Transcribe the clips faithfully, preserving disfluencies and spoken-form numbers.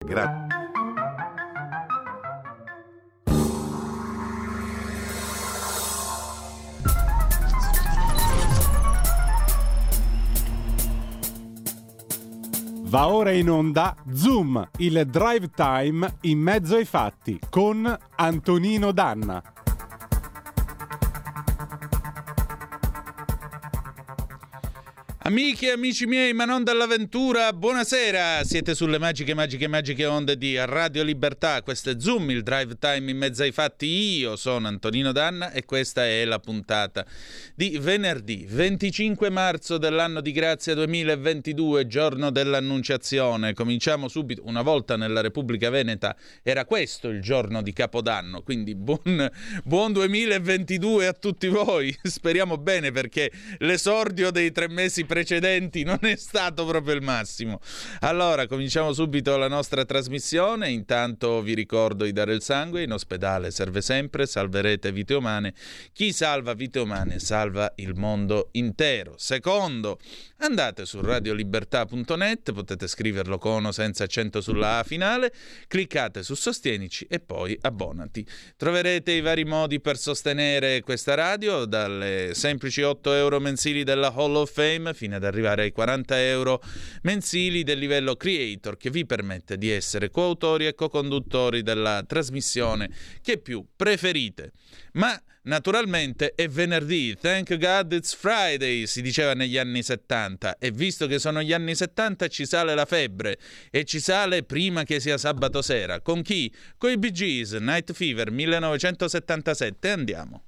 Grazie. Va ora in onda Zoom, il drive time in mezzo ai fatti con Antonino Danna. Amiche e amici miei, ma non dall'avventura, buonasera! Siete sulle magiche, magiche, magiche onde di Radio Libertà. Questo è Zoom, il drive time in mezzo ai fatti. Io sono Antonino Danna e questa è la puntata di venerdì venticinque marzo dell'anno di grazia duemilaventidue, giorno dell'Annunciazione. Cominciamo subito. Una volta nella Repubblica Veneta era questo il giorno di Capodanno, quindi buon, buon duemilaventidue a tutti voi. Speriamo bene, perché l'esordio dei tre mesi precedenti non è stato proprio il massimo. Allora, cominciamo subito la nostra trasmissione. Intanto vi ricordo di dare il sangue, in ospedale serve sempre, salverete vite umane. Chi salva vite umane salva il mondo intero. Secondo, andate su radio libertà punto net, potete scriverlo con o senza accento sulla A finale, cliccate su Sostienici e poi abbonati. Troverete i vari modi per sostenere questa radio, dalle semplici otto euro mensili della Hall of Fame fino ad arrivare ai quaranta euro mensili del livello Creator, che vi permette di essere coautori e co-conduttori della trasmissione che più preferite. Ma naturalmente è venerdì, thank God it's Friday, si diceva negli anni settanta, e visto che sono gli anni settanta ci sale la febbre, e ci sale prima che sia sabato sera. Con chi? Con i Bee Gees, Night Fever millenovecentosettantasette. Andiamo.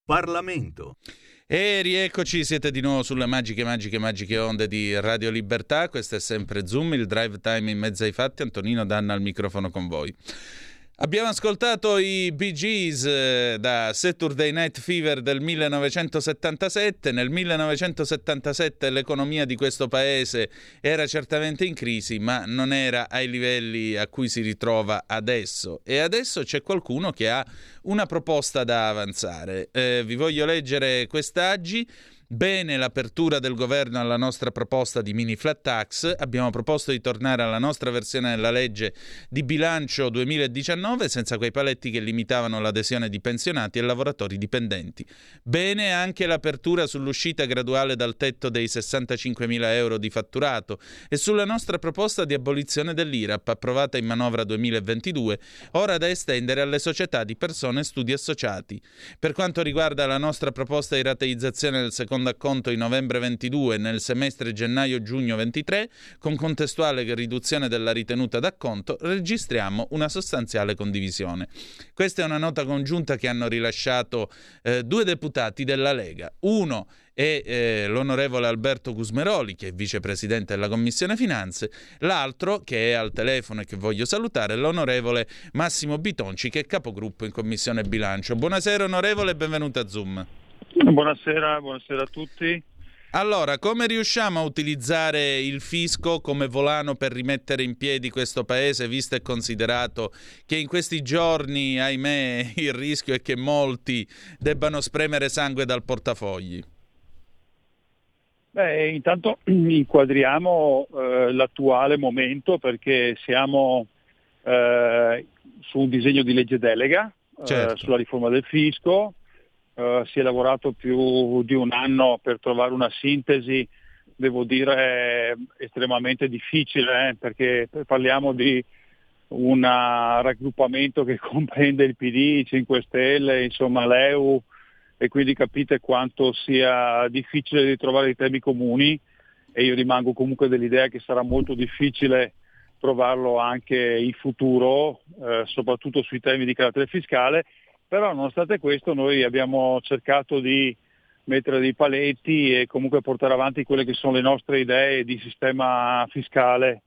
Parlamento. E rieccoci, siete di nuovo sulle magiche, magiche, magiche onde di Radio Libertà. Questo è sempre Zoom, il drive time in mezzo ai fatti. Antonino Danna al microfono con voi. Abbiamo ascoltato i Bee Gees eh, da Saturday Night Fever del millenovecentosettantasette. Nel millenovecentosettantasette l'economia di questo paese era certamente in crisi, ma non era ai livelli a cui si ritrova adesso. E adesso c'è qualcuno che ha una proposta da avanzare. Eh, vi voglio leggere quest'aggi. Bene l'apertura del governo alla nostra proposta di mini flat tax. Abbiamo proposto di tornare alla nostra versione della legge di bilancio duemiladiciannove senza quei paletti che limitavano l'adesione di pensionati e lavoratori dipendenti. Bene anche l'apertura sull'uscita graduale dal tetto dei sessantacinquemila euro di fatturato e sulla nostra proposta di abolizione dell'I R A P approvata in manovra duemilaventidue, ora da estendere alle società di persone e studi associati. Per quanto riguarda la nostra proposta di rateizzazione del secondo acconto in novembre ventidue nel semestre gennaio-giugno ventitré, con contestuale riduzione della ritenuta d'acconto, registriamo una sostanziale condivisione. Questa è una nota congiunta che hanno rilasciato eh, due deputati della Lega. Uno è eh, l'onorevole Alberto Gusmeroli, che è vicepresidente della Commissione Finanze, l'altro, che è al telefono e che voglio salutare, è l'onorevole Massimo Bitonci, che è capogruppo in Commissione Bilancio. Buonasera onorevole e benvenuto a Zoom. Buonasera, buonasera a tutti. Allora, come riusciamo a utilizzare il fisco come volano per rimettere in piedi questo paese, visto e considerato che in questi giorni, ahimè, il rischio è che molti debbano spremere sangue dal portafogli? Beh, intanto inquadriamo eh, l'attuale momento perché siamo eh, su un disegno di legge delega Certo. eh, sulla riforma del fisco. Uh, si è lavorato più di un anno per trovare una sintesi, devo dire estremamente difficile, eh, perché parliamo di un raggruppamento che comprende il P D, i cinque Stelle, insomma l'E U, e quindi capite quanto sia difficile di trovare dei temi comuni, e io rimango comunque dell'idea che sarà molto difficile trovarlo anche in futuro, eh, soprattutto sui temi di carattere fiscale. Però nonostante questo noi abbiamo cercato di mettere dei paletti e comunque portare avanti quelle che sono le nostre idee di sistema fiscale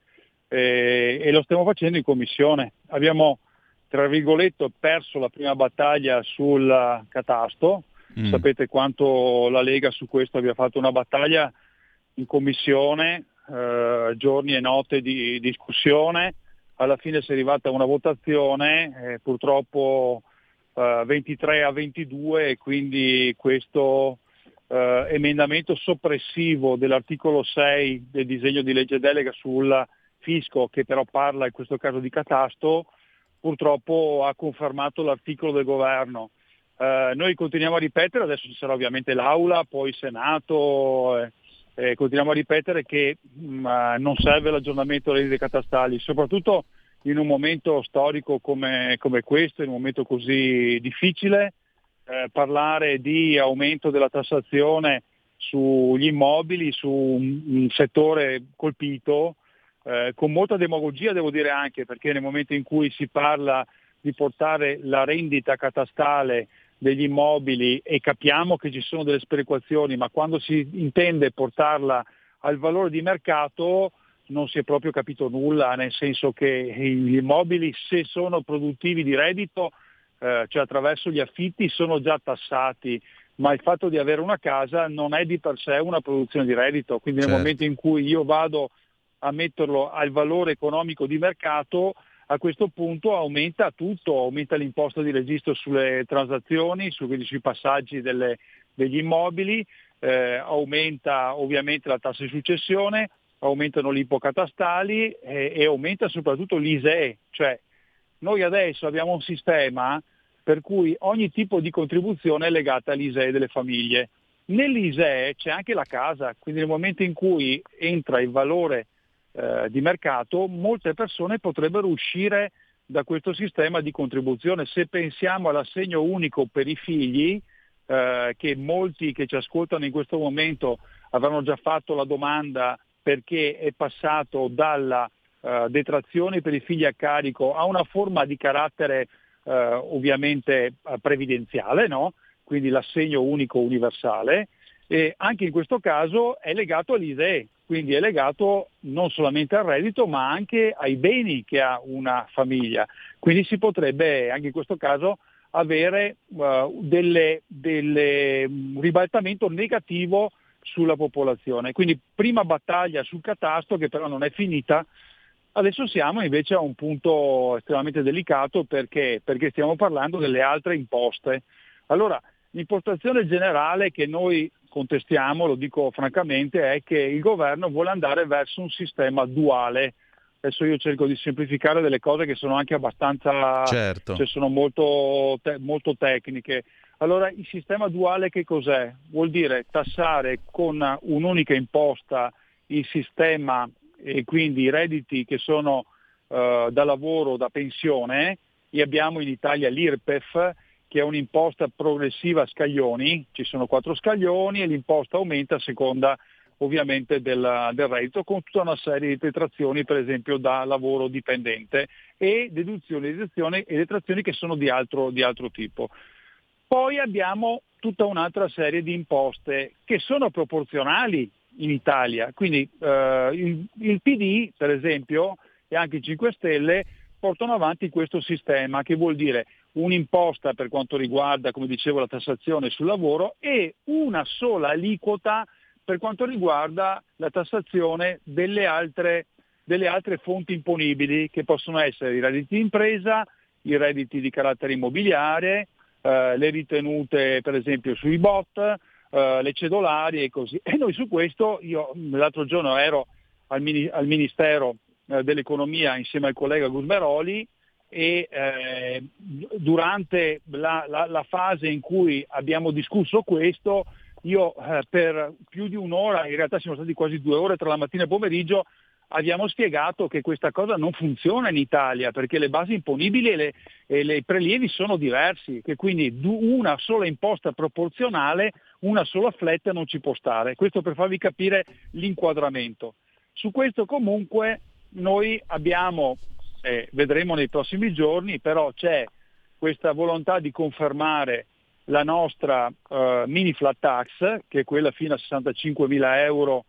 e, e lo stiamo facendo in commissione. Abbiamo, tra virgolette, perso la prima battaglia sul catasto. Mm. Sapete quanto la Lega su questo abbia fatto una battaglia in commissione, eh, giorni e notte di discussione. Alla fine si è arrivata a una votazione, eh, purtroppo Uh, ventitré a ventidue, e quindi questo uh, emendamento soppressivo dell'articolo sei del disegno di legge delega sul fisco, che però parla in questo caso di catasto, purtroppo ha confermato l'articolo del governo. Uh, noi continuiamo a ripetere, adesso ci sarà ovviamente l'Aula, poi il Senato, eh, eh, continuiamo a ripetere che mh, non serve l'aggiornamento delle leggi catastali, soprattutto in un momento storico come, come questo, in un momento così difficile. Eh, parlare di aumento della tassazione sugli immobili, su un, un settore colpito, eh, con molta demagogia devo dire anche, perché nel momento in cui si parla di portare la rendita catastale degli immobili, e capiamo che ci sono delle sperequazioni, ma quando si intende portarla al valore di mercato non si è proprio capito nulla, nel senso che gli immobili, se sono produttivi di reddito, eh, cioè attraverso gli affitti, sono già tassati, ma il fatto di avere una casa non è di per sé una produzione di reddito, quindi certo. Nel momento in cui io vado a metterlo al valore economico di mercato, a questo punto aumenta tutto, aumenta l'imposta di registro sulle transazioni, su, quindi sui passaggi delle, degli immobili, eh, aumenta ovviamente la tassa di successione, aumentano gli ipocatastali e, e aumenta soprattutto l'I S E E, cioè noi adesso abbiamo un sistema per cui ogni tipo di contribuzione è legata all'I S E E delle famiglie. Nell'I S E E c'è anche la casa, quindi nel momento in cui entra il valore eh, di mercato, molte persone potrebbero uscire da questo sistema di contribuzione. Se pensiamo all'assegno unico per i figli, eh, che molti che ci ascoltano in questo momento avranno già fatto la domanda, perché è passato dalla uh, detrazione per i figli a carico a una forma di carattere uh, ovviamente uh, previdenziale, no? quindi l'assegno unico universale, e anche in questo caso è legato all'I S E E, quindi è legato non solamente al reddito ma anche ai beni che ha una famiglia, quindi si potrebbe anche in questo caso avere uh, delle, delle, un ribaltamento negativo sulla popolazione. Quindi prima battaglia sul catasto che però non è finita, adesso siamo invece a un punto estremamente delicato perché, perché stiamo parlando delle altre imposte. Allora, l'impostazione generale che noi contestiamo, lo dico francamente, è che il governo vuole andare verso un sistema duale. Adesso io cerco di semplificare delle cose che sono anche abbastanza, certo. cioè sono molto, te- molto tecniche. Allora, il sistema duale che cos'è? Vuol dire tassare con un'unica imposta il sistema e quindi i redditi che sono uh, da lavoro, da pensione, e abbiamo in Italia l'I R P E F, che è un'imposta progressiva a scaglioni, ci sono quattro scaglioni e l'imposta aumenta a seconda ovviamente del, del reddito, con tutta una serie di detrazioni, per esempio da lavoro dipendente, e deduzioni, deduzioni e detrazioni che sono di altro, di altro tipo. Poi abbiamo tutta un'altra serie di imposte che sono proporzionali in Italia, quindi eh, il, il P D per esempio e anche i cinque Stelle portano avanti questo sistema, che vuol dire un'imposta per quanto riguarda, come dicevo, la tassazione sul lavoro e una sola aliquota per quanto riguarda la tassazione delle altre, delle altre fonti imponibili, che possono essere i redditi di impresa, i redditi di carattere immobiliare, eh, le ritenute per esempio sui B O T, eh, le cedolari e così. E noi su questo, io l'altro giorno ero al, mini, al Ministero eh, dell'Economia insieme al collega Gusmeroli, e eh, durante la, la, la fase in cui abbiamo discusso questo, io eh, per più di un'ora, in realtà siamo stati quasi due ore tra la mattina e pomeriggio, abbiamo spiegato che questa cosa non funziona in Italia perché le basi imponibili e, le, e le prelievi sono diversi, che quindi una sola imposta proporzionale, una sola flat non ci può stare. Questo per farvi capire l'inquadramento. Su questo comunque noi abbiamo, eh, vedremo nei prossimi giorni, però c'è questa volontà di confermare la nostra uh, mini flat tax, che è quella fino a sessantacinquemila euro,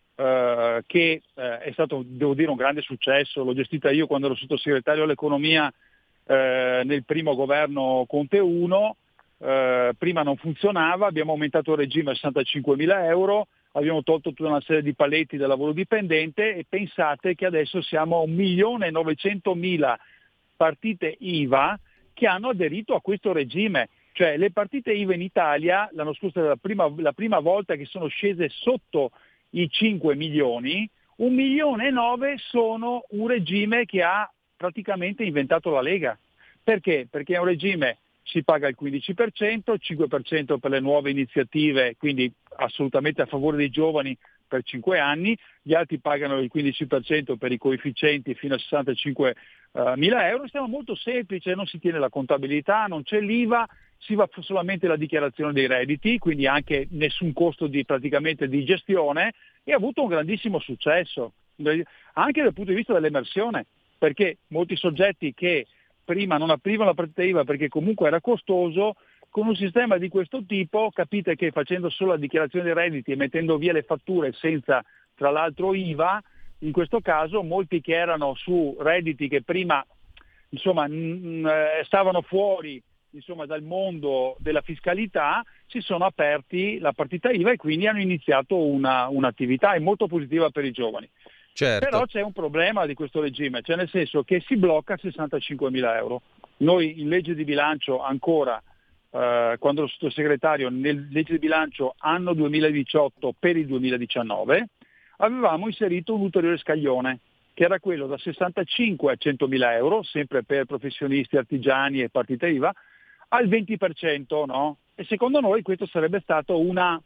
uh, che uh, è stato, devo dire, un grande successo. L'ho gestita io quando ero sottosegretario all'economia uh, nel primo governo Conte uno, uh, prima non funzionava, abbiamo aumentato il regime a sessantacinquemila euro, abbiamo tolto tutta una serie di paletti del lavoro dipendente e pensate che adesso siamo a un milione e novecentomila partite I V A che hanno aderito a questo regime. Cioè le partite I V A in Italia l'anno scorso è la prima, la prima volta che sono scese sotto i cinque milioni, un milione e nove sono un regime che ha praticamente inventato la Lega. Perché? Perché è un regime, si paga il quindici per cento, cinque per cento per le nuove iniziative, quindi assolutamente a favore dei giovani per cinque anni, gli altri pagano il quindici per cento per i coefficienti fino a sessantacinquemila euro, sistema molto semplice, non si tiene la contabilità, non c'è l'I V A, si va solamente la dichiarazione dei redditi, quindi anche nessun costo di, praticamente di gestione, e ha avuto un grandissimo successo, anche dal punto di vista dell'emersione, perché molti soggetti che prima non aprivano la partita I V A perché comunque era costoso, con un sistema di questo tipo capite che facendo solo la dichiarazione dei redditi e mettendo via le fatture senza tra l'altro I V A, in questo caso molti che erano su redditi che prima insomma n- stavano fuori insomma dal mondo della fiscalità, si sono aperti la partita I V A e quindi hanno iniziato una, un'attività, è molto positiva per i giovani. Certo. Però c'è un problema di questo regime, cioè nel senso che si blocca a sessantacinquemila euro. Noi in legge di bilancio ancora, eh, quando ero sottosegretario, nel legge di bilancio anno duemiladiciotto per il duemiladiciannove, avevamo inserito un ulteriore scaglione, che era quello da sessantacinque a centomila euro, sempre per professionisti, artigiani e partite I V A, al venti per cento, no? E secondo noi questo sarebbe stato una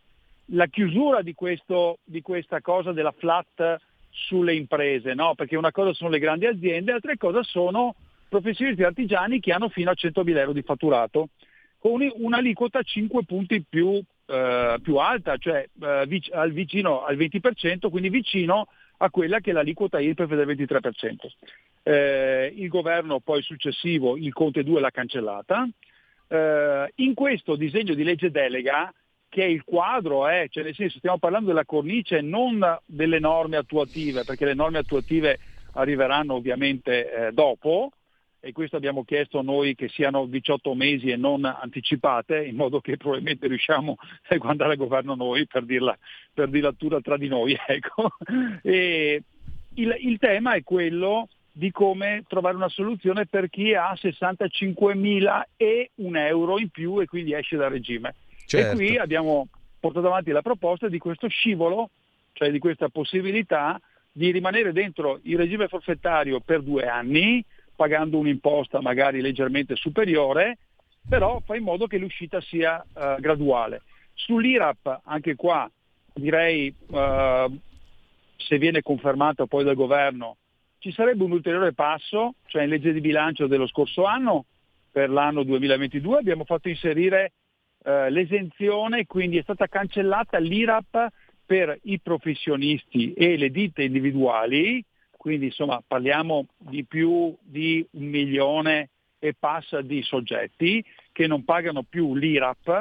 la chiusura di questo di questa cosa della flat sulle imprese, no? Perché una cosa sono le grandi aziende, altre cosa sono professionisti artigiani che hanno fino a centomila euro di fatturato, con un'aliquota cinque punti più, eh, più alta, cioè eh, vic- al vicino al venti per cento, quindi vicino a quella che è l'aliquota I R P E F del ventitré per cento. Eh, il governo poi successivo, il Conte due, l'ha cancellata, eh, in questo disegno di legge delega, che è il quadro, eh, cioè nel senso stiamo parlando della cornice, non delle norme attuative, perché le norme attuative arriveranno ovviamente eh, dopo, e questo abbiamo chiesto noi che siano diciotto mesi e non anticipate, in modo che probabilmente riusciamo a andare al governo noi, per dirla, per dirla tutta tra di noi. Ecco. E il, il tema è quello di come trovare una soluzione per chi ha sessantacinquemila e un euro in più e quindi esce dal regime. Certo. E qui abbiamo portato avanti la proposta di questo scivolo, cioè di questa possibilità di rimanere dentro il regime forfettario per due anni, pagando un'imposta magari leggermente superiore, però fa in modo che l'uscita sia uh, graduale. Sull'I R A P, anche qua, direi, uh, se viene confermato poi dal governo, ci sarebbe un ulteriore passo, cioè in legge di bilancio dello scorso anno, per l'anno duemilaventidue, abbiamo fatto inserire uh, l'esenzione, quindi è stata cancellata l'I R A P per i professionisti e le ditte individuali, quindi insomma parliamo di più di un milione e passa di soggetti che non pagano più l'I R A P.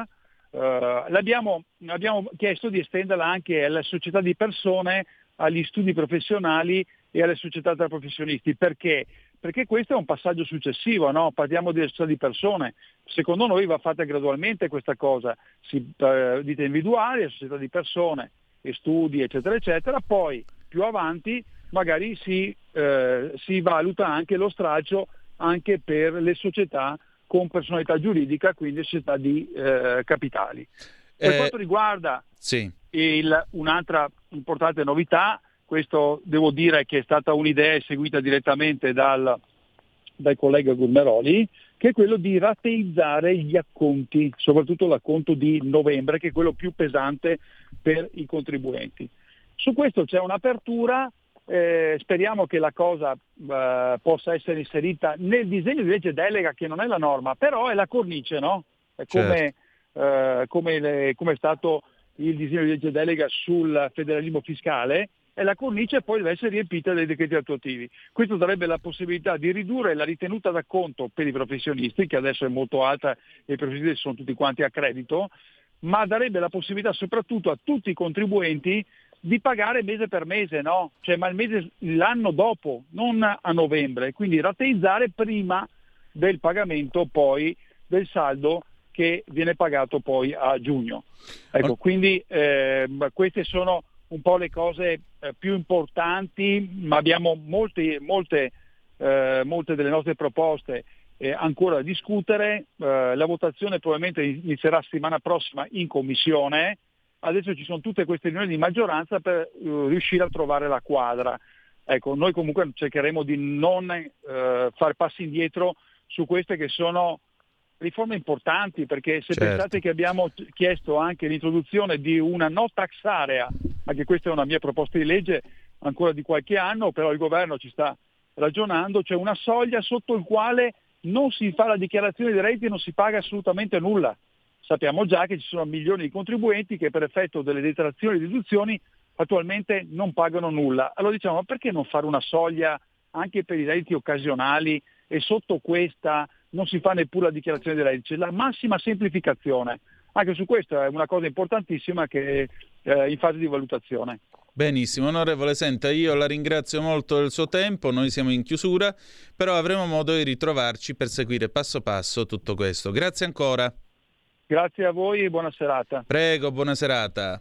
Uh, l'abbiamo, abbiamo chiesto di estenderla anche alle società di persone, agli studi professionali e alle società tra professionisti. Perché? Perché questo è un passaggio successivo, no? Parliamo di società di persone. Secondo noi va fatta gradualmente questa cosa, si, uh, ditte individuali, società di persone e studi eccetera eccetera, poi più avanti magari si, eh, si valuta anche lo stralcio anche per le società con personalità giuridica, quindi società di eh, capitali. Per eh, quanto riguarda sì. il, un'altra importante novità, questo devo dire che è stata un'idea seguita direttamente dal, dal collega Gurmeroli, che è quello di rateizzare gli acconti, soprattutto l'acconto di novembre, che è quello più pesante per i contribuenti. Su questo c'è un'apertura. Eh, speriamo che la cosa eh, possa essere inserita nel disegno di legge delega, che non è la norma, però è la cornice, no? È come, certo. eh, come, le, come è stato il disegno di legge delega sul federalismo fiscale, è la cornice e poi deve essere riempita dai decreti attuativi. Questo darebbe la possibilità di ridurre la ritenuta d'acconto per i professionisti, che adesso è molto alta e i professionisti sono tutti quanti a credito, ma darebbe la possibilità soprattutto a tutti i contribuenti di pagare mese per mese, no? Cioè, ma il mese, l'anno dopo, non a novembre, quindi rateizzare prima del pagamento poi del saldo che viene pagato poi a giugno. Ecco, quindi eh, queste sono un po' le cose eh, più importanti, ma abbiamo molte, molte, eh, molte delle nostre proposte eh, ancora da discutere. Eh, la votazione probabilmente inizierà settimana prossima in commissione. Adesso ci sono tutte queste riunioni di maggioranza per uh, riuscire a trovare la quadra. Ecco, noi comunque cercheremo di non uh, fare passi indietro su queste che sono riforme importanti, perché se certo. pensate che abbiamo chiesto anche l'introduzione di una no tax area, anche questa è una mia proposta di legge ancora di qualche anno, però il governo ci sta ragionando, cioè una soglia sotto il quale non si fa la dichiarazione dei redditi e non si paga assolutamente nulla. Sappiamo già che ci sono milioni di contribuenti che per effetto delle detrazioni e deduzioni attualmente non pagano nulla. Allora diciamo, ma perché non fare una soglia anche per i redditi occasionali e sotto questa non si fa neppure la dichiarazione dei redditi? C'è la massima semplificazione. Anche su questo è una cosa importantissima che è in fase di valutazione. Benissimo, onorevole, senta, io la ringrazio molto del suo tempo, noi siamo in chiusura, però avremo modo di ritrovarci per seguire passo passo tutto questo. Grazie ancora. Grazie a voi e buona serata. Prego, buona serata.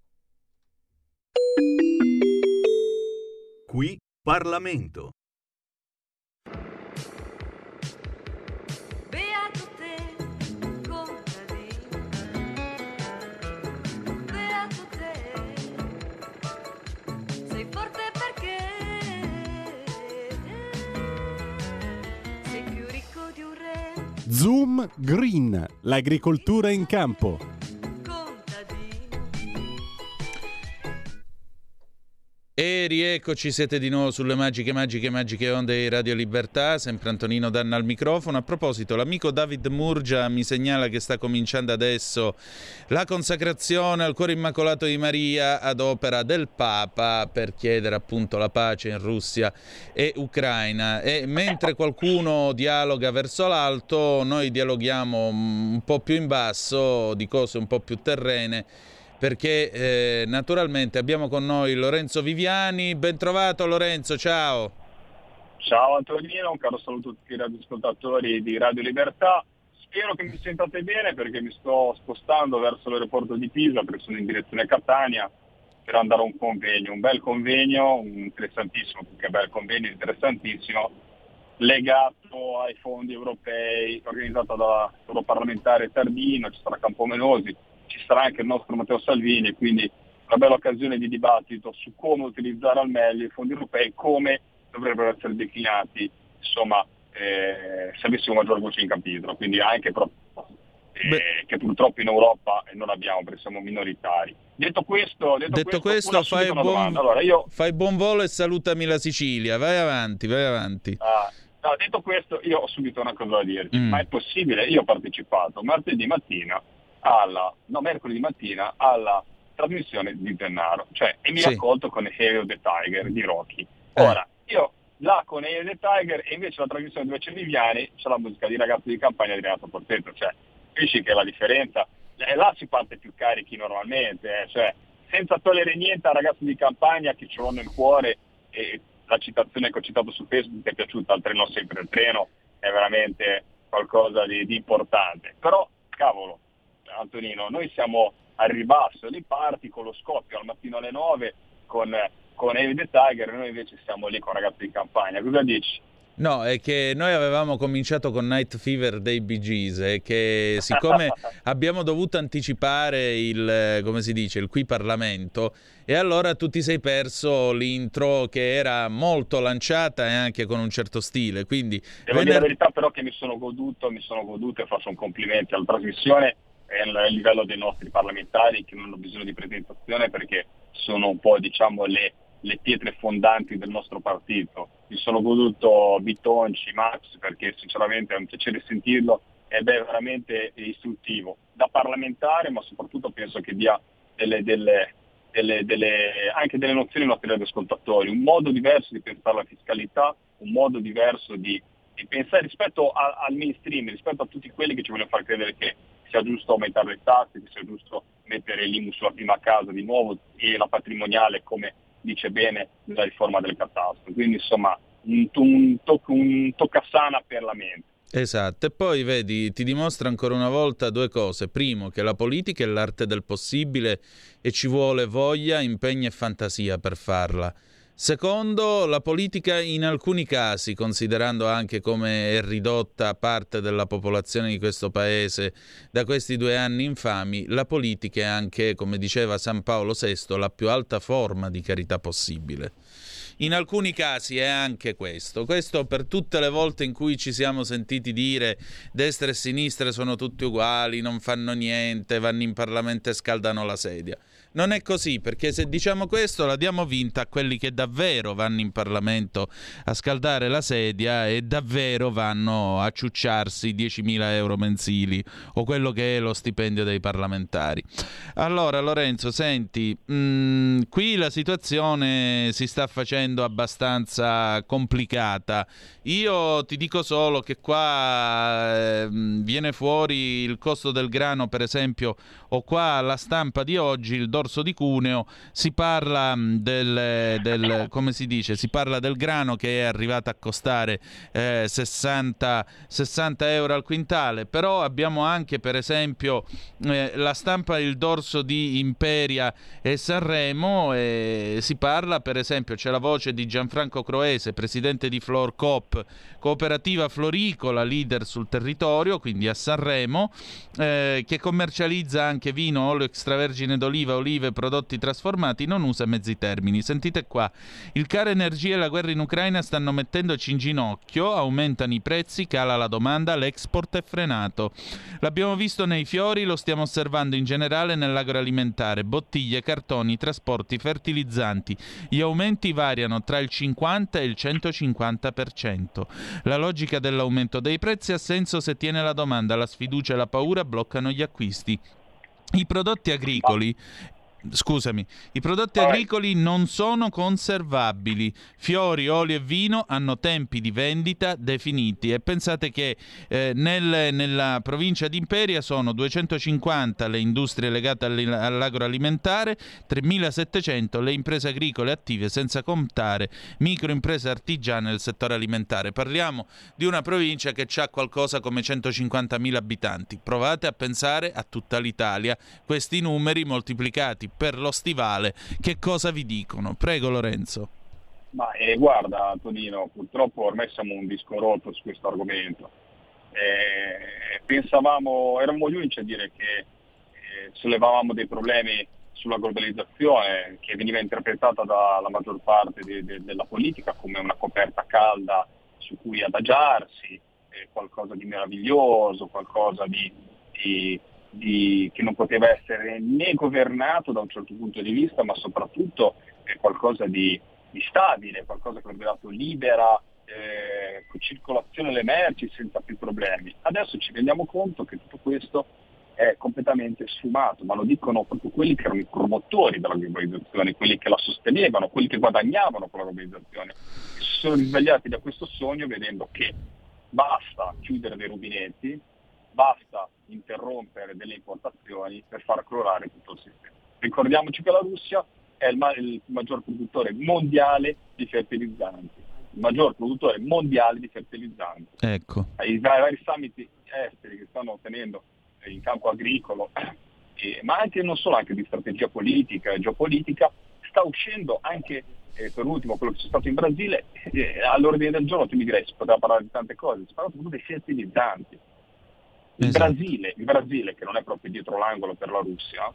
Qui Parlamento. Beato te, contadino. Beato te. Sei forte perché sei più ricco di un re. Zoom Green, l'agricoltura in campo. E rieccoci, siete di nuovo sulle magiche, magiche, magiche onde di Radio Libertà, sempre Antonino Danna al microfono. A proposito, l'amico David Murgia mi segnala che sta cominciando adesso la consacrazione al cuore immacolato di Maria ad opera del Papa per chiedere appunto la pace in Russia e Ucraina. E mentre qualcuno dialoga verso l'alto, noi dialoghiamo un po' più in basso, di cose un po' più terrene, perché eh, naturalmente abbiamo con noi Lorenzo Viviani. Ben trovato Lorenzo, ciao. Ciao Antonino, un caro saluto a tutti i radioascoltatori di Radio Libertà. Spero che mi sentate bene perché mi sto spostando verso l'aeroporto di Pisa perché sono in direzione Catania per andare a un convegno, un bel convegno, un interessantissimo, che bel convegno, interessantissimo, legato ai fondi europei, organizzato dall'europarlamentare Tardino, ci sarà Campomenosi, ci sarà anche il nostro Matteo Salvini, quindi una bella occasione di dibattito su come utilizzare al meglio i fondi europei, come dovrebbero essere declinati, insomma, eh, se avessimo maggior voce in capitolo, quindi anche proprio, eh, che purtroppo in Europa non abbiamo perché siamo minoritari. Detto questo, detto detto questo, questo fai, buon, allora, io... fai buon volo e salutami la Sicilia, vai avanti, vai avanti. Ah, no, detto questo, io ho subito una cosa da dirti, Mm. ma è possibile? Io ho partecipato martedì mattina alla, no, mercoledì mattina alla trasmissione di Zennaro, cioè, e mi Sì. ha accolto con Hail the Tiger di Rocky. Ora, io là con Hail the Tiger e invece la trasmissione dove c'è Viviani c'è la musica di Ragazzo di campagna di Renato Portetto, cioè, capisci che la differenza, e là si parte più carichi normalmente, eh, cioè, senza togliere niente al Ragazzo di campagna che ce l'ho nel cuore, e la citazione che ho citato su Facebook ti è piaciuta, al treno sempre il treno, è veramente qualcosa di, di importante. Però, cavolo, Antonino, noi siamo al ribasso di parti con lo scoppio al mattino alle nove con, con Hail the Tiger, e noi invece siamo lì con Ragazzi di campagna. Cosa dici? No, è che noi avevamo cominciato con Night Fever dei Bee Gees e che siccome abbiamo dovuto anticipare il, come si dice, il qui Parlamento, e allora tu ti sei perso l'intro che era molto lanciata e anche con un certo stile, quindi Devo dire la verità però che mi sono goduto, mi sono goduto e faccio un complimento alla trasmissione e al livello dei nostri parlamentari che non hanno bisogno di presentazione perché sono un po', diciamo, le le pietre fondanti del nostro partito. Mi sono goduto Bitonci, Max, perché sinceramente è un piacere sentirlo ed è veramente istruttivo da parlamentare, ma soprattutto penso che dia delle, delle, delle, delle, anche delle nozioni ai nostri ascoltatori, un modo diverso di pensare la fiscalità, un modo diverso di, di pensare rispetto a, al mainstream, rispetto a tutti quelli che ci vogliono far credere che sia giusto aumentare le tasse, che sia giusto mettere l'I M U sulla prima casa di nuovo e la patrimoniale come dice bene la riforma del catasto, quindi insomma un, un, toc, un toccasana per la mente. Esatto, e poi vedi, ti dimostra ancora una volta due cose: primo, che la politica è l'arte del possibile e ci vuole voglia, impegno e fantasia per farla. Secondo, la politica in alcuni casi, considerando anche come è ridotta parte della popolazione di questo paese da questi due anni infami, la politica è anche, come diceva San Paolo sesto, la più alta forma di carità possibile. In alcuni casi è anche questo, questo per tutte le volte in cui ci siamo sentiti dire destra e sinistra sono tutti uguali, non fanno niente, vanno in Parlamento e scaldano la sedia. Non è così, perché se diciamo questo la diamo vinta a quelli che davvero vanno in Parlamento a scaldare la sedia e davvero vanno a ciucciarsi diecimila euro mensili o quello che è lo stipendio dei parlamentari. Allora Lorenzo, senti, mh, qui la situazione si sta facendo abbastanza complicata. Io ti dico solo che qua eh, viene fuori il costo del grano, per esempio, o qua alla stampa di oggi, il dorso di Cuneo, si parla del, del come si dice, si parla del grano che è arrivato a costare eh, sessanta euro al quintale, però abbiamo anche per esempio eh, la stampa, il dorso di Imperia e Sanremo, e si parla per esempio, c'è la voce di Gianfranco Croese, presidente di Florcoop, cooperativa floricola, leader sul territorio, quindi quindi a Sanremo, eh, che commercializza anche vino, olio extravergine d'oliva, olive, prodotti trasformati, non usa mezzi termini. Sentite qua, il caro energia e la guerra in Ucraina stanno mettendoci in ginocchio, aumentano i prezzi, cala la domanda, l'export è frenato. L'abbiamo visto nei fiori, lo stiamo osservando in generale nell'agroalimentare, bottiglie, cartoni, trasporti, fertilizzanti. Gli aumenti variano tra il cinquanta e il centocinquanta per cento. La logica dell'aumento dei prezzi ha senso se tiene la domanda, la sfiducia e la paura bloccano gli acquisti. I prodotti agricoli Scusami, i prodotti agricoli non sono conservabili. Fiori, olio e vino hanno tempi di vendita definiti e pensate che eh, nel, nella provincia di Imperia sono duecentocinquanta le industrie legate all'agroalimentare, tremilasettecento le imprese agricole attive, senza contare microimprese artigiane del settore alimentare. Parliamo di una provincia che ha qualcosa come centocinquantamila abitanti. Provate a pensare a tutta l'Italia, questi numeri moltiplicati per lo stivale, che cosa vi dicono? Prego Lorenzo. Ma eh, guarda Tonino, purtroppo ormai siamo un disco rotto su questo argomento. Eh, pensavamo, eravamo gli unici a dire che eh, sollevavamo dei problemi sulla globalizzazione che veniva interpretata dalla maggior parte de, de, della politica come una coperta calda su cui adagiarsi, eh, qualcosa di meraviglioso, qualcosa di, di Di, che non poteva essere né governato da un certo punto di vista, ma soprattutto è qualcosa di, di stabile, qualcosa che avrebbe dato libera eh, circolazione delle merci senza più problemi. Adesso ci rendiamo conto che tutto questo è completamente sfumato, ma lo dicono proprio quelli che erano i promotori della globalizzazione, quelli che la sostenevano, quelli che guadagnavano con la globalizzazione, che si sono risvegliati da questo sogno vedendo che basta chiudere dei rubinetti, basta interrompere delle importazioni per far crollare tutto il sistema. Ricordiamoci che la Russia è il, ma- il maggior produttore mondiale di fertilizzanti, il maggior produttore mondiale di fertilizzanti. Ecco. I vari summit esteri che stanno tenendo in campo agricolo, eh, ma anche non solo, anche di strategia politica e geopolitica, sta uscendo anche, eh, per ultimo, quello che c'è stato in Brasile, eh, all'ordine del giorno tu mi direi si poteva parlare di tante cose, si parla soprattutto dei fertilizzanti. Il, esatto. Brasile, il Brasile, che non è proprio dietro l'angolo per la Russia,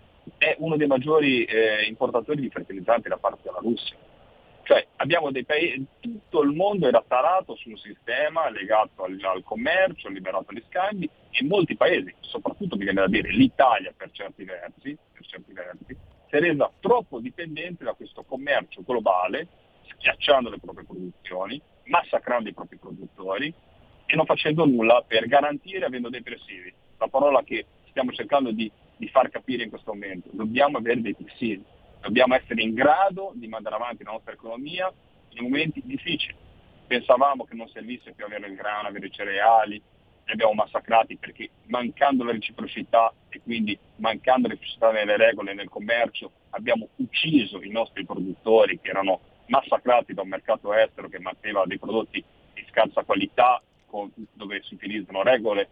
è uno dei maggiori eh, importatori di fertilizzanti da parte della Russia. Cioè abbiamo dei paesi, tutto il mondo era tarato su un sistema legato al, al commercio, liberato agli scambi, e molti paesi, soprattutto mi viene da dire l'Italia per certi versi, per certi versi, si è resa troppo dipendente da questo commercio globale, schiacciando le proprie produzioni, massacrando i propri produttori, e non facendo nulla per garantire, avendo dei presidi. La parola che stiamo cercando di, di far capire in questo momento, dobbiamo avere dei presidi, dobbiamo essere in grado di mandare avanti la nostra economia in momenti difficili. Pensavamo che non servisse più avere il grano, avere i cereali, li abbiamo massacrati perché mancando la reciprocità e quindi mancando la reciprocità nelle regole nel commercio abbiamo ucciso i nostri produttori che erano massacrati da un mercato estero che metteva dei prodotti di scarsa qualità, dove si utilizzano regole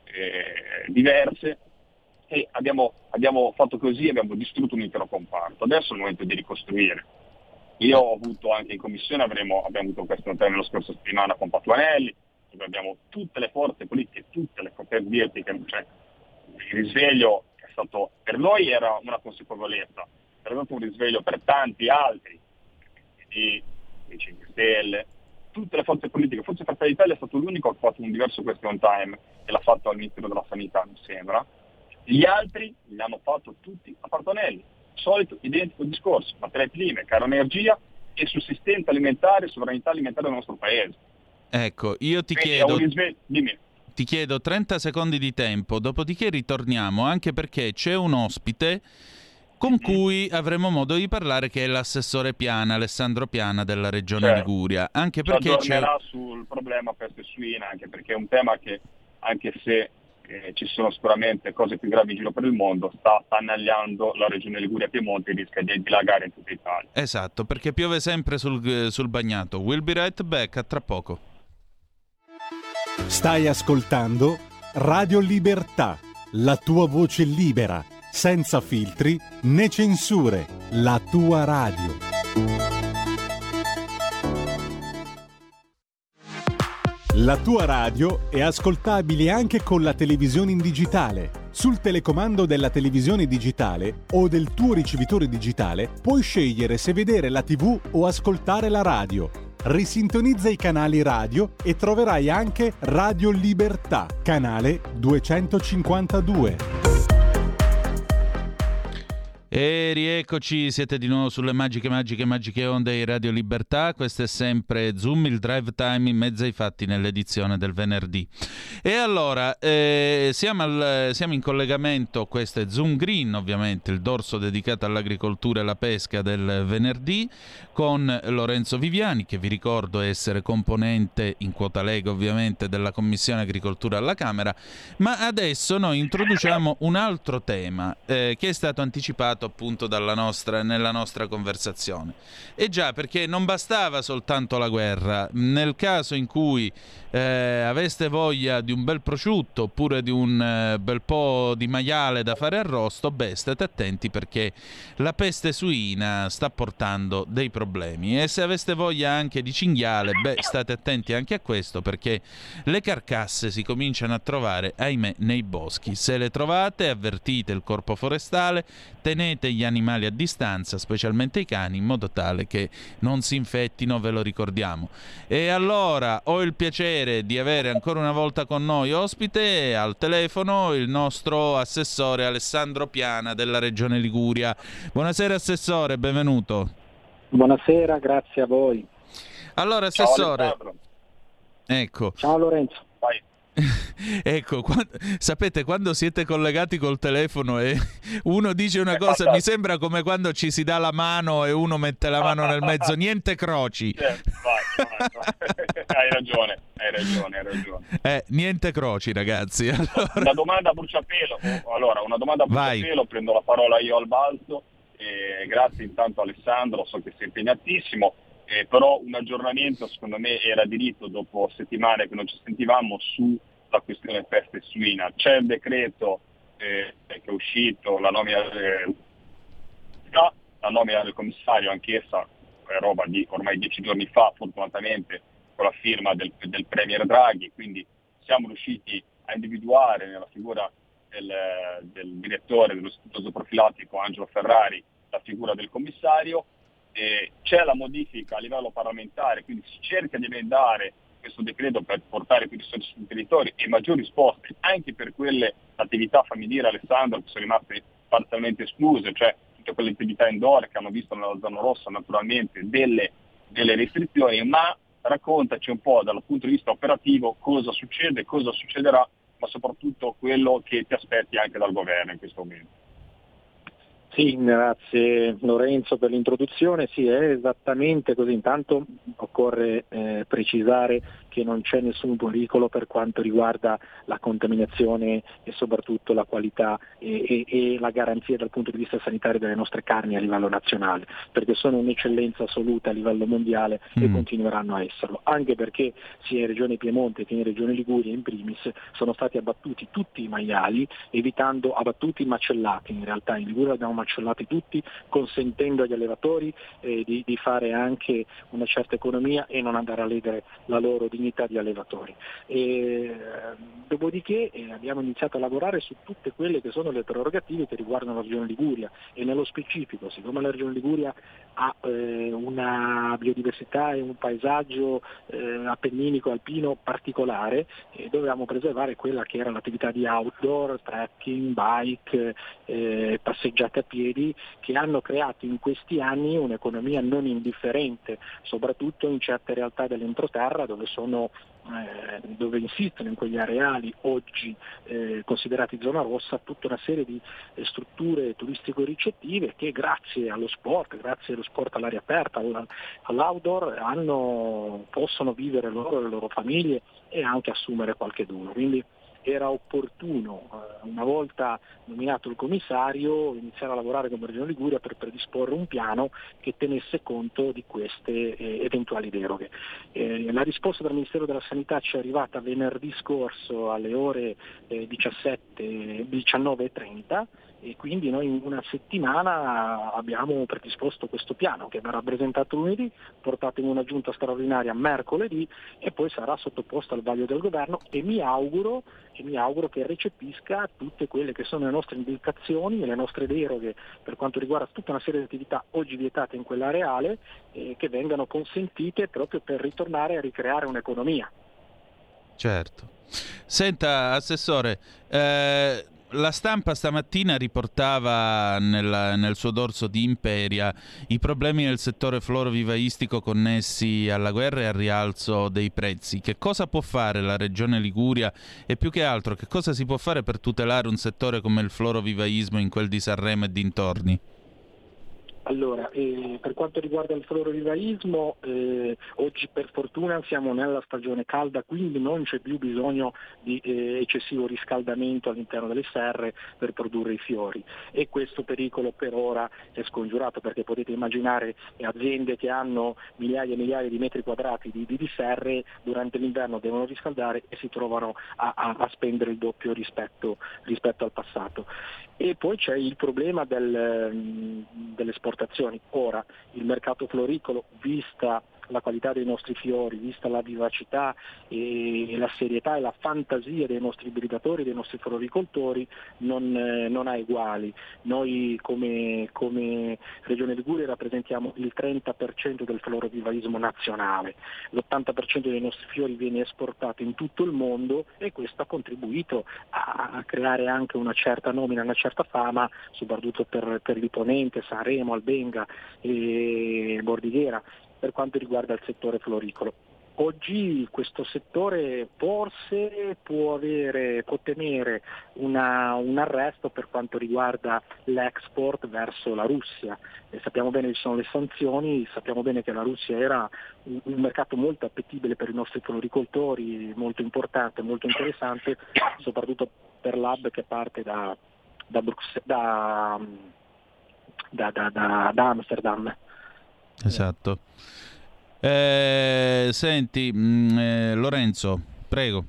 eh, diverse, e abbiamo, abbiamo fatto così, abbiamo distrutto un intero comparto. Adesso è il momento di ricostruire. Io ho avuto anche in commissione, avremo, abbiamo avuto questo tema la scorsa settimana con Patuanelli, dove abbiamo tutte le forze politiche, tutte le, per dirti che cioè, il risveglio è stato, per noi era una consapevolezza, è stato un risveglio per tanti altri, i cinque Stelle, tutte le forze politiche. Forse Fratelli d'Italia è stato l'unico che ha fatto un diverso question time e l'ha fatto al Ministero della Sanità, mi sembra. Gli altri li hanno fatto tutti a Patuanelli, solito identico discorso, materie prime, cara energia e sussistenza alimentare e sovranità alimentare del nostro paese. Ecco, io ti Quindi chiedo risve- Dimmi. ti chiedo trenta secondi di tempo, dopodiché ritorniamo, anche perché c'è un ospite con cui avremo modo di parlare, che è l'assessore Piana, Alessandro Piana della Regione certo. Liguria, anche Ci perché aggiornerà c'è sul problema peste suina, anche perché è un tema che, anche se eh, ci sono sicuramente cose più gravi in giro per il mondo, sta attanagliando la Regione Liguria e Piemonte e rischia di dilagare in tutta Italia. Esatto, perché piove sempre sul, sul bagnato. We'll be right back, a tra poco. Stai ascoltando Radio Libertà, la tua voce libera, senza filtri né censure, la tua radio. La tua radio è ascoltabile anche con la televisione in digitale. Sul telecomando della televisione digitale o del tuo ricevitore digitale puoi scegliere se vedere la tivù o ascoltare la radio. Risintonizza i canali radio e troverai anche Radio Libertà, canale duecentocinquantadue. E rieccoci, siete di nuovo sulle magiche, magiche, magiche onde di Radio Libertà. Questo è sempre Zoom, il drive time in mezzo ai fatti nell'edizione del venerdì. E allora, eh, siamo, al, siamo in collegamento, questo è Zoom Green, ovviamente, il dorso dedicato all'agricoltura e alla pesca del venerdì, con Lorenzo Viviani, che vi ricordo essere componente, in quota Lega ovviamente, della Commissione Agricoltura alla Camera. Ma adesso noi introduciamo un altro tema eh, che è stato anticipato appunto dalla nostra, nella nostra conversazione. E già, perché non bastava soltanto la guerra. Nel caso in cui eh, aveste voglia di un bel prosciutto oppure di un eh, bel po' di maiale da fare arrosto, beh, state attenti, perché la peste suina sta portando dei problemi. E se aveste voglia anche di cinghiale, beh, state attenti anche a questo, perché le carcasse si cominciano a trovare, ahimè, nei boschi. Se le trovate, avvertite il corpo forestale, tenete gli animali a distanza, specialmente i cani, in modo tale che non si infettino, ve lo ricordiamo. E allora ho il piacere di avere ancora una volta con noi ospite al telefono il nostro assessore Alessandro Piana della Regione Liguria. Buonasera assessore, benvenuto. Buonasera, grazie a voi. Allora assessore, Ciao, ecco. Ciao Lorenzo. Vai. Ecco, quando, sapete, quando siete collegati col telefono e uno dice una cosa, mi sembra come quando ci si dà la mano e uno mette la mano nel mezzo, niente croci. Vai, vai, vai. Hai ragione, hai ragione, hai ragione. Eh, niente croci, ragazzi. Allora... Una domanda a bruciapelo. Allora, una domanda a bruciapelo, Vai. Prendo la parola io al balzo. Eh, grazie intanto Alessandro, so che sei impegnatissimo. Eh, però un aggiornamento secondo me era diritto dopo settimane che non ci sentivamo sulla questione peste suina. C'è il decreto eh, che è uscito, la nomina, eh, la nomina del commissario, anch'essa è roba di ormai dieci giorni fa, fortunatamente con la firma del, del Premier Draghi, quindi siamo riusciti a individuare nella figura del, del direttore dell'Istituto Zooprofilattico Angelo Ferrari la figura del commissario. Eh, c'è la modifica a livello parlamentare, quindi si cerca di emendare questo decreto per portare più risorse sui territori e maggiori risposte anche per quelle attività familiari, Alessandro, che sono rimaste parzialmente escluse, cioè tutte quelle attività indoor che hanno visto nella zona rossa naturalmente delle, delle restrizioni, ma raccontaci un po' dal punto di vista operativo cosa succede, cosa succederà, ma soprattutto quello che ti aspetti anche dal governo in questo momento. Sì, grazie Lorenzo per l'introduzione. Sì, è esattamente così. Intanto occorre eh, precisare che non c'è nessun pericolo per quanto riguarda la contaminazione e soprattutto la qualità e, e, e la garanzia dal punto di vista sanitario delle nostre carni a livello nazionale, perché sono un'eccellenza assoluta a livello mondiale mm. e continueranno a esserlo, anche perché sia in Regione Piemonte che in Regione Liguria in primis sono stati abbattuti tutti i maiali, evitando abbattuti i macellati. In realtà in Liguria abbiamo macellati tutti, consentendo agli allevatori eh, di, di fare anche una certa economia e non andare a ledere la loro dignità di allevatori. E, dopodiché eh, abbiamo iniziato a lavorare su tutte quelle che sono le prerogative che riguardano la Regione Liguria e nello specifico, siccome la Regione Liguria ha eh, una biodiversità e un paesaggio eh, appenninico alpino particolare, eh, dovevamo preservare quella che era l'attività di outdoor, trekking, bike, eh, passeggiate a piedi, che hanno creato in questi anni un'economia non indifferente, soprattutto in certe realtà dell'entroterra dove sono eh, dove insistono in quegli areali oggi eh, considerati zona rossa tutta una serie di eh, strutture turistico-ricettive che grazie allo sport, grazie allo sport all'aria aperta, all'outdoor, hanno, possono vivere loro e le loro famiglie e anche assumere qualche dono. Quindi era opportuno, una volta nominato il commissario, iniziare a lavorare come Regione Liguria per predisporre un piano che tenesse conto di queste eh, eventuali deroghe. Eh, la risposta dal Ministero della Sanità ci è arrivata venerdì scorso alle ore eh, diciannove e trenta, e quindi noi in una settimana abbiamo predisposto questo piano che verrà presentato lunedì, portato in una giunta straordinaria mercoledì e poi sarà sottoposto al vaglio del governo, e mi auguro, e mi auguro che recepisca tutte quelle che sono le nostre indicazioni e le nostre deroghe per quanto riguarda tutta una serie di attività oggi vietate in quell'areale, eh, che vengano consentite proprio per ritornare a ricreare un'economia. Certo. Senta, Assessore, eh, la stampa stamattina riportava nel, nel suo dorso di Imperia i problemi nel settore florovivaistico connessi alla guerra e al rialzo dei prezzi. Che cosa può fare la Regione Liguria e più che altro che cosa si può fare per tutelare un settore come il florovivaismo in quel di Sanremo e dintorni? Allora, eh, per quanto riguarda il florovivaismo, eh, oggi per fortuna siamo nella stagione calda, quindi non c'è più bisogno di eh, eccessivo riscaldamento all'interno delle serre per produrre i fiori, e questo pericolo per ora è scongiurato, perché potete immaginare aziende che hanno migliaia e migliaia di metri quadrati di, di, di serre durante l'inverno devono riscaldare e si trovano a, a, a spendere il doppio rispetto, rispetto al passato. E poi c'è il problema del, delle esportazioni. Ora, il mercato floricolo, vista la qualità dei nostri fiori, vista la vivacità e la serietà e la fantasia dei nostri ibridatori, dei nostri floricoltori, non, eh, non ha eguali. Noi come, come Regione Liguria rappresentiamo il trenta per cento del florovivaismo nazionale, l'ottanta per cento dei nostri fiori viene esportato in tutto il mondo, e questo ha contribuito a, a creare anche una certa nomina, una certa fama, soprattutto per, per l'Iponente, Sanremo, Albenga e Bordighera, per quanto riguarda il settore floricolo. Oggi questo settore forse può avere, può temere una, un arresto per quanto riguarda l'export verso la Russia. E sappiamo bene che ci sono le sanzioni, sappiamo bene che la Russia era un, un mercato molto appetibile per i nostri floricoltori, molto importante, molto interessante, soprattutto per l'hub che parte da, da, Bruxelles, da, da, da, da, da Amsterdam. Esatto. Eh, senti, mh, eh, Lorenzo, prego.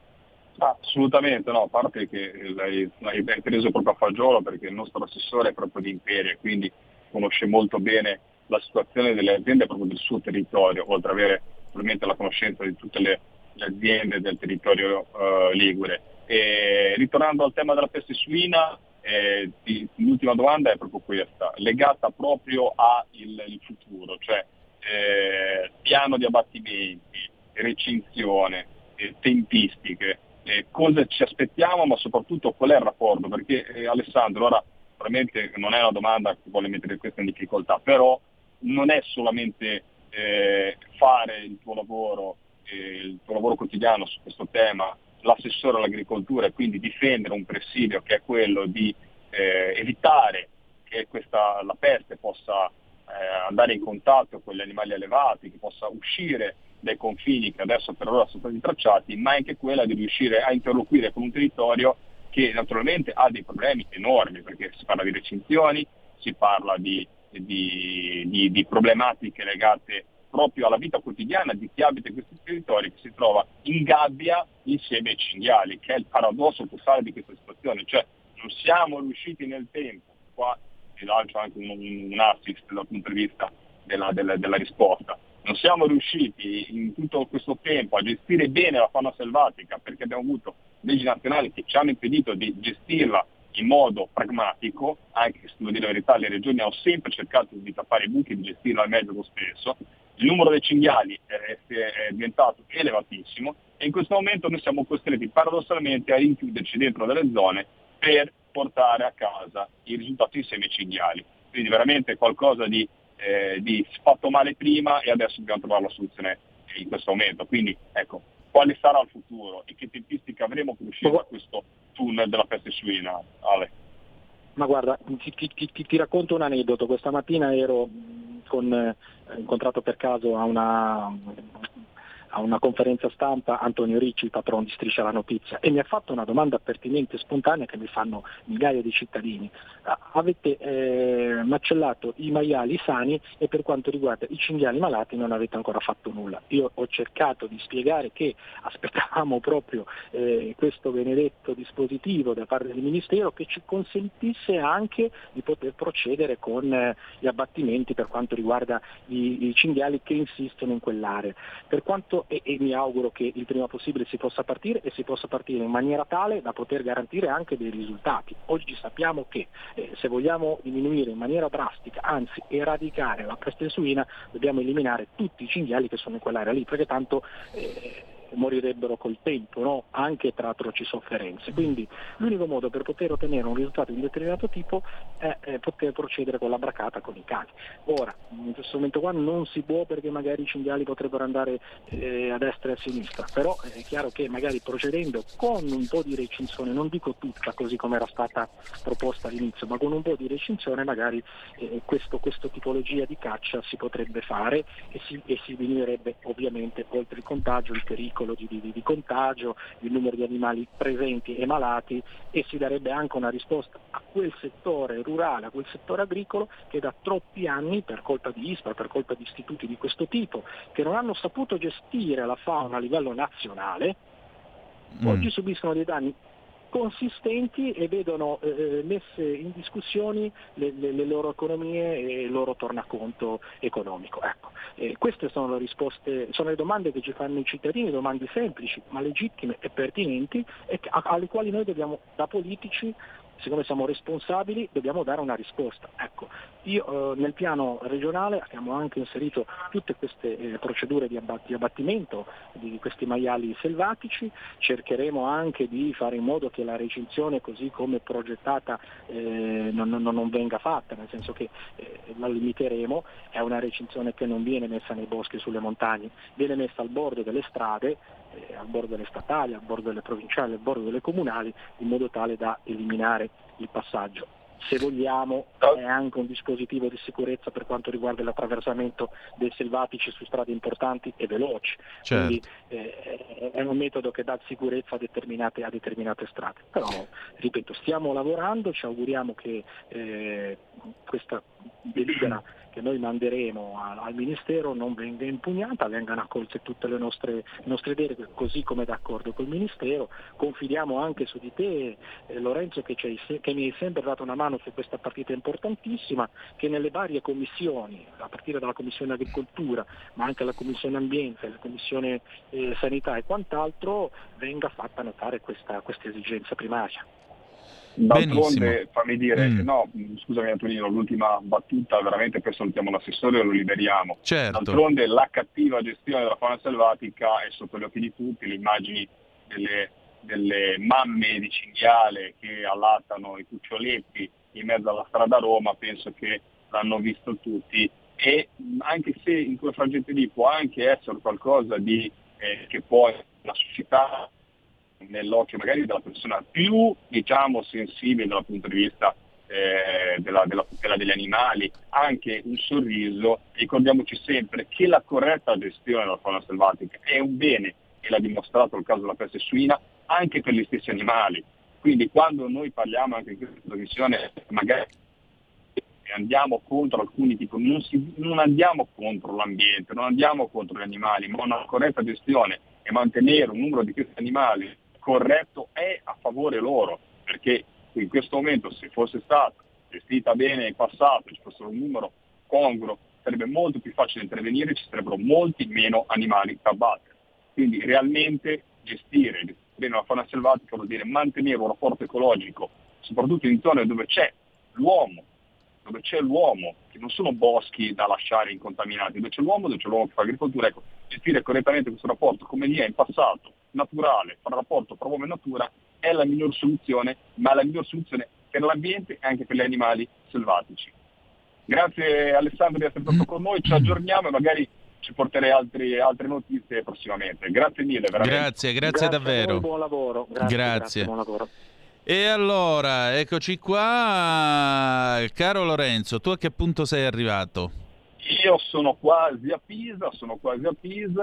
Ah, assolutamente, no, a parte che l'hai, l'hai preso proprio a fagiolo, perché il nostro assessore è proprio di Imperia, quindi conosce molto bene la situazione delle aziende proprio del suo territorio, oltre ad avere probabilmente la conoscenza di tutte le, le aziende del territorio uh, ligure. E ritornando al tema della peste suina, eh, di, l'ultima domanda è proprio questa, legata proprio al il futuro, cioè eh, piano di abbattimenti, recinzione, eh, tempistiche, eh, cosa ci aspettiamo, ma soprattutto qual è il rapporto, perché eh, Alessandro, ora probabilmente non è una domanda che vuole mettere questa in difficoltà, però non è solamente eh, fare il tuo lavoro, eh, il tuo lavoro quotidiano su questo tema, l'assessore all'agricoltura, e quindi difendere un presidio che è quello di eh, evitare che questa, la peste possa eh, andare in contatto con gli animali allevati, che possa uscire dai confini che adesso per ora sono stati tracciati, ma anche quella di riuscire a interloquire con un territorio che naturalmente ha dei problemi enormi, perché si parla di recinzioni, si parla di, di, di, di problematiche legate proprio alla vita quotidiana di chi abita in questi territori, che si trova in gabbia insieme ai cinghiali, che è il paradosso totale di questa situazione, cioè non siamo riusciti nel tempo, qua vi lancio anche un, un assist dal punto di vista della, della, della risposta, non siamo riusciti in tutto questo tempo a gestire bene la fauna selvatica, perché abbiamo avuto leggi nazionali che ci hanno impedito di gestirla in modo pragmatico, anche se devo dire la verità, le regioni hanno sempre cercato di tappare i buchi e di gestirla al meglio lo stesso. Il numero dei cinghiali è, è diventato elevatissimo e in questo momento noi siamo costretti paradossalmente a rinchiuderci dentro delle zone per portare a casa i risultati insieme ai cinghiali. Quindi veramente qualcosa di, eh, di fatto male prima, e adesso dobbiamo trovare la soluzione in questo momento. Quindi ecco, quale sarà il futuro e che tempistica avremo per uscire da questo tunnel della peste suina, Ale? Ma guarda, ti, ti, ti, ti racconto un aneddoto. Questa mattina ero con, eh, incontrato per caso a una, a una conferenza stampa Antonio Ricci, il patron di Striscia la Notizia, e mi ha fatto una domanda pertinente e spontanea che mi fanno migliaia di cittadini. Avete eh, macellato i maiali sani e per quanto riguarda i cinghiali malati non avete ancora fatto nulla. Io ho cercato di spiegare che aspettavamo proprio eh, questo benedetto dispositivo da parte del Ministero che ci consentisse anche di poter procedere con eh, gli abbattimenti per quanto riguarda i, i cinghiali che insistono in quell'area. Per quanto, e, e mi auguro che il prima possibile si possa partire e si possa partire in maniera tale da poter garantire anche dei risultati. Oggi sappiamo che eh, se vogliamo diminuire in maniera drastica, anzi eradicare la peste suina, dobbiamo eliminare tutti i cinghiali che sono in quell'area lì, perché tanto eh, morirebbero col tempo, no? Anche tra atroci sofferenze. Quindi l'unico modo per poter ottenere un risultato di un determinato tipo è, è poter procedere con la bracata con i cani. Ora, in questo momento qua non si può perché magari i cinghiali potrebbero andare eh, a destra e a sinistra, però è chiaro che magari procedendo con un po' di recinzione, non dico tutta così come era stata proposta all'inizio, ma con un po' di recinzione magari eh, questo, questo tipologia di caccia si potrebbe fare e si, e si diminuirebbe ovviamente oltre il contagio il pericolo Di, di, di contagio, il numero di animali presenti e malati, e si darebbe anche una risposta a quel settore rurale, a quel settore agricolo che da troppi anni, per colpa di I S P R A, per colpa di istituti di questo tipo, che non hanno saputo gestire la fauna a livello nazionale, mm. oggi subiscono dei danni consistenti e vedono eh, messe in discussione le, le, le loro economie e il loro tornaconto economico. Ecco, eh, queste sono le risposte, sono le domande che ci fanno i cittadini, domande semplici ma legittime e pertinenti e che, a, alle quali noi dobbiamo, da politici, siccome siamo responsabili, dobbiamo dare una risposta. Ecco, io eh, nel piano regionale abbiamo anche inserito tutte queste eh, procedure di, abbat- di abbattimento di questi maiali selvatici, cercheremo anche di fare in modo che la recinzione così come progettata eh, non, non, non venga fatta, nel senso che eh, la limiteremo. È una recinzione che non viene messa nei boschi e sulle montagne, viene messa al bordo delle strade, eh, al bordo delle statali, al bordo delle provinciali, al bordo delle comunali, in modo tale da eliminare il passaggio. Se vogliamo è anche un dispositivo di sicurezza per quanto riguarda l'attraversamento dei selvatici su strade importanti e veloci, certo. Quindi eh, è un metodo che dà sicurezza a determinate, a determinate strade. Però, ripeto, stiamo lavorando, ci auguriamo che eh, questa delibera che noi manderemo al, al Ministero non venga impugnata, vengano accolte tutte le nostre, le nostre idee, così come d'accordo col Ministero. Confidiamo anche su di te, eh, Lorenzo, che, c'hai, che mi hai sempre dato una mano su questa partita importantissima, che nelle varie commissioni, a partire dalla Commissione Agricoltura, ma anche la Commissione Ambiente, la Commissione eh, Sanità e quant'altro, venga fatta notare questa, questa esigenza primaria. D'altronde, fammi dire, mm. no, scusami Antonino, l'ultima battuta, veramente poi salutiamo l'assessore e lo liberiamo. Certo. D'altronde la cattiva gestione della fauna selvatica è sotto gli occhi di tutti, le immagini delle, delle mamme di cinghiale che allattano i cuccioletti in mezzo alla strada a Roma, penso che l'hanno visto tutti, e anche se in quel frangente lì può anche essere qualcosa di eh, che poi la società nell'occhio magari della persona più, diciamo, sensibile dal punto di vista eh, della, della tutela degli animali, anche un sorriso. Ricordiamoci sempre che la corretta gestione della fauna selvatica è un bene, e l'ha dimostrato il caso della peste suina, anche per gli stessi animali. Quindi quando noi parliamo anche in questa trasmissione magari andiamo contro alcuni tipi, non, si, non andiamo contro l'ambiente, non andiamo contro gli animali, ma una corretta gestione e mantenere un numero di questi animali corretto è a favore loro, perché in questo momento, se fosse stata gestita bene in passato, ci fosse un numero congruo, sarebbe molto più facile intervenire, ci sarebbero molti meno animali da abbattere. Quindi realmente gestire bene la fauna selvatica vuol dire mantenere un rapporto ecologico, soprattutto in zone dove c'è l'uomo, dove c'è l'uomo, che non sono boschi da lasciare incontaminati, dove c'è l'uomo, dove c'è l'uomo che fa agricoltura. Ecco, gestire correttamente questo rapporto come vi è in passato, naturale, fare rapporto tra uomo e natura, è la miglior soluzione, ma è la miglior soluzione per l'ambiente e anche per gli animali selvatici. Grazie Alessandro di essere stato con noi, ci aggiorniamo e magari ci porterei altri, altre notizie prossimamente. Grazie mille, veramente. Grazie, grazie, grazie davvero. A voi, buon lavoro. Grazie, grazie. grazie, buon lavoro. E allora, eccoci qua. Caro Lorenzo, tu a che punto sei arrivato? Io sono quasi a Pisa, sono quasi a Pisa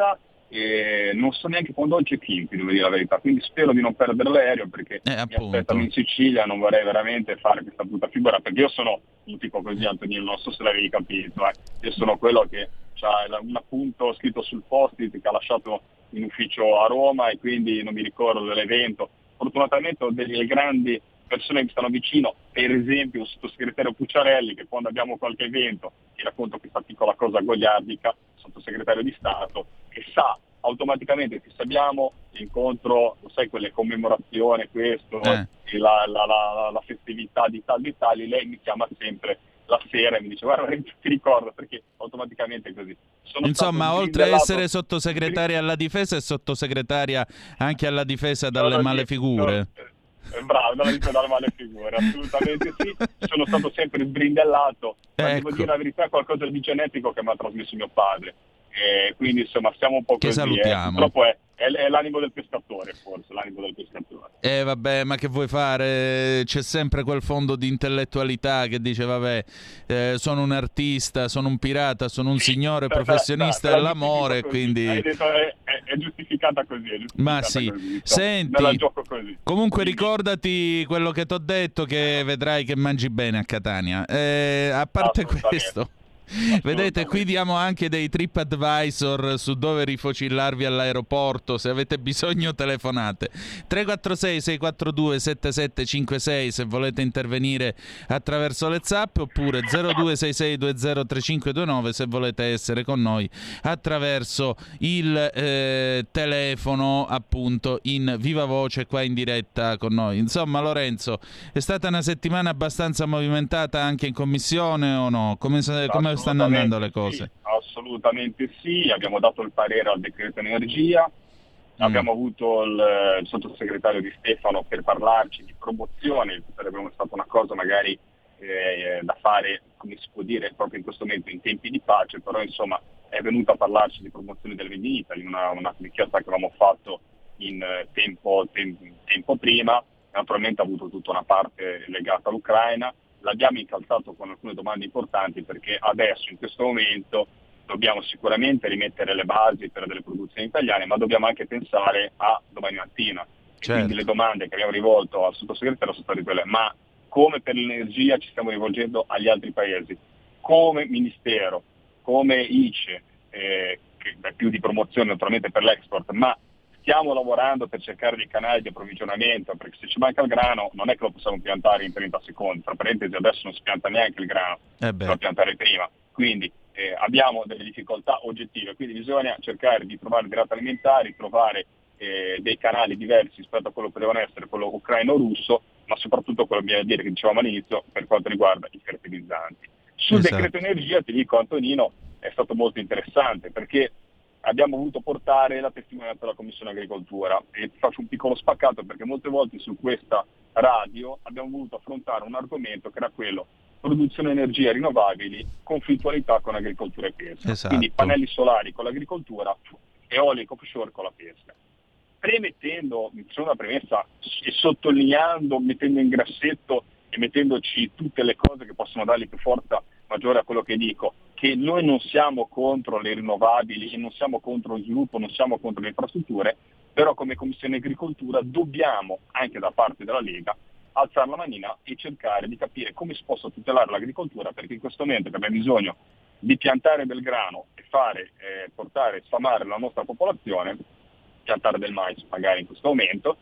e non so neanche quando ho il check-in, devo dire la verità, quindi spero di non perdere l'aereo perché Eh, mi appunto. aspettano in Sicilia, non vorrei veramente fare questa brutta figura, perché io sono un tipo così, Antonino, non so se l'avevi capito, eh. Io sono quello che ha un appunto scritto sul post-it che ha lasciato in ufficio a Roma e quindi non mi ricordo dell'evento. Fortunatamente ho delle grandi persone che mi stanno vicino, per esempio il sottosegretario Pucciarelli, che quando abbiamo qualche evento ti racconto questa piccola cosa goliardica, sottosegretario di Stato, che sa automaticamente che se abbiamo l'incontro, lo sai, quelle commemorazioni, questo, Eh. e la, la, la, la festività di tal di tali, lei mi chiama sempre la sera e mi dice guarda ti ricordo, perché automaticamente è così. Sono Insomma, stato oltre a sgridellato- essere sottosegretaria alla difesa, è sottosegretaria anche alla difesa dalle No, no, male figure. no, eh, bravo, dalla difesa dalle male figure, assolutamente sì. Sono stato sempre sbrindellato, ma devo Ecco. dire la verità, qualcosa di genetico che mi ha trasmesso mio padre. E quindi insomma siamo un po' Che così. Eh. salutiamo. Purtroppo è, è, è l'animo del pescatore, forse, l'animo del pescatore. Eh vabbè, ma che vuoi fare? C'è sempre quel fondo di intellettualità che dice vabbè, eh, sono un artista, sono un pirata, sono un signore Te- te- professionista te la dell'amore, giustifico così. quindi... Hai detto, è, è, è giustificata così, è giustificata Ma sì, così, insomma. senti, Me la gioco così. comunque Quindi- ricordati quello che ti ho detto, che vedrai che mangi bene a Catania. Eh, a parte Assolutamente. questo, vedete, qui diamo anche dei TripAdvisor su dove rifocillarvi all'aeroporto. Se avete bisogno telefonate tre quattro sei sei quattro due sette sette cinque sei se volete intervenire attraverso le zap, oppure zero due sei sei due zero tre cinque due nove se volete essere con noi attraverso il eh, telefono, appunto in viva voce qua in diretta con noi. Insomma, Lorenzo, è stata una settimana abbastanza movimentata anche in commissione o no? Come, se- come stanno andando le cose? Sì, assolutamente sì, abbiamo dato il parere al decreto energia, Mm. abbiamo avuto il, il sottosegretario Di Stefano per parlarci di promozione, che sarebbe stata una cosa magari eh, da fare, come si può dire, proprio in questo momento in tempi di pace, però insomma è venuto a parlarci di promozione del Made in Italy, una, una richiesta che avevamo fatto in eh, tempo, tem- tempo prima, naturalmente ha avuto tutta una parte legata all'Ucraina. L'abbiamo incalzato con alcune domande importanti perché adesso, in questo momento, dobbiamo sicuramente rimettere le basi per delle produzioni italiane, ma dobbiamo anche pensare a domani mattina. E Certo. quindi le domande che abbiamo rivolto al sottosegretario sono state quelle: ma come per l'energia ci stiamo rivolgendo agli altri paesi? Come Ministero, come I C E, eh, che è più di promozione naturalmente per l'export, ma stiamo lavorando per cercare dei canali di approvvigionamento, perché se ci manca il grano non è che lo possiamo piantare in trenta secondi, tra parentesi adesso non si pianta neanche il grano, Eh beh. si può piantare prima, quindi eh, abbiamo delle difficoltà oggettive, quindi bisogna cercare di trovare dei rati alimentari, trovare eh, dei canali diversi rispetto a quello che devono essere quello ucraino-russo, ma soprattutto quello che dire che dicevamo all'inizio per quanto riguarda i fertilizzanti. Sul Esatto. decreto energia, ti dico Antonino, è stato molto interessante perché abbiamo voluto portare la testimonianza della Commissione Agricoltura e ti faccio un piccolo spaccato perché molte volte su questa radio abbiamo voluto affrontare un argomento che era quello produzione energie rinnovabili, conflittualità con agricoltura e pesca. Esatto. Quindi pannelli solari con l'agricoltura, eolico offshore con la pesca. Premettendo, facendo una premessa e sottolineando, mettendo in grassetto e mettendoci tutte le cose che possono dargli più forza maggiore a quello che dico, che noi non siamo contro le rinnovabili, non siamo contro lo sviluppo, non siamo contro le infrastrutture, però come Commissione Agricoltura dobbiamo, anche da parte della Lega, alzare la manina e cercare di capire come si possa tutelare l'agricoltura, perché in questo momento che abbiamo bisogno di piantare del grano e fare, eh, portare, sfamare la nostra popolazione, piantare del mais magari in questo momento,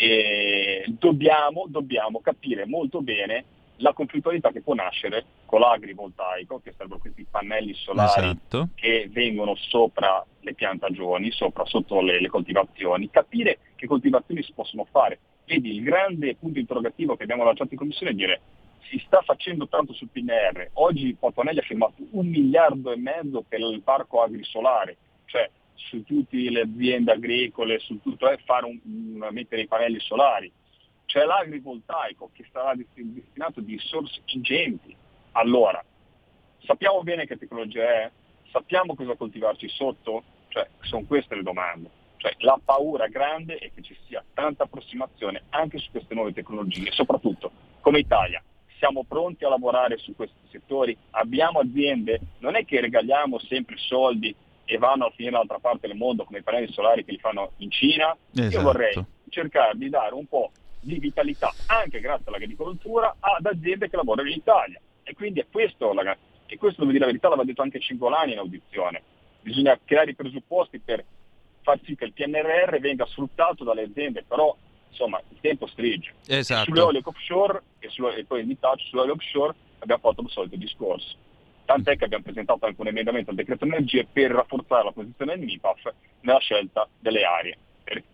e dobbiamo, dobbiamo capire molto bene la conflittualità che può nascere con l'agrivoltaico, che sarebbero questi pannelli solari Esatto. che vengono sopra le piantagioni, sopra sotto le, le coltivazioni, capire che coltivazioni si possono fare. Vedi, il grande punto interrogativo che abbiamo lanciato in commissione è dire: si sta facendo tanto sul P N R R, oggi Patuanelli ha firmato un miliardo e mezzo per il parco agrisolare, cioè su tutte le aziende agricole, su tutto, è fare un, un, mettere i pannelli solari. C'è l'agrivoltaico che sarà destinato di risorse ingenti. Allora, sappiamo bene che tecnologia è? Sappiamo cosa coltivarci sotto? Cioè, sono queste le domande. Cioè, la paura grande è che ci sia tanta approssimazione anche su queste nuove tecnologie, soprattutto come Italia. Siamo pronti a lavorare su questi settori? Abbiamo aziende? Non è che regaliamo sempre soldi e vanno a finire dall'altra parte del mondo come i pannelli solari che li fanno in Cina. Esatto. Io vorrei cercare di dare un po' di vitalità, anche grazie all'agricoltura, ad aziende che lavorano in Italia. E quindi è questo, la, e questo devo dire la verità, l'aveva detto anche Cingolani in audizione. Bisogna creare i presupposti per far sì che il P N R R venga sfruttato dalle aziende, però insomma il tempo stringe. Esatto. Sulle olie offshore e, su, e poi mi taccio sulle olie offshore abbiamo fatto il solito discorso. Tant'è che abbiamo presentato anche un emendamento al decreto energia per rafforzare la posizione del M I P A F nella scelta delle aree. Per ecco.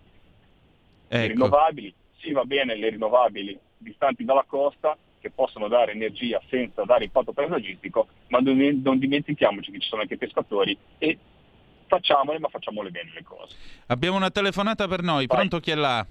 le rinnovabili, sì, va bene le rinnovabili distanti dalla costa, che possono dare energia senza dare impatto paesaggistico, ma non, non dimentichiamoci che ci sono anche pescatori e facciamole, ma facciamole bene le cose. Abbiamo una telefonata per noi, Vai. pronto, chi è là?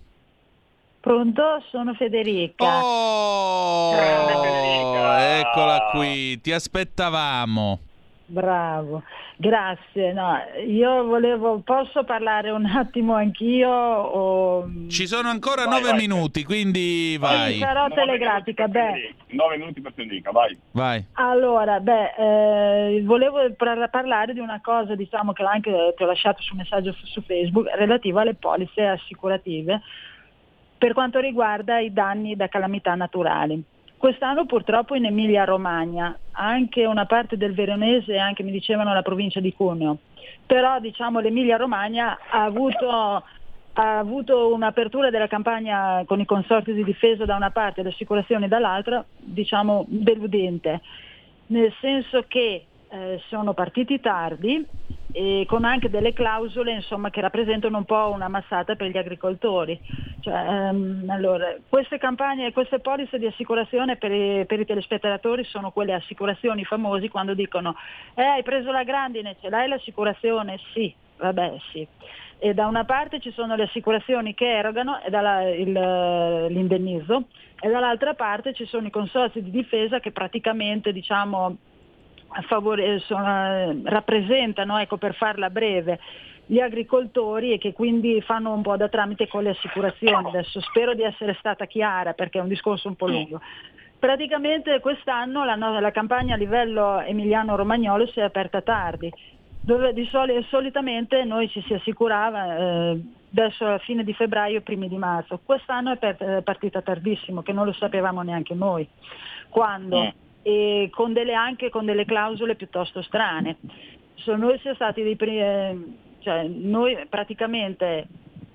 Pronto? Sono Federica. Oh, Grande Federica! Eccola qui, ti aspettavamo. Bravo, grazie. No, io volevo, posso parlare un attimo anch'io? O... Ci sono ancora Vai, nove vai. minuti, quindi vai. Sì, sarò telegrafica. Beh, nove minuti per Federica, vai. Vai. allora, beh, eh, volevo par- parlare di una cosa, diciamo, che anche ti ho lasciato sul messaggio su Facebook, relativa alle polizze assicurative per quanto riguarda i danni da calamità naturali. Quest'anno purtroppo in Emilia-Romagna, anche una parte del Veronese e anche mi dicevano la provincia di Cuneo, però diciamo l'Emilia-Romagna ha avuto, ha avuto un'apertura della campagna con i consorzi di difesa da una parte e le assicurazioni dall'altra, diciamo deludente, nel senso che eh, sono partiti tardi e con anche delle clausole insomma che rappresentano un po' una mazzata per gli agricoltori. Cioè, ehm, allora, queste campagne e queste polizze di assicurazione per i, per i telespettatori sono quelle assicurazioni famosi quando dicono eh, hai preso la grandine, ce l'hai l'assicurazione? Sì, vabbè sì. E da una parte ci sono le assicurazioni che erogano e dalla, il, l'indennizzo e dall'altra parte ci sono i consorzi di difesa che praticamente diciamo favore, sono, rappresentano, ecco, per farla breve, gli agricoltori e che quindi fanno un po' da tramite con le assicurazioni. Adesso spero di essere stata chiara perché è un discorso un po' lungo. Praticamente quest'anno la, la campagna a livello emiliano-romagnolo si è aperta tardi, dove di soli, solitamente noi ci si assicurava eh, verso la fine di febbraio, primi di marzo. Quest'anno è per, partita tardissimo, che non lo sapevamo neanche noi. Quando? Mm. E con delle, anche con delle clausole piuttosto strane. So, noi siamo stati dei primi, eh, cioè noi praticamente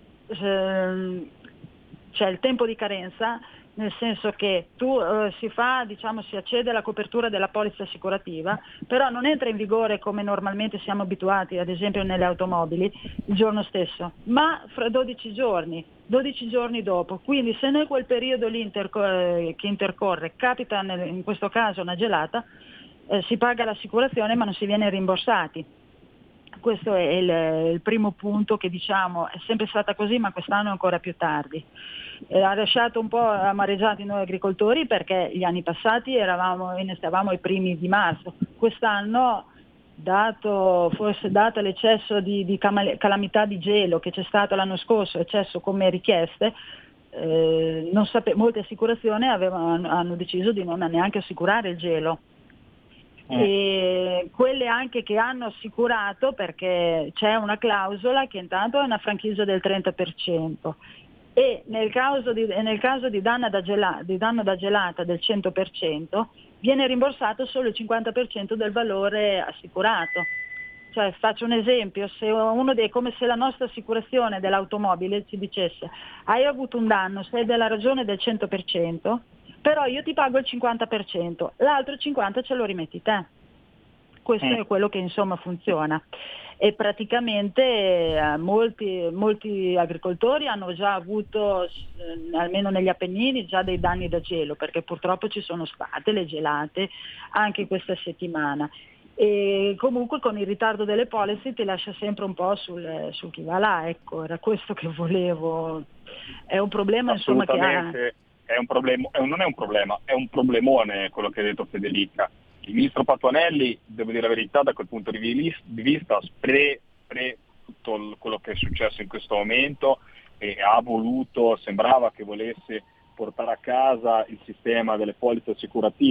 eh, c'è il tempo di carenza, nel senso che tu eh, si fa, diciamo, si accede alla copertura della polizza assicurativa, però non entra in vigore come normalmente siamo abituati, ad esempio nelle automobili, il giorno stesso, ma fra dodici giorni, dodici giorni dopo. Quindi se nel quel periodo lì interco- eh, che intercorre capita nel, in questo caso una gelata, eh, si paga l'assicurazione ma non si viene rimborsati. Questo è il, il primo punto che diciamo è sempre stata così, ma quest'anno è ancora più tardi. Eh, ha lasciato un po' amareggiati noi agricoltori perché gli anni passati eravamo, stavamo ai primi di marzo. Quest'anno, dato, forse dato l'eccesso di, di calamità di gelo che c'è stato l'anno scorso, eccesso come richieste, eh, non sape- molte assicurazioni avevano, hanno deciso di non neanche assicurare il gelo. E quelle anche che hanno assicurato, perché c'è una clausola che intanto è una franchigia del trenta per cento e nel caso di, nel caso di, danno da gelata, di danno da gelata del cento per cento viene rimborsato solo il cinquanta per cento del valore assicurato. Cioè, faccio un esempio, se uno dei, come se la nostra assicurazione dell'automobile ci dicesse hai avuto un danno, sei della ragione del cento per cento, però io ti pago il cinquanta per cento, l'altro cinquanta per cento ce lo rimetti te. Questo mm. è quello che insomma funziona. E praticamente eh, molti, molti agricoltori hanno già avuto, eh, almeno negli Appennini, già dei danni da gelo, perché purtroppo ci sono state le gelate anche questa settimana. E comunque con il ritardo delle policy ti lascia sempre un po' sul, sul chi va là, ecco, era questo che volevo. È un problema insomma che ha... È un problema, è un, non è un problema, è un problemone quello che ha detto Federica. Il ministro Patuanelli, devo dire la verità, da quel punto di vista, spre, spre tutto il, quello che è successo in questo momento, e ha voluto, sembrava che volesse portare a casa il sistema delle polizze assicurativo,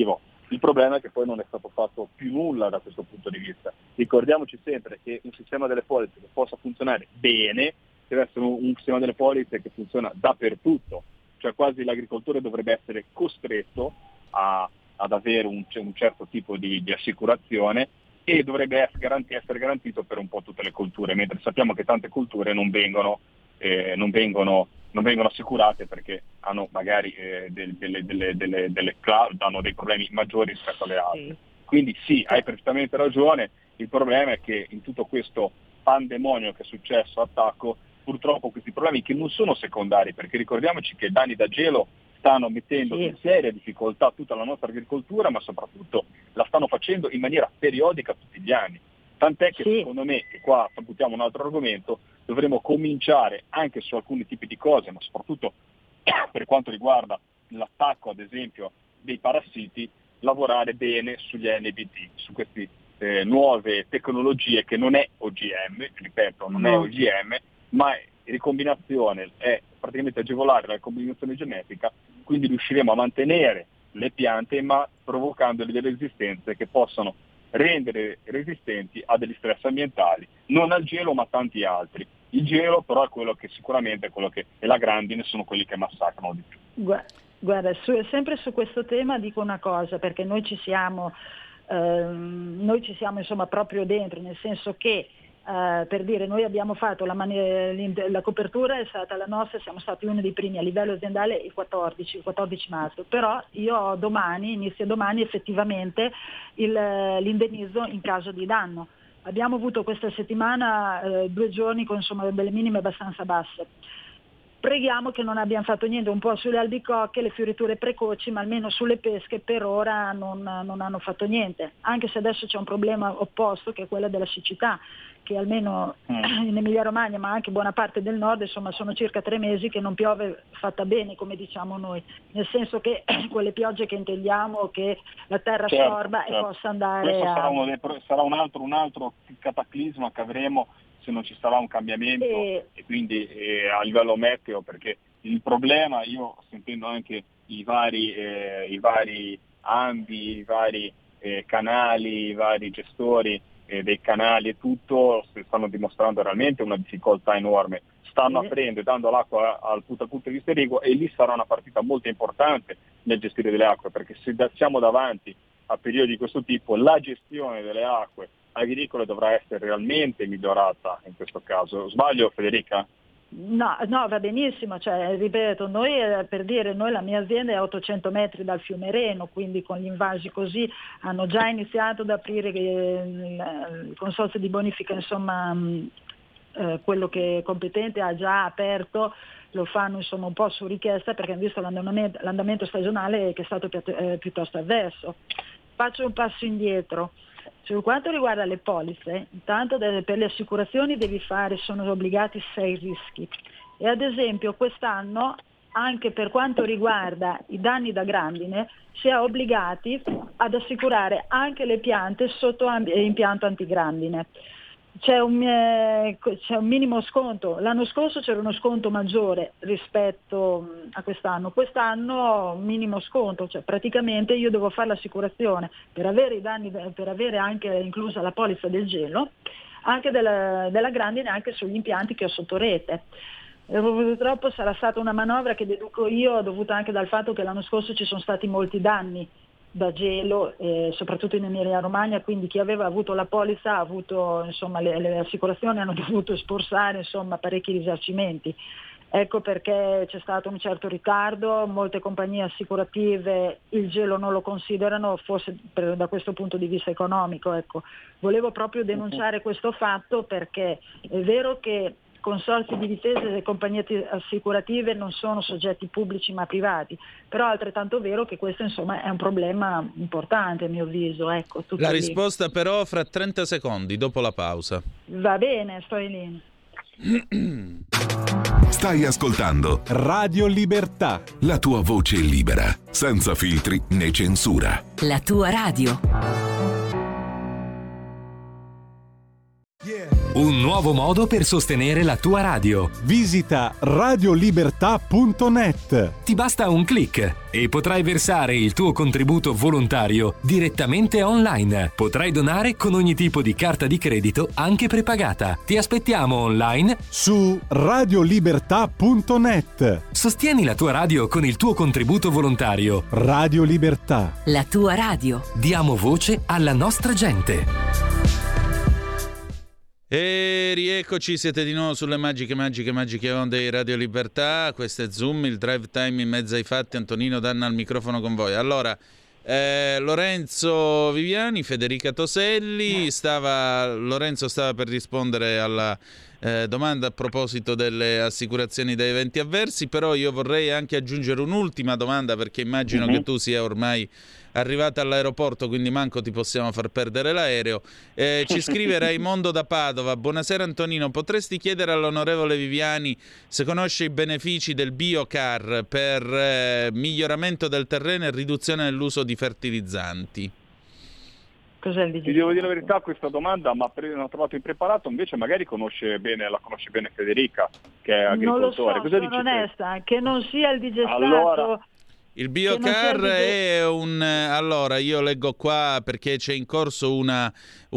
Il problema è che poi non è stato fatto più nulla da questo punto di vista. Ricordiamoci sempre che un sistema delle polizze che possa funzionare bene deve essere un, un sistema delle polizze che funziona dappertutto, cioè quasi l'agricoltore dovrebbe essere costretto a, ad avere un, un certo tipo di, di assicurazione e dovrebbe essere garantito, essere garantito per un po' tutte le colture, mentre sappiamo che tante colture non vengono, eh, non vengono, non vengono assicurate perché hanno magari eh, delle, delle, delle, delle, delle hanno dei problemi maggiori rispetto alle altre. Sì. Quindi sì, hai perfettamente ragione, il problema è che in tutto questo pandemonio che è successo, attacco, purtroppo questi problemi che non sono secondari, perché ricordiamoci che i danni da gelo stanno mettendo sì. in seria difficoltà tutta la nostra agricoltura, ma soprattutto la stanno facendo in maniera periodica tutti gli anni. Tant'è che sì. secondo me, e qua buttiamo un altro argomento, dovremo cominciare anche su alcuni tipi di cose, ma soprattutto per quanto riguarda l'attacco ad esempio dei parassiti, lavorare bene sugli N B T, su queste eh, nuove tecnologie che non è O G M, ripeto, non no. è O G M, ma è ricombinazione, è praticamente agevolare la ricombinazione genetica, quindi riusciremo a mantenere le piante ma provocandole delle resistenze che possono rendere resistenti a degli stress ambientali, non al gelo ma a tanti altri. Il gelo però è quello che sicuramente è quello che, e la grandine sono quelli che massacrano di più. Guarda, su, sempre su questo tema dico una cosa, perché noi ci siamo, ehm, noi ci siamo insomma proprio dentro, nel senso che Uh, per dire, noi abbiamo fatto la, mani- la copertura è stata la nostra, siamo stati uno dei primi a livello aziendale il quattordici, il quattordici marzo, però io ho domani, inizia domani effettivamente il, l'indennizzo in caso di danno. Abbiamo avuto questa settimana uh, due giorni con insomma delle minime abbastanza basse. Preghiamo che non abbiano fatto niente, un po' sulle albicocche, le fioriture precoci, ma almeno sulle pesche per ora non, non hanno fatto niente, anche se adesso c'è un problema opposto che è quello della siccità, che almeno in Emilia Romagna ma anche buona parte del nord insomma sono circa tre mesi che non piove fatta bene come diciamo noi, nel senso che quelle piogge che intendiamo che la terra certo, assorba certo. e possa andare Questo a... sarà, uno dei, sarà un, altro, un altro cataclisma che avremo se non ci sarà un cambiamento e, e quindi eh, a livello meteo, perché il problema, io sentendo anche i vari, eh, i vari ambi, i vari eh, canali, i vari gestori eh, dei canali e tutto, stanno dimostrando veramente una difficoltà enorme. Stanno sì. aprendo e dando l'acqua al punto di vista irriguo e lì sarà una partita molto importante nel gestire delle acque, perché se siamo davanti a periodi di questo tipo, la gestione delle acque agricole dovrà essere realmente migliorata in questo caso. Sbaglio, Federica? No, no, va benissimo, cioè, ripeto, noi per dire, noi la mia azienda è a ottocento metri dal fiume Reno, quindi con gli invasi così hanno già iniziato ad aprire il, il consorzio di bonifica, insomma eh, quello che è competente ha già aperto, lo fanno insomma un po' su richiesta perché hanno visto l'andamento, l'andamento stagionale che è stato pi- eh, piuttosto avverso. Faccio un passo indietro. Per quanto riguarda le polizze, intanto per le assicurazioni devi fare, sono obbligati sei rischi e ad esempio quest'anno anche per quanto riguarda i danni da grandine si è obbligati ad assicurare anche le piante sotto impianto antigrandine. C'è un, eh, c'è un minimo sconto, l'anno scorso c'era uno sconto maggiore rispetto a quest'anno, quest'anno minimo sconto, cioè praticamente io devo fare l'assicurazione per avere i danni, per avere anche inclusa la polizza del gelo, anche della, della grandine anche sugli impianti che ho sotto rete. E purtroppo sarà stata una manovra che deduco io dovuta anche dal fatto che l'anno scorso ci sono stati molti danni da gelo, eh, soprattutto in Emilia Romagna, quindi chi aveva avuto la polizza ha avuto, insomma, le, le assicurazioni hanno dovuto sborsare insomma parecchi risarcimenti. Ecco perché c'è stato un certo ritardo, molte compagnie assicurative il gelo non lo considerano, forse per, da questo punto di vista economico. Ecco. Volevo proprio denunciare questo fatto perché è vero che consorzi di difesa e compagnie assicurative non sono soggetti pubblici ma privati, però è altrettanto vero che questo insomma è un problema importante a mio avviso. Ecco, tutto la lì. Risposta però fra trenta secondi dopo la pausa. Va bene, sto in linea. Stai ascoltando Radio Libertà, la tua voce libera, senza filtri né censura. La tua radio. un nuovo modo per sostenere la tua radio. Visita radiolibertà punto net. Ti basta un click e potrai versare il tuo contributo volontario direttamente online. Potrai donare con ogni tipo di carta di credito, anche prepagata. Ti aspettiamo online su radiolibertà punto net. Sostieni la tua radio con il tuo contributo volontario. Radio Libertà. La tua radio. Diamo voce alla nostra gente. E rieccoci, siete di nuovo sulle magiche, magiche, magiche onde di Radio Libertà. Questo è Zoom, il drive time in mezzo ai fatti. Antonino Danna al microfono con voi. Allora, eh, Lorenzo Viviani, Federica Toselli, stava, Lorenzo stava per rispondere alla eh, domanda a proposito delle assicurazioni da eventi avversi, però io vorrei anche aggiungere un'ultima domanda, perché immagino mm-hmm. che tu sia ormai arrivata all'aeroporto, quindi manco ti possiamo far perdere l'aereo. Eh, ci scrive Raimondo da Padova: buonasera Antonino, potresti chiedere all'onorevole Viviani se conosce i benefici del biocar per eh, miglioramento del terreno e riduzione dell'uso di fertilizzanti? Cos'è il Ti devo dire la verità, questa domanda mi ha trovato impreparato, invece magari conosce bene, la conosce bene Federica, che è agricoltore. Non lo so, Cosa sono onesta, che non sia il digestato... Allora... Il biocar è un... Allora, io leggo qua perché c'è in corso una,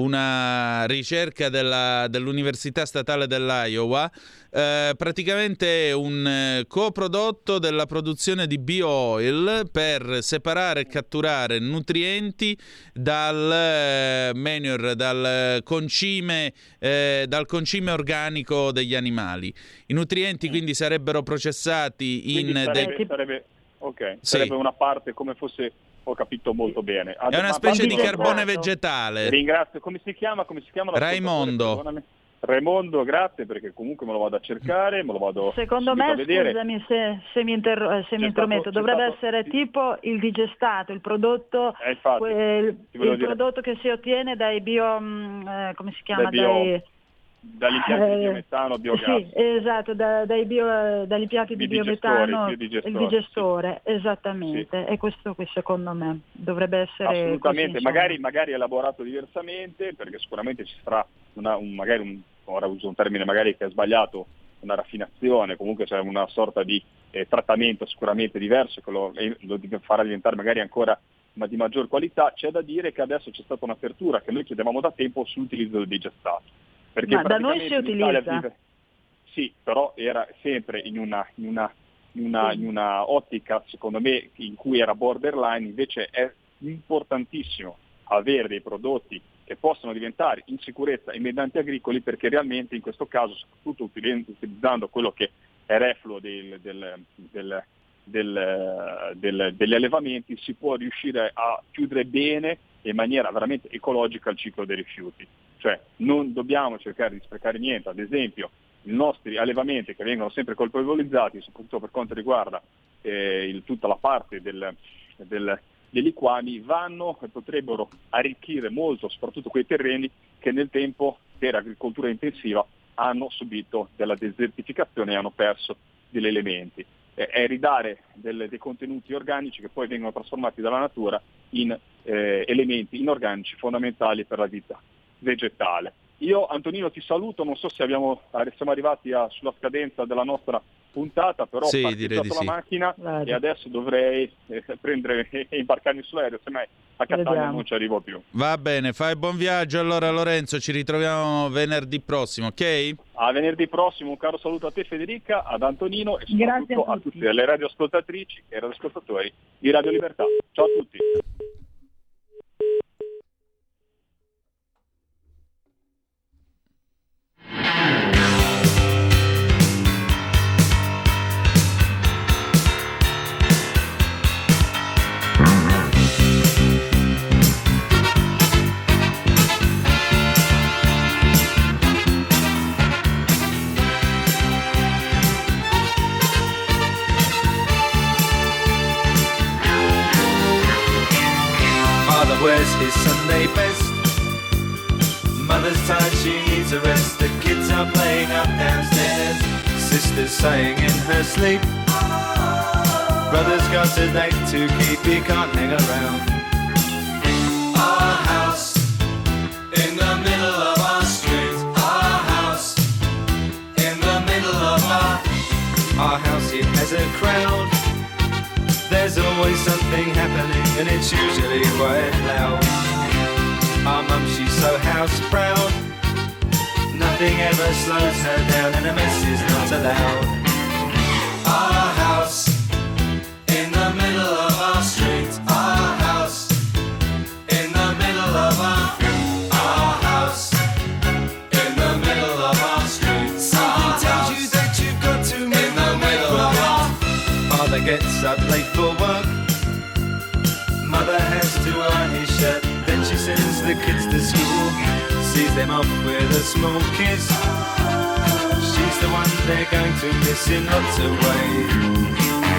una ricerca della, dell'Università Statale dell'Iowa. Eh, praticamente è un coprodotto della produzione di bio-oil per separare e catturare nutrienti dal eh, manure, dal concime, eh, dal concime organico degli animali. I nutrienti quindi sarebbero processati in... Quindi sarebbe, dei... sarebbe... Ok, sì. Sarebbe una parte come fosse, ho capito molto bene. È una specie di carbone vegetale. Ringrazio, come si chiama? Come si chiama Raimondo. Raimondo, grazie, perché comunque me lo vado a cercare, me lo vado Secondo me, scusami se, se mi, interro- se mi intrometto, stato, dovrebbe stato, essere sì. tipo il digestato, il prodotto, eh, infatti, quel, il prodotto che si ottiene dai bio, eh, come si chiama? Dai bio... Dai, dagli impianti eh, di biometano, biogas. Sì, esatto, da, dai bio, dagli impianti di biometano, il digestore, sì. Esattamente, sì. E questo qui secondo me dovrebbe essere assolutamente, così, magari, magari elaborato diversamente, perché sicuramente ci sarà una, un, magari un, ora uso un termine magari che è sbagliato, una raffinazione, comunque c'è una sorta di eh, trattamento sicuramente diverso che lo, lo farà diventare magari ancora ma di maggior qualità. C'è da dire che adesso c'è stata un'apertura che noi chiedevamo da tempo sull'utilizzo del digestato. Perché ma da noi si utilizza? Vive... Sì, però era sempre in una, in, una, in, una, in una ottica, secondo me, in cui era borderline. Invece è importantissimo avere dei prodotti che possono diventare in sicurezza immediati agricoli, perché realmente in questo caso, soprattutto utilizzando quello che è refluo del, del, del, del, del, degli allevamenti, si può riuscire a chiudere bene e in maniera veramente ecologica il ciclo dei rifiuti. Cioè non dobbiamo cercare di sprecare niente. Ad esempio i nostri allevamenti, che vengono sempre colpevolizzati, soprattutto per quanto riguarda eh, il, tutta la parte del, del, dei liquami, vanno e potrebbero arricchire molto soprattutto quei terreni che nel tempo per agricoltura intensiva hanno subito della desertificazione e hanno perso degli elementi. Eh, è ridare delle, dei contenuti organici che poi vengono trasformati dalla natura in eh, elementi inorganici fondamentali per la vita vegetale. Io Antonino ti saluto, non so se abbiamo, siamo arrivati a, sulla scadenza della nostra puntata, però sì, ho parcheggiato la sì. macchina Vado. E adesso dovrei eh, prendere e imbarcarmi sull'aereo, semmai a Catania Vediamo. Non ci arrivo più. Va bene, fai buon viaggio allora Lorenzo, ci ritroviamo venerdì prossimo, ok? A venerdì prossimo, un caro saluto a te Federica, ad Antonino e soprattutto a, a tutte le radioascoltatrici e radioascoltatori di Radio Libertà. Ciao a tutti. Wears his Sunday best. Mother's tired, she needs a rest. The kids are playing up downstairs. Sister's sighing in her sleep. Brother's got a date to keep, he can't hang around. Our house in the middle of our street. Our house as a crowd. There's always something happening and it's usually quite loud. Our mum, she's so house proud. Nothing ever slows her down and a mess is not allowed. Our house in the middle of our street. Our house in the middle of our Our house in the middle of our street. Something tells you that you've got to move in the middle of our Father gets up late for work. Mother has to iron his shirt. Then she sends the kids to school, sees them off with a small kiss. She's the one they're going to miss in lots of ways.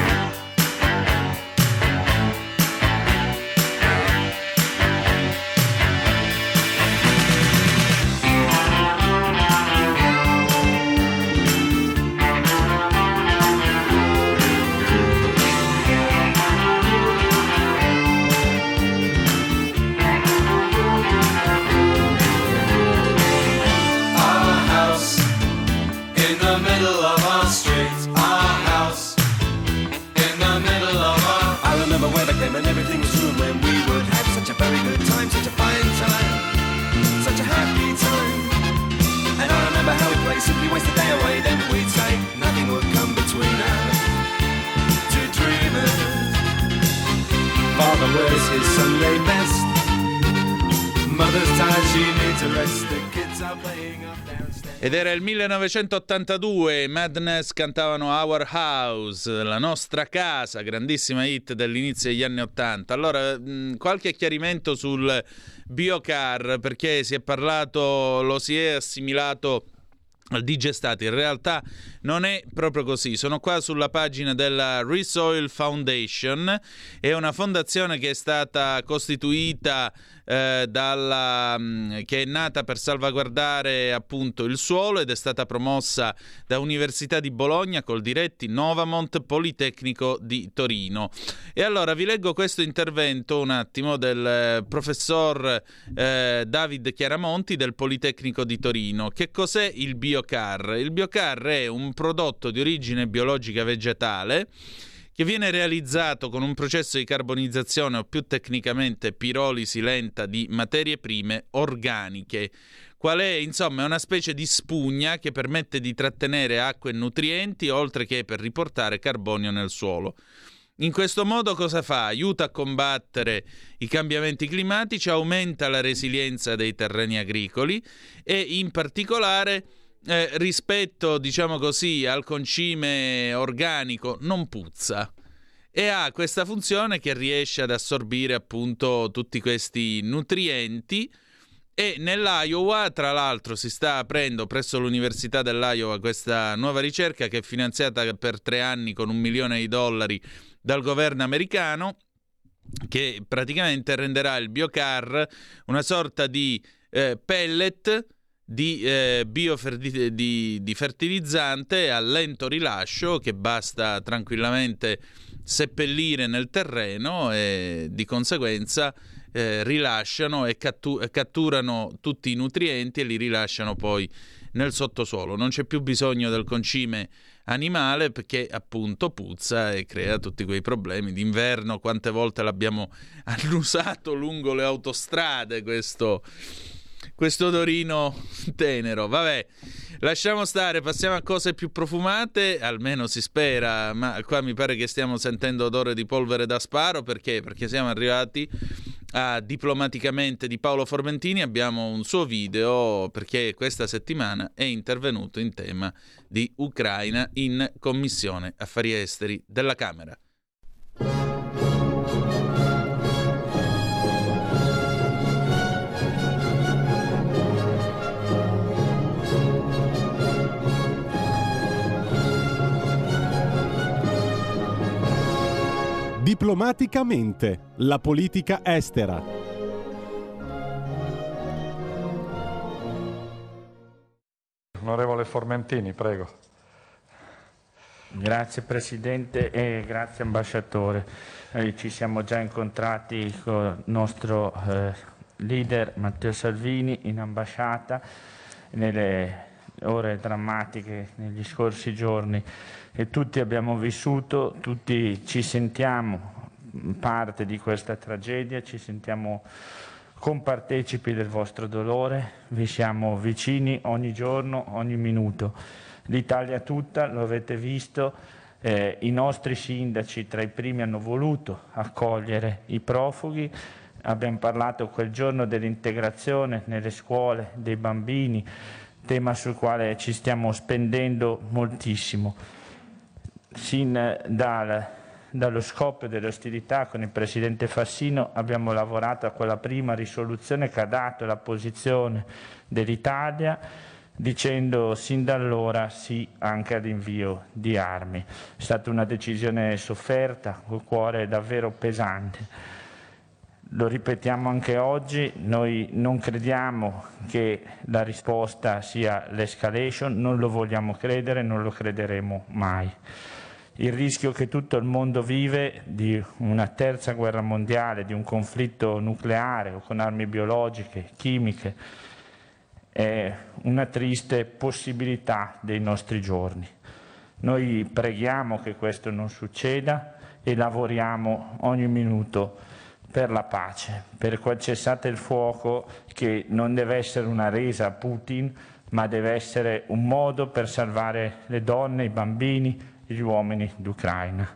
And everything was true when we would have such a very good time, such a fine time, such a happy time. And I remember how we'd play, simply waste the day away. Then we'd say nothing would come between us, two dreamers. Father wears his Sunday best. Mother's tired, she needs a rest. The kids are playing up downstairs. Ed era il millenovecentottantadue, Madness cantavano Our House, la nostra casa, grandissima hit dell'inizio degli anni ottanta. Allora, mh, qualche chiarimento sul biocar, perché si è parlato, lo si è assimilato al digestato. In realtà non è proprio così. Sono qua sulla pagina della Resoil Foundation, è una fondazione che è stata costituita eh, dalla mh, che è nata per salvaguardare appunto il suolo ed è stata promossa da Università di Bologna, Coldiretti, Novamont, Politecnico di Torino. E allora vi leggo questo intervento un attimo del eh, professor eh, David Chiaramonti del Politecnico di Torino. Che cos'è il biocar? Il biocar è un prodotto di origine biologica vegetale che viene realizzato con un processo di carbonizzazione o più tecnicamente pirolisi lenta di materie prime organiche. Qual è? Insomma, è una specie di spugna che permette di trattenere acqua e nutrienti oltre che per riportare carbonio nel suolo. In questo modo cosa fa? Aiuta a combattere i cambiamenti climatici, aumenta la resilienza dei terreni agricoli e in particolare Eh, rispetto, diciamo così, al concime organico non puzza e ha questa funzione che riesce ad assorbire appunto tutti questi nutrienti. E nell'Iowa, tra l'altro, si sta aprendo presso l'Università dell'Iowa questa nuova ricerca che è finanziata per tre anni con un milione di dollari dal governo americano, che praticamente renderà il biocar una sorta di eh, pellet di, eh, bioferti- di, di fertilizzante a lento rilascio che basta tranquillamente seppellire nel terreno e di conseguenza eh, rilasciano e cattu- catturano tutti i nutrienti e li rilasciano poi nel sottosuolo. Non c'è più bisogno del concime animale perché appunto puzza e crea tutti quei problemi. D'inverno quante volte l'abbiamo annusato lungo le autostrade questo questo odorino tenero. Vabbè, lasciamo stare, passiamo a cose più profumate, almeno si spera, ma qua mi pare che stiamo sentendo odore di polvere da sparo. Perché? Perché siamo arrivati a Diplomaticamente di Paolo Formentini, abbiamo un suo video perché questa settimana è intervenuto in tema di Ucraina in Commissione Affari Esteri della Camera. Diplomaticamente, la politica estera. Onorevole Formentini, prego. Grazie Presidente e grazie Ambasciatore. Eh, ci siamo già incontrati con il nostro eh, leader Matteo Salvini in ambasciata nelle ore drammatiche negli scorsi giorni e tutti abbiamo vissuto, tutti ci sentiamo parte di questa tragedia, ci sentiamo compartecipi del vostro dolore, vi siamo vicini ogni giorno, ogni minuto. L'Italia tutta, lo avete visto, eh, i nostri sindaci tra i primi hanno voluto accogliere i profughi, abbiamo parlato quel giorno dell'integrazione nelle scuole dei bambini, tema sul quale ci stiamo spendendo moltissimo. Sin dal, dallo scoppio delle ostilità con il Presidente Fassino abbiamo lavorato a quella prima risoluzione che ha dato la posizione dell'Italia, dicendo sin da allora sì anche all'invio di armi. È stata una decisione sofferta, col cuore davvero pesante. Lo ripetiamo anche oggi, noi non crediamo che la risposta sia l'escalation, non lo vogliamo credere, non lo crederemo mai. Il rischio che tutto il mondo vive di una terza guerra mondiale, di un conflitto nucleare o con armi biologiche, chimiche, è una triste possibilità dei nostri giorni. Noi preghiamo che questo non succeda e lavoriamo ogni minuto per la pace, per quel cessate il fuoco che non deve essere una resa a Putin, ma deve essere un modo per salvare le donne, i bambini, gli uomini d'Ucraina.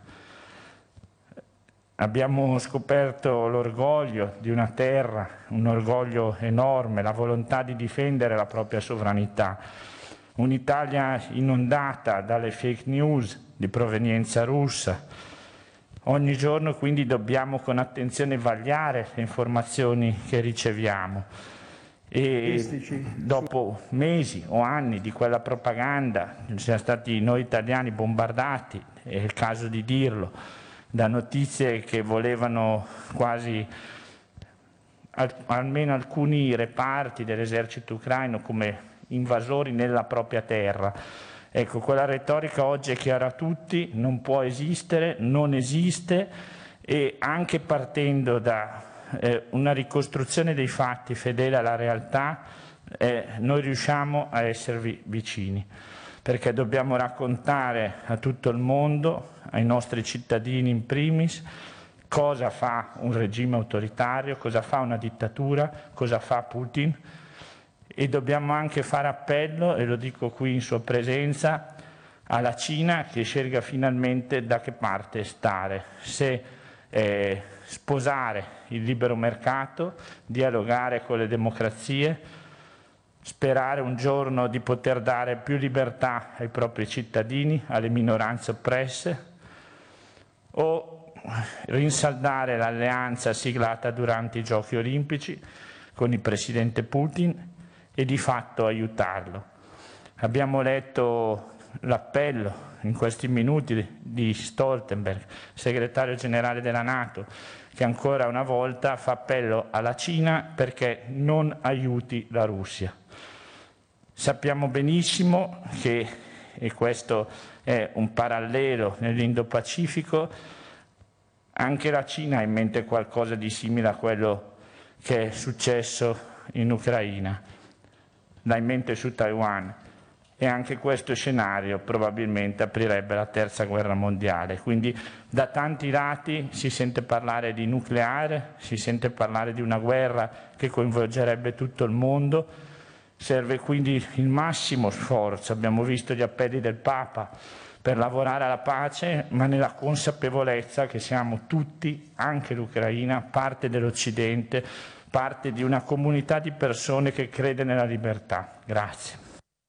Abbiamo scoperto l'orgoglio di una terra, un orgoglio enorme, la volontà di difendere la propria sovranità. Un'Italia inondata dalle fake news di provenienza russa. Ogni giorno quindi dobbiamo con attenzione vagliare le informazioni che riceviamo. E dopo mesi o anni di quella propaganda, siamo stati noi italiani bombardati, è il caso di dirlo, da notizie che volevano quasi al, almeno alcuni reparti dell'esercito ucraino come invasori nella propria terra. Ecco, quella retorica oggi è chiara a tutti, non può esistere, non esiste, e anche partendo da eh, una ricostruzione dei fatti fedele alla realtà, eh, noi riusciamo a esservi vicini, perché dobbiamo raccontare a tutto il mondo, ai nostri cittadini in primis, cosa fa un regime autoritario, cosa fa una dittatura, cosa fa Putin, e dobbiamo anche fare appello, e lo dico qui in sua presenza, alla Cina che scelga finalmente da che parte stare, se eh, sposare il libero mercato, dialogare con le democrazie, sperare un giorno di poter dare più libertà ai propri cittadini, alle minoranze oppresse, o rinsaldare l'alleanza siglata durante i Giochi Olimpici con il presidente Putin e di fatto aiutarlo. Abbiamo letto l'appello in questi minuti di Stoltenberg, segretario generale della NATO, che ancora una volta fa appello alla Cina perché non aiuti la Russia. Sappiamo benissimo che, e questo è un parallelo nell'Indo-Pacifico, anche la Cina ha in mente qualcosa di simile a quello che è successo in Ucraina, l'ha in mente su Taiwan, e anche questo scenario probabilmente aprirebbe la terza guerra mondiale. Quindi da tanti lati si sente parlare di nucleare, si sente parlare di una guerra che coinvolgerebbe tutto il mondo. Serve quindi il massimo sforzo, abbiamo visto gli appelli del Papa per lavorare alla pace, ma nella consapevolezza che siamo tutti, anche l'Ucraina, parte dell'Occidente, parte di una comunità di persone che crede nella libertà. Grazie.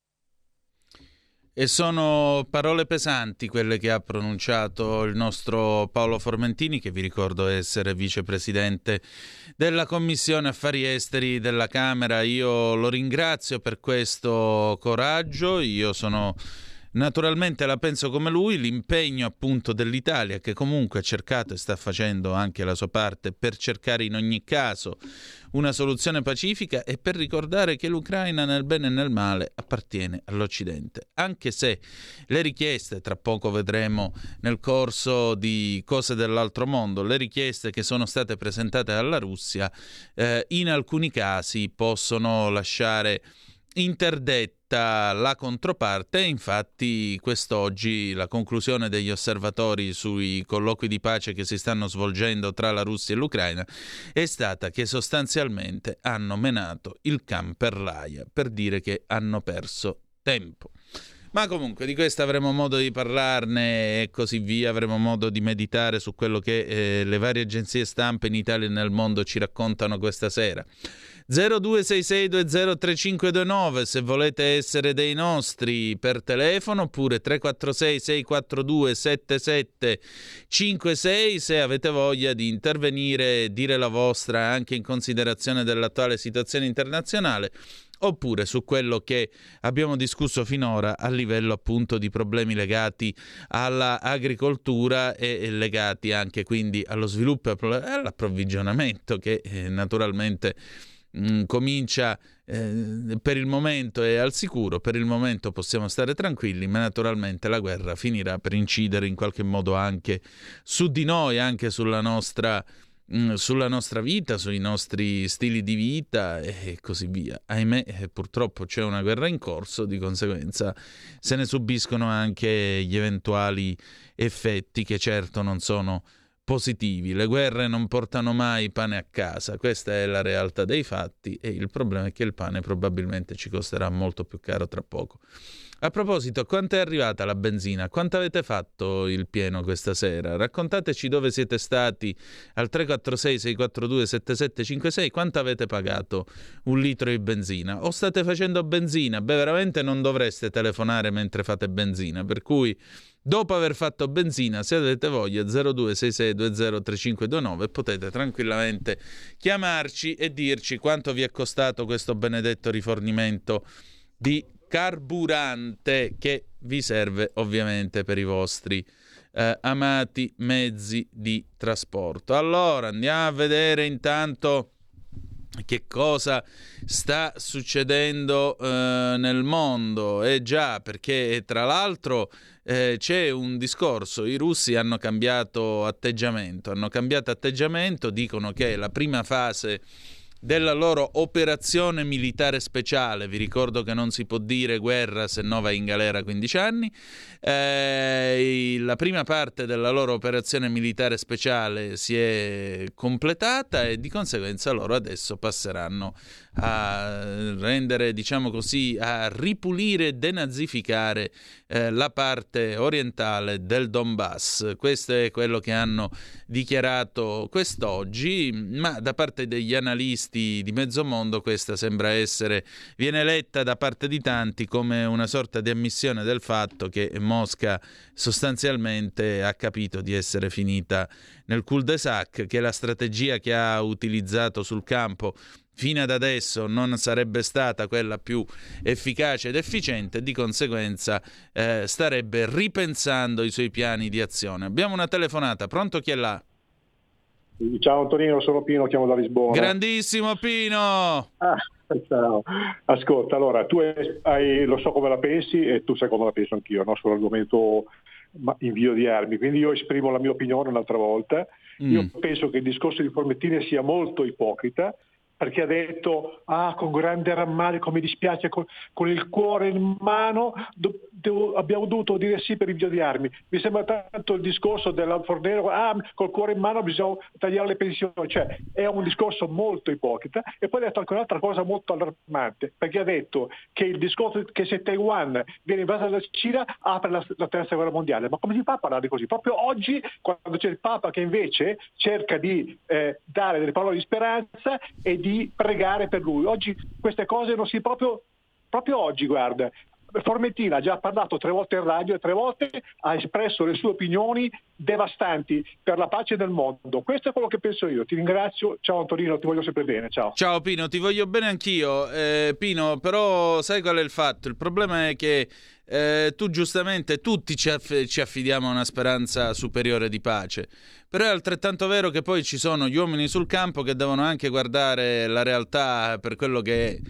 E sono parole pesanti quelle che ha pronunciato il nostro Paolo Formentini, che vi ricordo essere vicepresidente della Commissione Affari Esteri della Camera. Io lo ringrazio per questo coraggio, io sono naturalmente la penso come lui, l'impegno appunto dell'Italia, che comunque ha cercato e sta facendo anche la sua parte per cercare in ogni caso una soluzione pacifica e per ricordare che l'Ucraina nel bene e nel male appartiene all'Occidente, anche se le richieste, tra poco vedremo nel corso di Cose dell'altro mondo, le richieste che sono state presentate alla Russia eh, in alcuni casi possono lasciare interdetti diretta la controparte. Infatti quest'oggi la conclusione degli osservatori sui colloqui di pace che si stanno svolgendo tra la Russia e l'Ucraina è stata che sostanzialmente hanno menato il can per l'aia, per dire che hanno perso tempo. Ma comunque di questo avremo modo di parlarne e così via, avremo modo di meditare su quello che eh, le varie agenzie stampa in Italia e nel mondo ci raccontano questa sera. zero due sei sei due zero tre cinque due nove se volete essere dei nostri per telefono, oppure tre quattro sei sei quattro due sette sette cinque sei se avete voglia di intervenire e dire la vostra anche in considerazione dell'attuale situazione internazionale, oppure su quello che abbiamo discusso finora a livello appunto di problemi legati all'agricoltura e legati anche quindi allo sviluppo e all'approvvigionamento che eh, naturalmente mh, comincia eh, per il momento è al sicuro, per il momento possiamo stare tranquilli, ma naturalmente la guerra finirà per incidere in qualche modo anche su di noi, anche sulla nostra sulla nostra vita, sui nostri stili di vita e così via. Ahimè, purtroppo c'è una guerra in corso, di conseguenza se ne subiscono anche gli eventuali effetti che certo non sono positivi. Le guerre non portano mai pane a casa, questa è la realtà dei fatti, e il problema è che il pane probabilmente ci costerà molto più caro tra poco. A proposito, quanto è arrivata la benzina? Quanto avete fatto il pieno questa sera? Raccontateci dove siete stati al tre quattro sei sei quattro due sette sette cinque sei, quanto avete pagato un litro di benzina? O state facendo benzina? Beh, veramente non dovreste telefonare mentre fate benzina, per cui dopo aver fatto benzina, se avete voglia, zero due sei sei due zero tre cinque due nove, potete tranquillamente chiamarci e dirci quanto vi è costato questo benedetto rifornimento di carburante che vi serve ovviamente per i vostri eh, amati mezzi di trasporto. Allora andiamo a vedere intanto che cosa sta succedendo eh, nel mondo. E eh già, perché tra l'altro eh, c'è un discorso, i russi hanno cambiato atteggiamento, hanno cambiato atteggiamento, dicono che la prima fase della loro operazione militare speciale, vi ricordo che non si può dire guerra se no vai in galera quindici anni, eh, la prima parte della loro operazione militare speciale si è completata e di conseguenza loro adesso passeranno a rendere, diciamo così, a ripulire e denazificare eh, la parte orientale del Donbass. Questo è quello che hanno dichiarato quest'oggi, ma da parte degli analisti di mezzo mondo questa sembra essere, viene letta da parte di tanti come una sorta di ammissione del fatto che Mosca sostanzialmente ha capito di essere finita nel cul-de-sac, che la strategia che ha utilizzato sul campo fino ad adesso non sarebbe stata quella più efficace ed efficiente, di conseguenza eh, starebbe ripensando i suoi piani di azione. Abbiamo una telefonata, pronto, chi è là? Ciao Antonino, sono Pino, chiamo da Lisbona. Grandissimo Pino! Ah, ciao. Ascolta, allora, tu hai, lo so come la pensi e tu sai come la penso anch'io, no? Sull'argomento invio di armi, quindi io esprimo la mia opinione un'altra volta. Mm. Io penso che il discorso di Formentini sia molto ipocrita, perché ha detto, ah, con grande rammarico, mi dispiace, con, con il cuore in mano do, devo, abbiamo dovuto dire sì per invio di armi. Mi sembra tanto il discorso della Fornero, ah, col cuore in mano bisogna tagliare le pensioni, cioè è un discorso molto ipocrita. E poi ha detto anche un'altra cosa molto allarmante, perché ha detto che il discorso che se Taiwan viene invasa dalla Cina apre la, la terza guerra mondiale. Ma come si fa a parlare così? Proprio oggi, quando c'è il Papa che invece cerca di eh, dare delle parole di speranza e di di pregare per lui. Oggi queste cose non si proprio proprio oggi, guarda. Formentina ha già parlato tre volte in radio e tre volte ha espresso le sue opinioni devastanti per la pace del mondo. Questo è quello che penso io. Ti ringrazio. Ciao Antonino, ti voglio sempre bene. Ciao. Ciao Pino, ti voglio bene anch'io. Eh, Pino, però sai qual è il fatto? Il problema è che eh, tu giustamente tutti ci, aff- ci affidiamo a una speranza superiore di pace. Però è altrettanto vero che poi ci sono gli uomini sul campo che devono anche guardare la realtà per quello che è.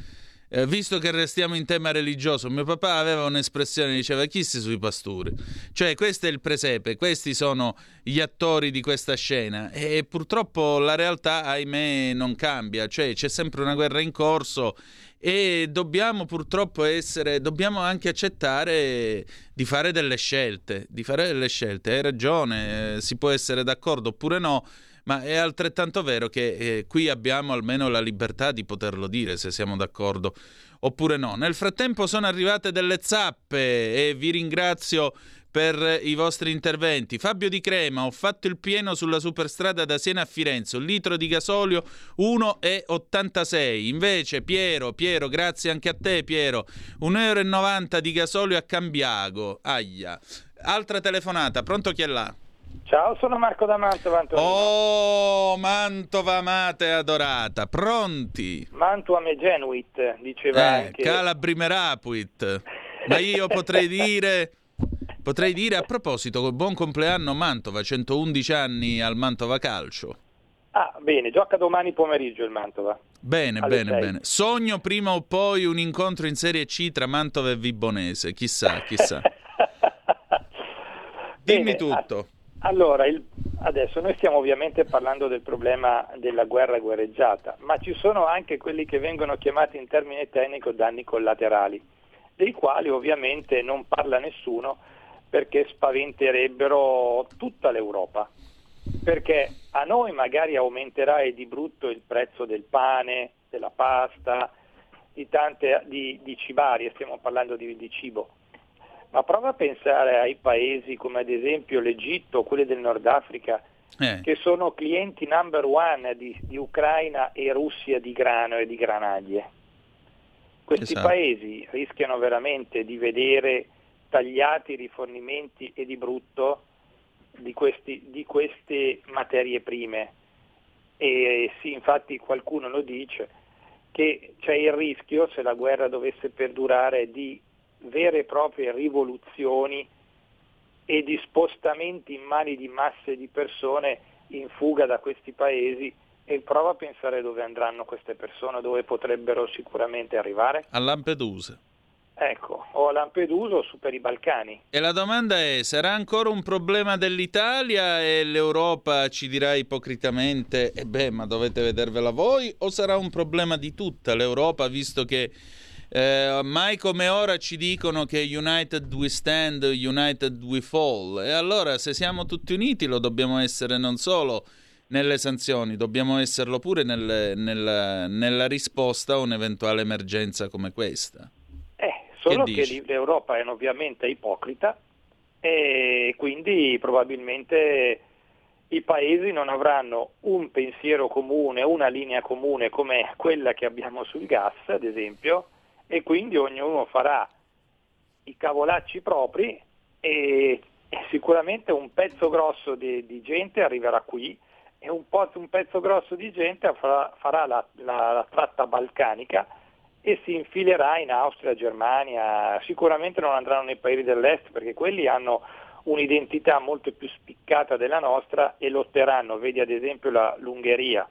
Eh, visto che restiamo in tema religioso, mio papà aveva un'espressione, diceva "chissì sui pastori", cioè questo è il presepe, questi sono gli attori di questa scena, e purtroppo la realtà, ahimè, non cambia, cioè c'è sempre una guerra in corso e dobbiamo purtroppo essere, dobbiamo anche accettare di fare delle scelte, di fare delle scelte. Hai ragione, eh, si può essere d'accordo oppure no, ma è altrettanto vero che eh, qui abbiamo almeno la libertà di poterlo dire se siamo d'accordo oppure no. Nel frattempo sono arrivate delle zappe e vi ringrazio per i vostri interventi. Fabio Di Crema: ho fatto il pieno sulla superstrada da Siena a Firenze, un litro di gasolio uno virgola ottantasei. Invece Piero, Piero, grazie anche a te Piero, uno virgola novanta euro di gasolio a Cambiago. Aia. Altra telefonata, pronto, chi è là? Ciao, sono Marco da Mantova, Antonino. Oh, Mantova amata e adorata, pronti? Mantua me genuit, diceva eh, anche... Calabri merapuit. Ma io potrei dire... Potrei dire, a proposito, buon compleanno Mantova, centoundici anni al Mantova Calcio. Ah, bene, gioca domani pomeriggio il Mantova. Bene, alle bene, sei. bene. Sogno prima o poi un incontro in Serie C tra Mantova e Vibonese, chissà, chissà. Dimmi Bene, tutto. Allora, il, adesso noi stiamo ovviamente parlando del problema della guerra guerreggiata, ma ci sono anche quelli che vengono chiamati in termine tecnico danni collaterali, dei quali ovviamente non parla nessuno perché spaventerebbero tutta l'Europa. Perché a noi magari aumenterà e di brutto il prezzo del pane, della pasta, di tante di, di cibarie, stiamo parlando di, di cibo. Ma prova a pensare ai paesi come ad esempio l'Egitto, quelli del Nord Africa, eh. che sono clienti number one di, di Ucraina e Russia di grano e di granaglie. Questi esatto. paesi rischiano veramente di vedere tagliati i rifornimenti e di brutto di, questi, di queste materie prime. E sì, infatti qualcuno lo dice, che c'è il rischio, se la guerra dovesse perdurare, di vere e proprie rivoluzioni e di spostamenti in mani di masse di persone in fuga da questi paesi, e prova a pensare dove andranno queste persone, dove potrebbero sicuramente arrivare. A Lampedusa. Ecco, o a Lampedusa o su per i Balcani. E la domanda è, sarà ancora un problema dell'Italia e l'Europa ci dirà ipocritamente e eh beh, ma dovete vedervela voi, o sarà un problema di tutta l'Europa, visto che Eh, mai come ora ci dicono che United we stand, United we fall, e allora se siamo tutti uniti lo dobbiamo essere non solo nelle sanzioni, dobbiamo esserlo pure nelle, nella, nella risposta a un'eventuale emergenza come questa. Eh, solo che, che l'Europa è ovviamente ipocrita e quindi probabilmente i paesi non avranno un pensiero comune, una linea comune come quella che abbiamo sul gas, ad esempio, e quindi ognuno farà i cavolacci propri e, e sicuramente un pezzo grosso di, di gente arriverà qui e un, po', un pezzo grosso di gente farà, farà la, la, la tratta balcanica e si infilerà in Austria, Germania, sicuramente non andranno nei paesi dell'est perché quelli hanno un'identità molto più spiccata della nostra e lotteranno, vedi ad esempio la, l'Ungheria,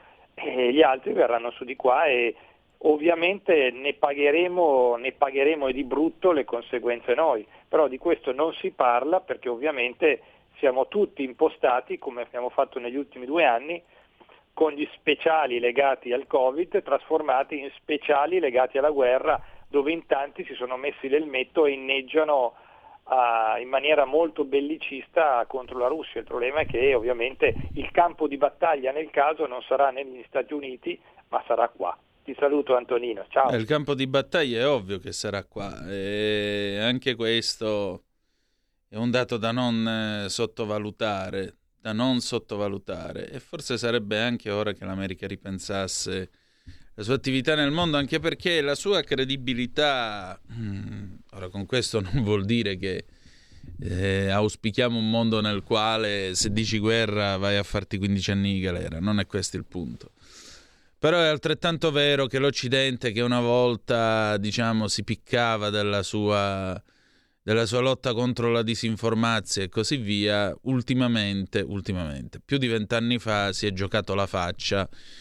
e gli altri verranno su di qua e ovviamente ne pagheremo, ne pagheremo e di brutto le conseguenze noi, però di questo non si parla perché ovviamente siamo tutti impostati, come abbiamo fatto negli ultimi due anni, con gli speciali legati al Covid trasformati in speciali legati alla guerra, dove in tanti si sono messi l'elmetto e inneggiano uh, in maniera molto bellicista contro la Russia. Il problema è che ovviamente il campo di battaglia nel caso non sarà negli Stati Uniti, ma sarà qua. Ti saluto Antonino, ciao. Il campo di battaglia è ovvio che sarà qua e anche questo è un dato da non sottovalutare, da non sottovalutare e forse sarebbe anche ora che l'America ripensasse la sua attività nel mondo, anche perché la sua credibilità, ora con questo non vuol dire che eh, auspichiamo un mondo nel quale se dici guerra vai a farti quindici anni di galera, non è questo il punto. Però è altrettanto vero che l'Occidente, che una volta, diciamo, si piccava della sua, della sua lotta contro la disinformazione e così via, ultimamente, ultimamente, più di vent'anni fa, si è giocato la faccia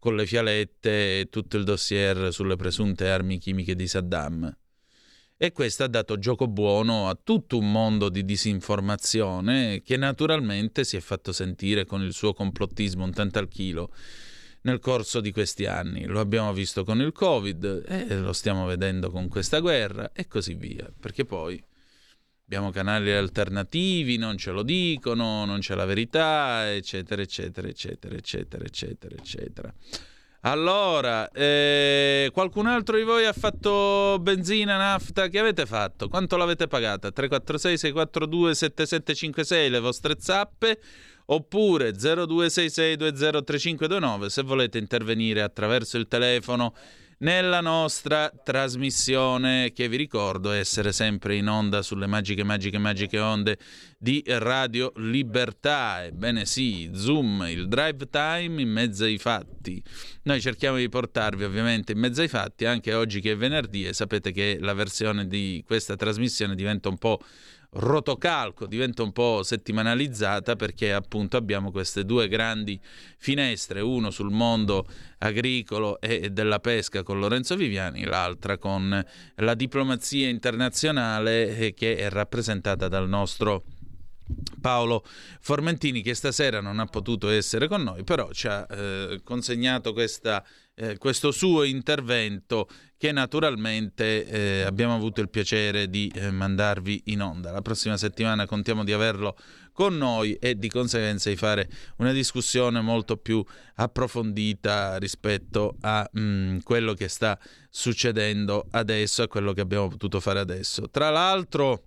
con le fialette e tutto il dossier sulle presunte armi chimiche di Saddam. E questo ha dato gioco buono a tutto un mondo di disinformazione che naturalmente si è fatto sentire con il suo complottismo un tanto al chilo nel corso di questi anni. Lo abbiamo visto con il Covid e lo stiamo vedendo con questa guerra e così via, perché poi abbiamo canali alternativi, non ce lo dicono, non c'è la verità, eccetera, eccetera, eccetera, eccetera, eccetera, eccetera. Allora, eh, qualcun altro di voi ha fatto benzina, nafta? Che avete fatto? Quanto l'avete pagata? tre quattro sei sei quattro due sette sette cinque sei le vostre zappe, oppure zero due sei sei due zero tre cinque due nove se volete intervenire attraverso il telefono nella nostra trasmissione, che vi ricordo essere sempre in onda sulle magiche, magiche, magiche onde di Radio Libertà. Ebbene sì, Zoom, il drive time in mezzo ai fatti. Noi cerchiamo di portarvi ovviamente in mezzo ai fatti anche oggi che è venerdì, e sapete che la versione di questa trasmissione diventa un po' rotocalco, diventa un po' settimanalizzata, perché appunto abbiamo queste due grandi finestre, uno sul mondo agricolo e della pesca con Lorenzo Viviani, l'altra con la diplomazia internazionale che è rappresentata dal nostro Paolo Formentini, che stasera non ha potuto essere con noi, però ci ha eh, consegnato questa, eh, questo suo intervento che naturalmente eh, abbiamo avuto il piacere di eh, mandarvi in onda. La prossima settimana contiamo di averlo con noi e di conseguenza di fare una discussione molto più approfondita rispetto a mh, quello che sta succedendo adesso, a quello che abbiamo potuto fare adesso. Tra l'altro,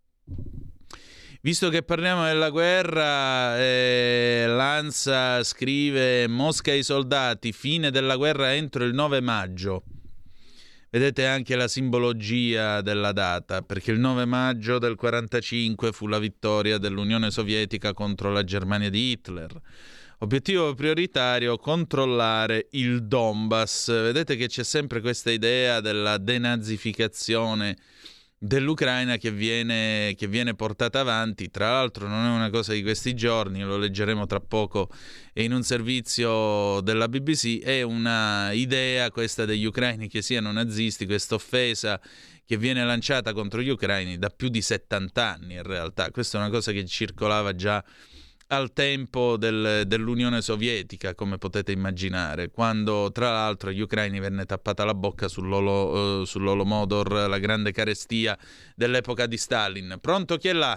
visto che parliamo della guerra, eh, l'ANSA scrive: Mosca ai soldati, fine della guerra entro il nove maggio. Vedete anche la simbologia della data, perché il nove maggio del quarantacinque fu la vittoria dell'Unione Sovietica contro la Germania di Hitler. Obiettivo prioritario: controllare il Donbass. Vedete che c'è sempre questa idea della denazificazione dell'Ucraina che viene, che viene portata avanti. Tra l'altro non è una cosa di questi giorni, lo leggeremo tra poco in un servizio della B B C, è una idea questa degli ucraini che siano nazisti, questa offesa che viene lanciata contro gli ucraini da più di settanta anni in realtà. Questa è una cosa che circolava già al tempo del, dell'Unione Sovietica, come potete immaginare, quando tra l'altro agli ucraini venne tappata la bocca sull'olo, uh, sull'Olomodor, la grande carestia dell'epoca di Stalin. Pronto? Chi è là?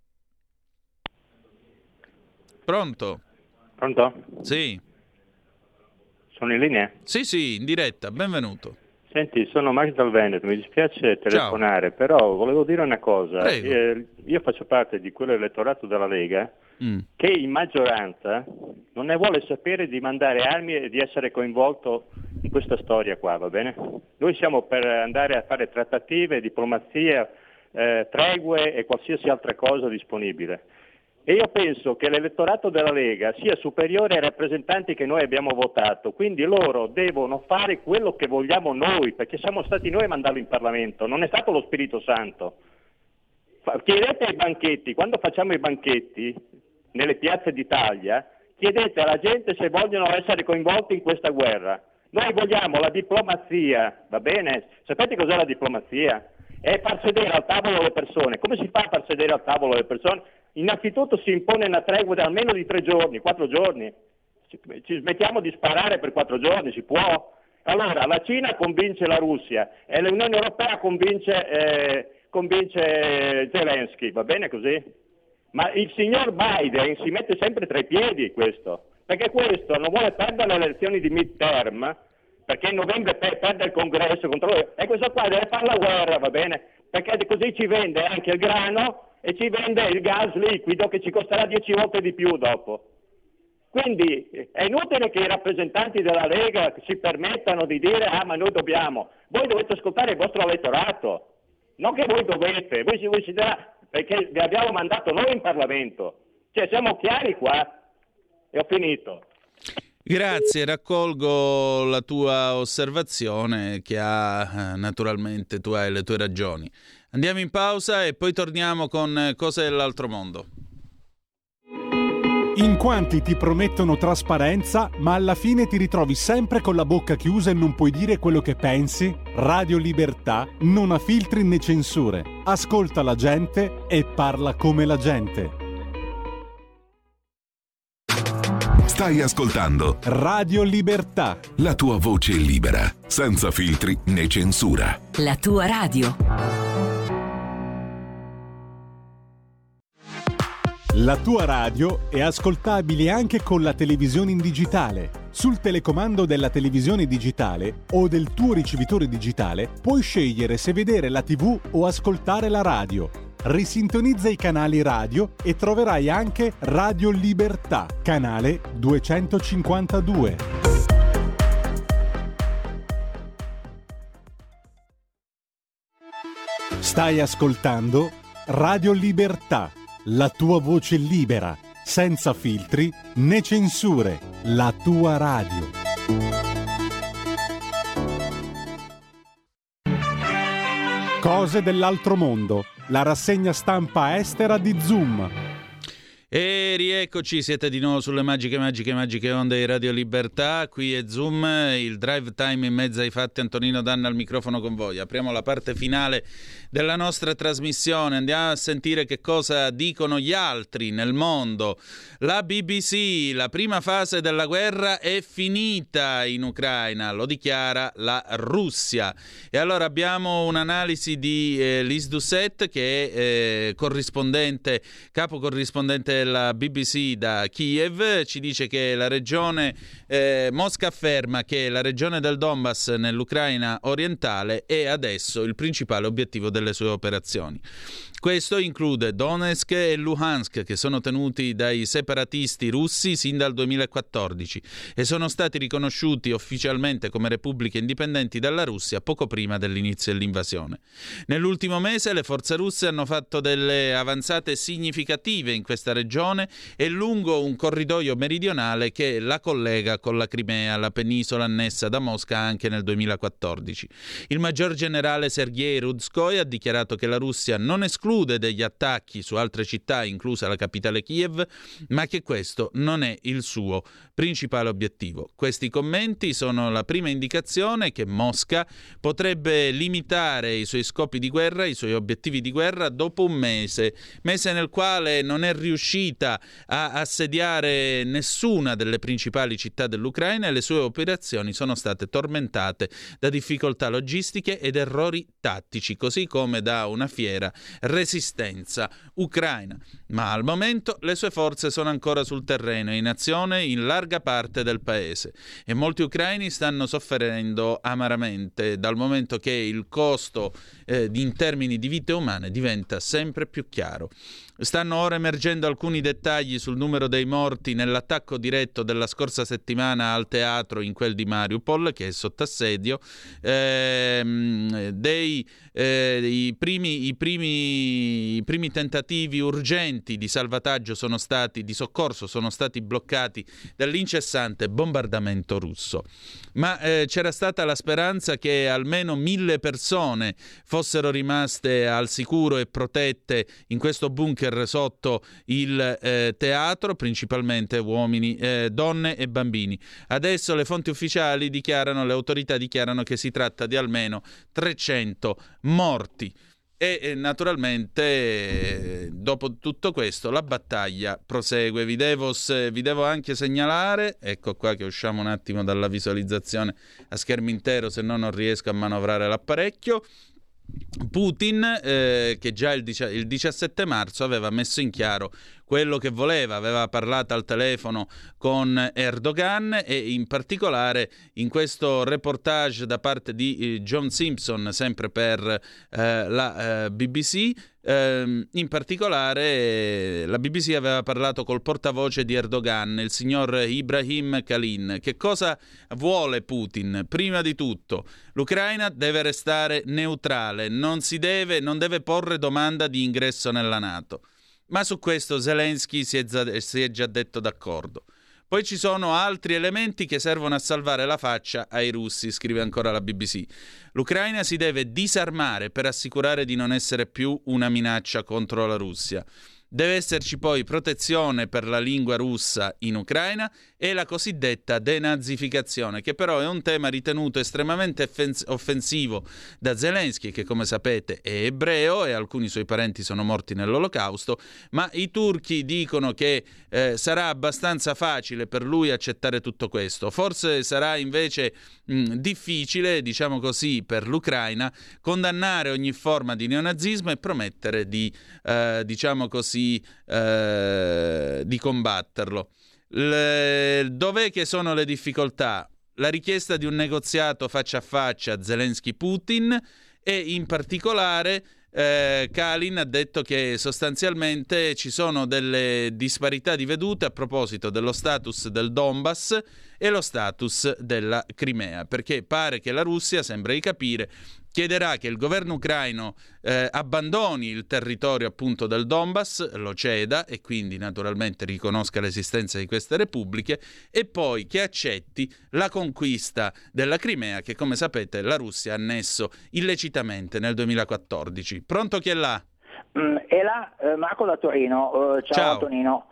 Pronto? Pronto? Sì. Sono in linea? Sì, sì, in diretta, benvenuto. Senti, sono Max dal Veneto, mi dispiace telefonare, Ciao. Però volevo dire una cosa. Eh, io faccio parte di quell'elettorato della Lega mm. che in maggioranza non ne vuole sapere di mandare armi e di essere coinvolto in questa storia qua, va bene? Noi siamo per andare a fare trattative, diplomazia, eh, tregue e qualsiasi altra cosa disponibile. E io penso che l'elettorato della Lega sia superiore ai rappresentanti che noi abbiamo votato, quindi loro devono fare quello che vogliamo noi, perché siamo stati noi a mandarlo in Parlamento, non è stato lo Spirito Santo. Chiedete ai banchetti, quando facciamo i banchetti nelle piazze d'Italia, chiedete alla gente se vogliono essere coinvolti in questa guerra. Noi vogliamo la diplomazia, va bene? Sapete cos'è la diplomazia? È far sedere al tavolo le persone. Come si fa a far sedere al tavolo le persone? Innanzitutto si impone una tregua di almeno di tre giorni, quattro giorni. Ci smettiamo di sparare per quattro giorni, si può? Allora la Cina convince la Russia e l'Unione Europea convince, eh, convince Zelensky, va bene così? Ma il signor Biden si mette sempre tra i piedi questo, perché questo non vuole perdere le elezioni di midterm, perché in novembre per, perde il congresso contro lui, e questo qua deve fare la guerra, va bene? Perché così ci vende anche il grano e ci vende il gas liquido che ci costerà dieci volte di più dopo. Quindi è inutile che i rappresentanti della Lega si permettano di dire ah ma noi dobbiamo, voi dovete ascoltare il vostro elettorato, non che voi dovete, voi, voi siete, perché vi abbiamo mandato noi in Parlamento, cioè siamo chiari qua, e ho finito. Grazie, raccolgo la tua osservazione che ha naturalmente, tu hai le tue ragioni. Andiamo in pausa e poi torniamo con Cose dell'altro mondo. In quanti ti promettono trasparenza, ma alla fine ti ritrovi sempre con la bocca chiusa e non puoi dire quello che pensi? Radio Libertà non ha filtri né censure. Ascolta la gente e parla come la gente. Stai ascoltando Radio Libertà, la tua voce libera, senza filtri né censura. La tua radio. La tua radio è ascoltabile anche con la televisione in digitale. Sul telecomando della televisione digitale o del tuo ricevitore digitale puoi scegliere se vedere la tivù o ascoltare la radio. Risintonizza i canali radio e troverai anche Radio Libertà, canale duecentocinquantadue. Stai ascoltando Radio Libertà, la tua voce libera, senza filtri né censure, la tua radio. Cose dell'altro mondo, la rassegna stampa estera di Zoom. E rieccoci, siete di nuovo sulle magiche, magiche, magiche onde di Radio Libertà. Qui è Zoom, il drive time in mezzo ai fatti. Antonino Danna al microfono con voi. Apriamo la parte finale della nostra trasmissione. Andiamo a sentire che cosa dicono gli altri nel mondo. La B B C, la prima fase della guerra è finita in Ucraina, lo dichiara la Russia. E allora abbiamo un'analisi di eh, Liz Doucet, che è eh, corrispondente, capo corrispondente della B B C da Kiev. Ci dice che la regione eh, Mosca afferma che la regione del Donbass nell'Ucraina orientale è adesso il principale obiettivo delle sue operazioni. Questo include Donetsk e Luhansk, che sono tenuti dai separatisti russi sin dal duemilaquattordici e sono stati riconosciuti ufficialmente come repubbliche indipendenti dalla Russia poco prima dell'inizio dell'invasione. Nell'ultimo mese le forze russe hanno fatto delle avanzate significative in questa regione e lungo un corridoio meridionale che la collega con la Crimea, la penisola annessa da Mosca anche nel duemilaquattordici. Il maggior generale Sergei Rudskoy ha dichiarato che la Russia non esclude degli attacchi su altre città, inclusa la capitale Kiev, ma che questo non è il suo principale obiettivo. Questi commenti sono la prima indicazione che Mosca potrebbe limitare i suoi scopi di guerra, i suoi obiettivi di guerra dopo un mese, mese nel quale non è riuscita a assediare nessuna delle principali città dell'Ucraina e le sue operazioni sono state tormentate da difficoltà logistiche ed errori tattici, così come da una fiera resistenza ucraina. Ma al momento le sue forze sono ancora sul terreno, in azione in larga parte del paese e molti ucraini stanno soffrendo amaramente dal momento che il costo eh, in termini di vite umane diventa sempre più chiaro. Stanno ora emergendo alcuni dettagli sul numero dei morti nell'attacco diretto della scorsa settimana al teatro in quel di Mariupol, che è sotto assedio. Eh, dei eh, i, primi, i, primi, i primi tentativi urgenti di salvataggio sono stati, di soccorso sono stati bloccati dall'incessante bombardamento russo. Ma eh, c'era stata la speranza che almeno mille persone fossero rimaste al sicuro e protette in questo bunker sotto il eh, teatro, principalmente uomini, eh, donne e bambini. Adesso le fonti ufficiali dichiarano, le autorità dichiarano che si tratta di almeno trecento morti. E eh, naturalmente eh, dopo tutto questo la battaglia prosegue. Vi devo, se, vi devo anche segnalare, ecco qua che usciamo un attimo dalla visualizzazione a schermo intero, se no non riesco a manovrare l'apparecchio. Putin, eh, che già il, dici- il diciassette marzo aveva messo in chiaro quello che voleva, aveva parlato al telefono con Erdogan e in particolare in questo reportage da parte di eh, John Simpson, sempre per eh, la eh, B B C, eh, in particolare eh, la B B C aveva parlato col portavoce di Erdogan, il signor Ibrahim Kalin. Che cosa vuole Putin? Prima di tutto, l'Ucraina deve restare neutrale, non si deve, non deve porre domanda di ingresso nella NATO. Ma su questo Zelensky si è, già, si è già detto d'accordo. Poi ci sono altri elementi che servono a salvare la faccia ai russi, scrive ancora la B B C. L'Ucraina si deve disarmare per assicurare di non essere più una minaccia contro la Russia. Deve esserci poi protezione per la lingua russa in Ucraina e la cosiddetta denazificazione, che però è un tema ritenuto estremamente offensivo da Zelensky, che come sapete è ebreo e alcuni suoi parenti sono morti nell'Olocausto, ma i turchi dicono che eh, sarà abbastanza facile per lui accettare tutto questo. Forse sarà invece mh, difficile, diciamo così, per l'Ucraina condannare ogni forma di neonazismo e promettere di, eh, diciamo così, eh, di combatterlo. Le... Dov'è che sono le difficoltà? La richiesta di un negoziato faccia a faccia Zelensky-Putin e in particolare eh, Kalin ha detto che sostanzialmente ci sono delle disparità di vedute a proposito dello status del Donbass e lo status della Crimea, perché pare che la Russia, sembra di capire, chiederà che il governo ucraino eh, abbandoni il territorio appunto del Donbass, lo ceda e quindi naturalmente riconosca l'esistenza di queste repubbliche e poi che accetti la conquista della Crimea che, come sapete, la Russia ha annesso illecitamente nel duemilaquattordici. Pronto, chi è là? Mm, è là eh, Marco da Torino. Uh, ciao, ciao Antonino.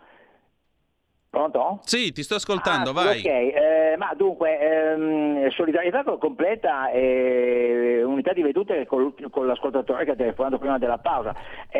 Pronto? Sì, ti sto ascoltando, ah, vai. Ok, eh, ma dunque, ehm, solidarietà completa e unità di vedute con, con l'ascoltatore che ha telefonato prima della pausa,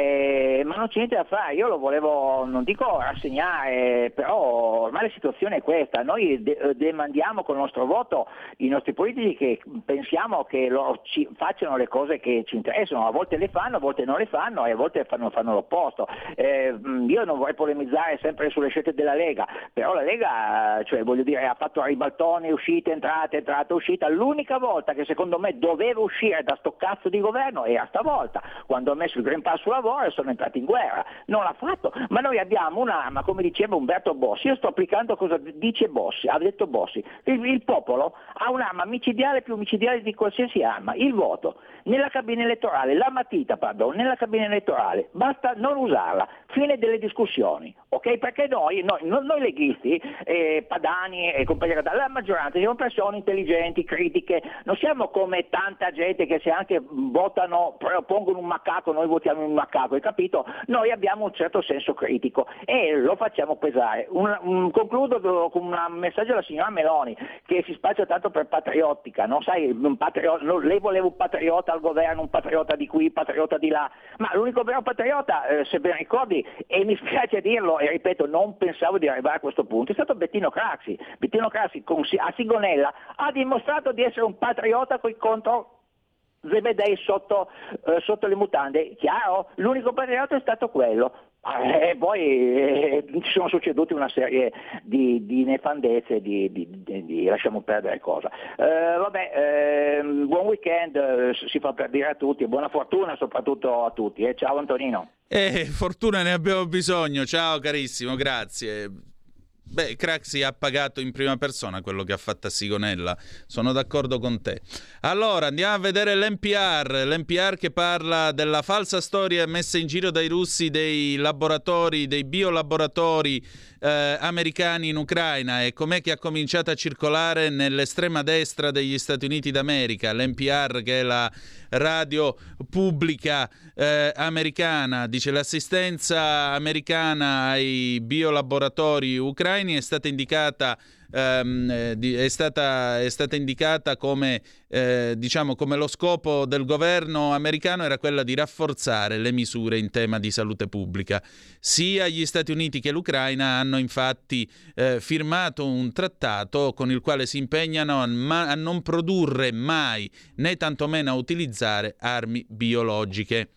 eh, ma non c'è niente da fare, io lo volevo, non dico rassegnare, però ormai la situazione è questa, noi de- demandiamo con il nostro voto i nostri politici che pensiamo che loro ci facciano le cose che ci interessano, a volte le fanno, a volte non le fanno e a volte fanno, fanno l'opposto. Eh, io non vorrei polemizzare sempre sulle scelte della Lega, però la Lega, cioè voglio dire, ha fatto ribaltoni, uscite, entrate, entrate, uscita. L'unica volta che secondo me doveva uscire da sto cazzo di governo era stavolta, quando ha messo il Green Pass sul lavoro e sono entrati in guerra. Non l'ha fatto, ma noi abbiamo un'arma, come diceva Umberto Bossi. Io sto applicando cosa dice Bossi, ha detto Bossi. Il, il popolo ha un'arma micidiale più micidiale di qualsiasi arma, il voto. Nella cabina elettorale, la matita, pardon, nella cabina elettorale, basta non usarla, fine delle discussioni, ok? Perché noi, noi, noi leghisti, eh, Padani e compagnia, la maggioranza siamo persone intelligenti, critiche, non siamo come tanta gente che se anche votano, propongono un macaco, noi votiamo un macaco, hai capito? Noi abbiamo un certo senso critico e lo facciamo pesare. Un, un, concludo con un messaggio alla signora Meloni, che si spaccia tanto per patriottica, no? Sai, un patriota, no, lei voleva un patriota al governo, un patriota di qui, patriota di là, ma l'unico vero patriota, eh, se ben ricordi, e mi spiace dirlo e ripeto, non pensavo di arrivare a questo punto, è stato Bettino Craxi. Bettino Craxi con, a Sigonella ha dimostrato di essere un patriota contro Zebedei sotto, eh, sotto le mutande, chiaro? L'unico patriota è stato quello. E poi eh, ci sono succedute una serie di, di nefandezze, di, di, di, di lasciamo perdere cosa. Eh, vabbè, eh, buon weekend, eh, si fa per dire a tutti, e buona fortuna soprattutto a tutti. Eh. Ciao Antonino. Eh, fortuna ne abbiamo bisogno, ciao carissimo, grazie. Beh, Craxi ha pagato in prima persona quello che ha fatto a Sigonella, sono d'accordo con te. Allora, andiamo a vedere l'N P R, l'N P R che parla della falsa storia messa in giro dai russi dei laboratori, dei biolaboratori eh, americani in Ucraina e com'è che ha cominciato a circolare nell'estrema destra degli Stati Uniti d'America. L'N P R, che è la radio pubblica eh, americana, dice: l'assistenza americana ai biolaboratori ucraini è stata indicata ehm, di, è stata è stata indicata come eh, diciamo come lo scopo del governo americano era quella di rafforzare le misure in tema di salute pubblica. Sia gli Stati Uniti che l'Ucraina hanno infatti eh, firmato un trattato con il quale si impegnano a, ma- a non produrre mai, né tantomeno a utilizzare armi biologiche.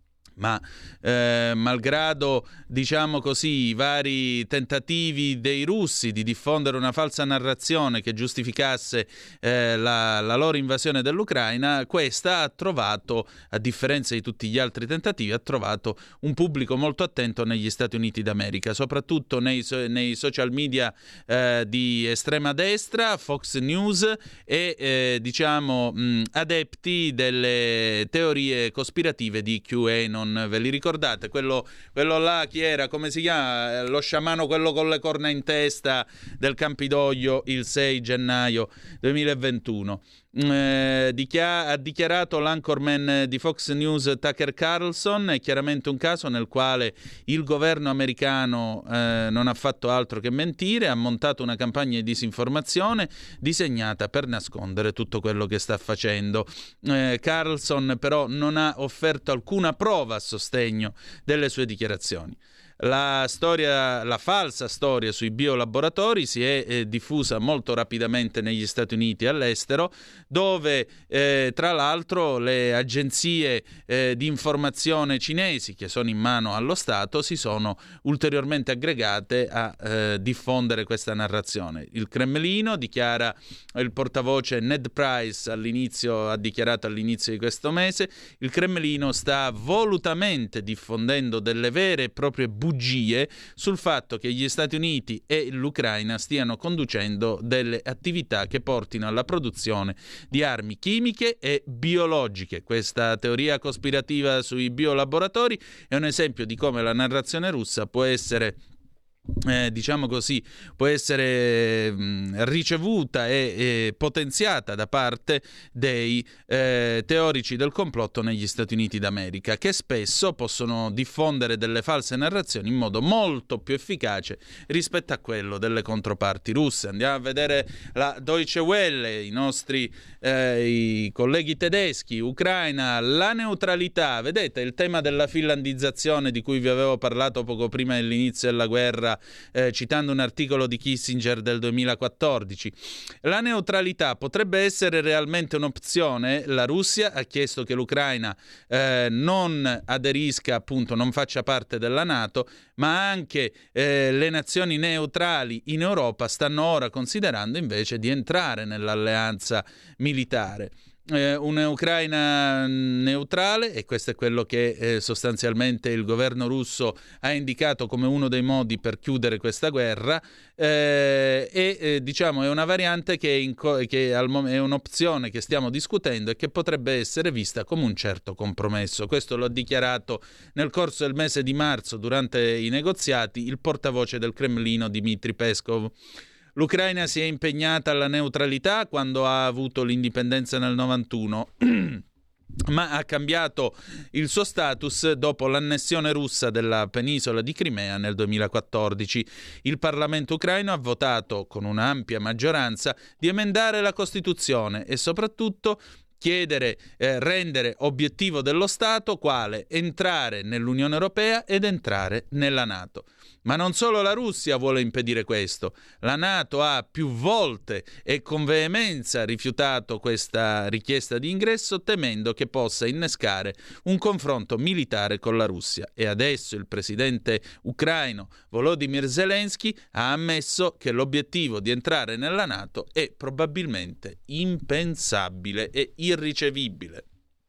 Ma eh, malgrado, diciamo così, i vari tentativi dei russi di diffondere una falsa narrazione che giustificasse eh, la, la loro invasione dell'Ucraina, questa ha trovato, a differenza di tutti gli altri tentativi, ha trovato un pubblico molto attento negli Stati Uniti d'America, soprattutto nei, nei social media eh, di estrema destra, Fox News e eh, diciamo mh, adepti delle teorie cospirative di QAnon. Ve li ricordate? Quello, quello là, chi era? Come si chiama? Lo sciamano, quello con le corna in testa del Campidoglio il sei gennaio duemilaventuno. Eh, dichia- ha dichiarato l'anchorman di Fox News Tucker Carlson. È chiaramente un caso nel quale il governo americano eh, non ha fatto altro che mentire, ha montato una campagna di disinformazione disegnata per nascondere tutto quello che sta facendo. eh, Carlson però non ha offerto alcuna prova a sostegno delle sue dichiarazioni. La storia, la falsa storia sui biolaboratori si è eh, diffusa molto rapidamente negli Stati Uniti e all'estero, dove eh, tra l'altro le agenzie eh, di informazione cinesi che sono in mano allo Stato si sono ulteriormente aggregate a eh, diffondere questa narrazione. Il Cremlino, dichiara il portavoce Ned Price all'inizio, ha dichiarato all'inizio di questo mese, il Cremlino sta volutamente diffondendo delle vere e proprie bugie bugie sul fatto che gli Stati Uniti e l'Ucraina stiano conducendo delle attività che portino alla produzione di armi chimiche e biologiche. Questa teoria cospirativa sui biolaboratori è un esempio di come la narrazione russa può essere Eh, diciamo così, può essere mh, ricevuta e, e potenziata da parte dei eh, teorici del complotto negli Stati Uniti d'America, che spesso possono diffondere delle false narrazioni in modo molto più efficace rispetto a quello delle controparti russe. Andiamo a vedere la Deutsche Welle, i nostri eh, i colleghi tedeschi. Ucraina, la neutralità. Vedete il tema della finlandizzazione di cui vi avevo parlato poco prima dell'inizio della guerra, Eh, citando un articolo di Kissinger del duemilaquattordici. La neutralità potrebbe essere realmente un'opzione. La Russia ha chiesto che l'Ucraina eh, non aderisca, appunto, non faccia parte della NATO, ma anche eh, le nazioni neutrali in Europa stanno ora considerando invece di entrare nell'alleanza militare. Eh, un'Ucraina neutrale, e questo è quello che eh, sostanzialmente il governo russo ha indicato come uno dei modi per chiudere questa guerra, eh, e eh, diciamo è una variante che, in co- che al mom- è un'opzione che stiamo discutendo e che potrebbe essere vista come un certo compromesso. Questo lo ha dichiarato nel corso del mese di marzo durante i negoziati il portavoce del Cremlino Dmitry Peskov. L'Ucraina si è impegnata alla neutralità quando ha avuto l'indipendenza nel novantuno, ma ha cambiato il suo status dopo l'annessione russa della penisola di Crimea nel duemilaquattordici. Il Parlamento ucraino ha votato con un'ampia maggioranza di emendare la Costituzione e soprattutto chiedere, eh, rendere obiettivo dello Stato quale entrare nell'Unione Europea ed entrare nella NATO. Ma non solo la Russia vuole impedire questo. La NATO ha più volte e con veemenza rifiutato questa richiesta di ingresso, temendo che possa innescare un confronto militare con la Russia. E adesso il presidente ucraino Volodymyr Zelensky ha ammesso che l'obiettivo di entrare nella NATO è probabilmente impensabile e irricevibile.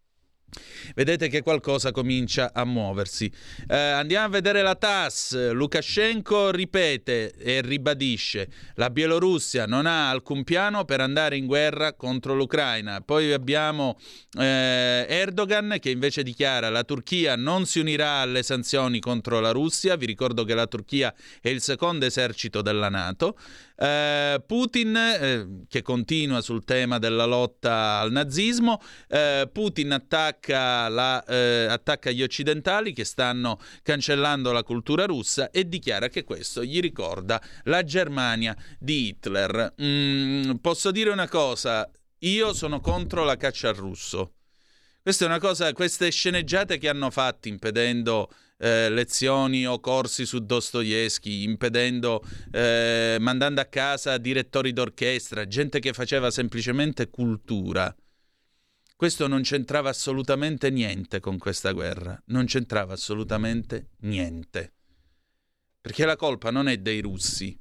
Vedete che qualcosa comincia a muoversi. Eh, andiamo a vedere la T A S S. Lukashenko ripete e ribadisce: la Bielorussia non ha alcun piano per andare in guerra contro l'Ucraina. Poi abbiamo eh, Erdogan che invece dichiara: la Turchia non si unirà alle sanzioni contro la Russia. Vi ricordo che la Turchia è il secondo esercito della NATO. Uh, Putin eh, che continua sul tema della lotta al nazismo. uh, Putin attacca, la, eh, attacca gli occidentali che stanno cancellando la cultura russa e dichiara che questo gli ricorda la Germania di Hitler. Mm, posso dire una cosa: io sono contro la caccia al russo. Questa è una cosa, queste sceneggiate che hanno fatto impedendo eh, lezioni o corsi su Dostoevsky, impedendo, eh, mandando a casa direttori d'orchestra, gente che faceva semplicemente cultura. Questo non c'entrava assolutamente niente con questa guerra, non c'entrava assolutamente niente. Perché la colpa non è dei russi,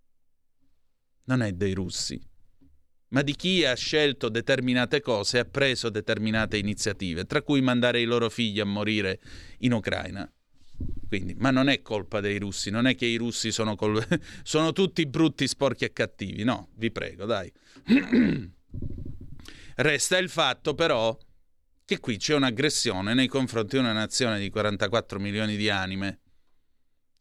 non è dei russi, ma di chi ha scelto determinate cose e ha preso determinate iniziative, tra cui mandare i loro figli a morire in Ucraina. Quindi, ma non è colpa dei russi, non è che i russi sono, col... sono tutti brutti, sporchi e cattivi, no, vi prego, dai. Resta il fatto però che qui c'è un'aggressione nei confronti di una nazione di quarantaquattro milioni di anime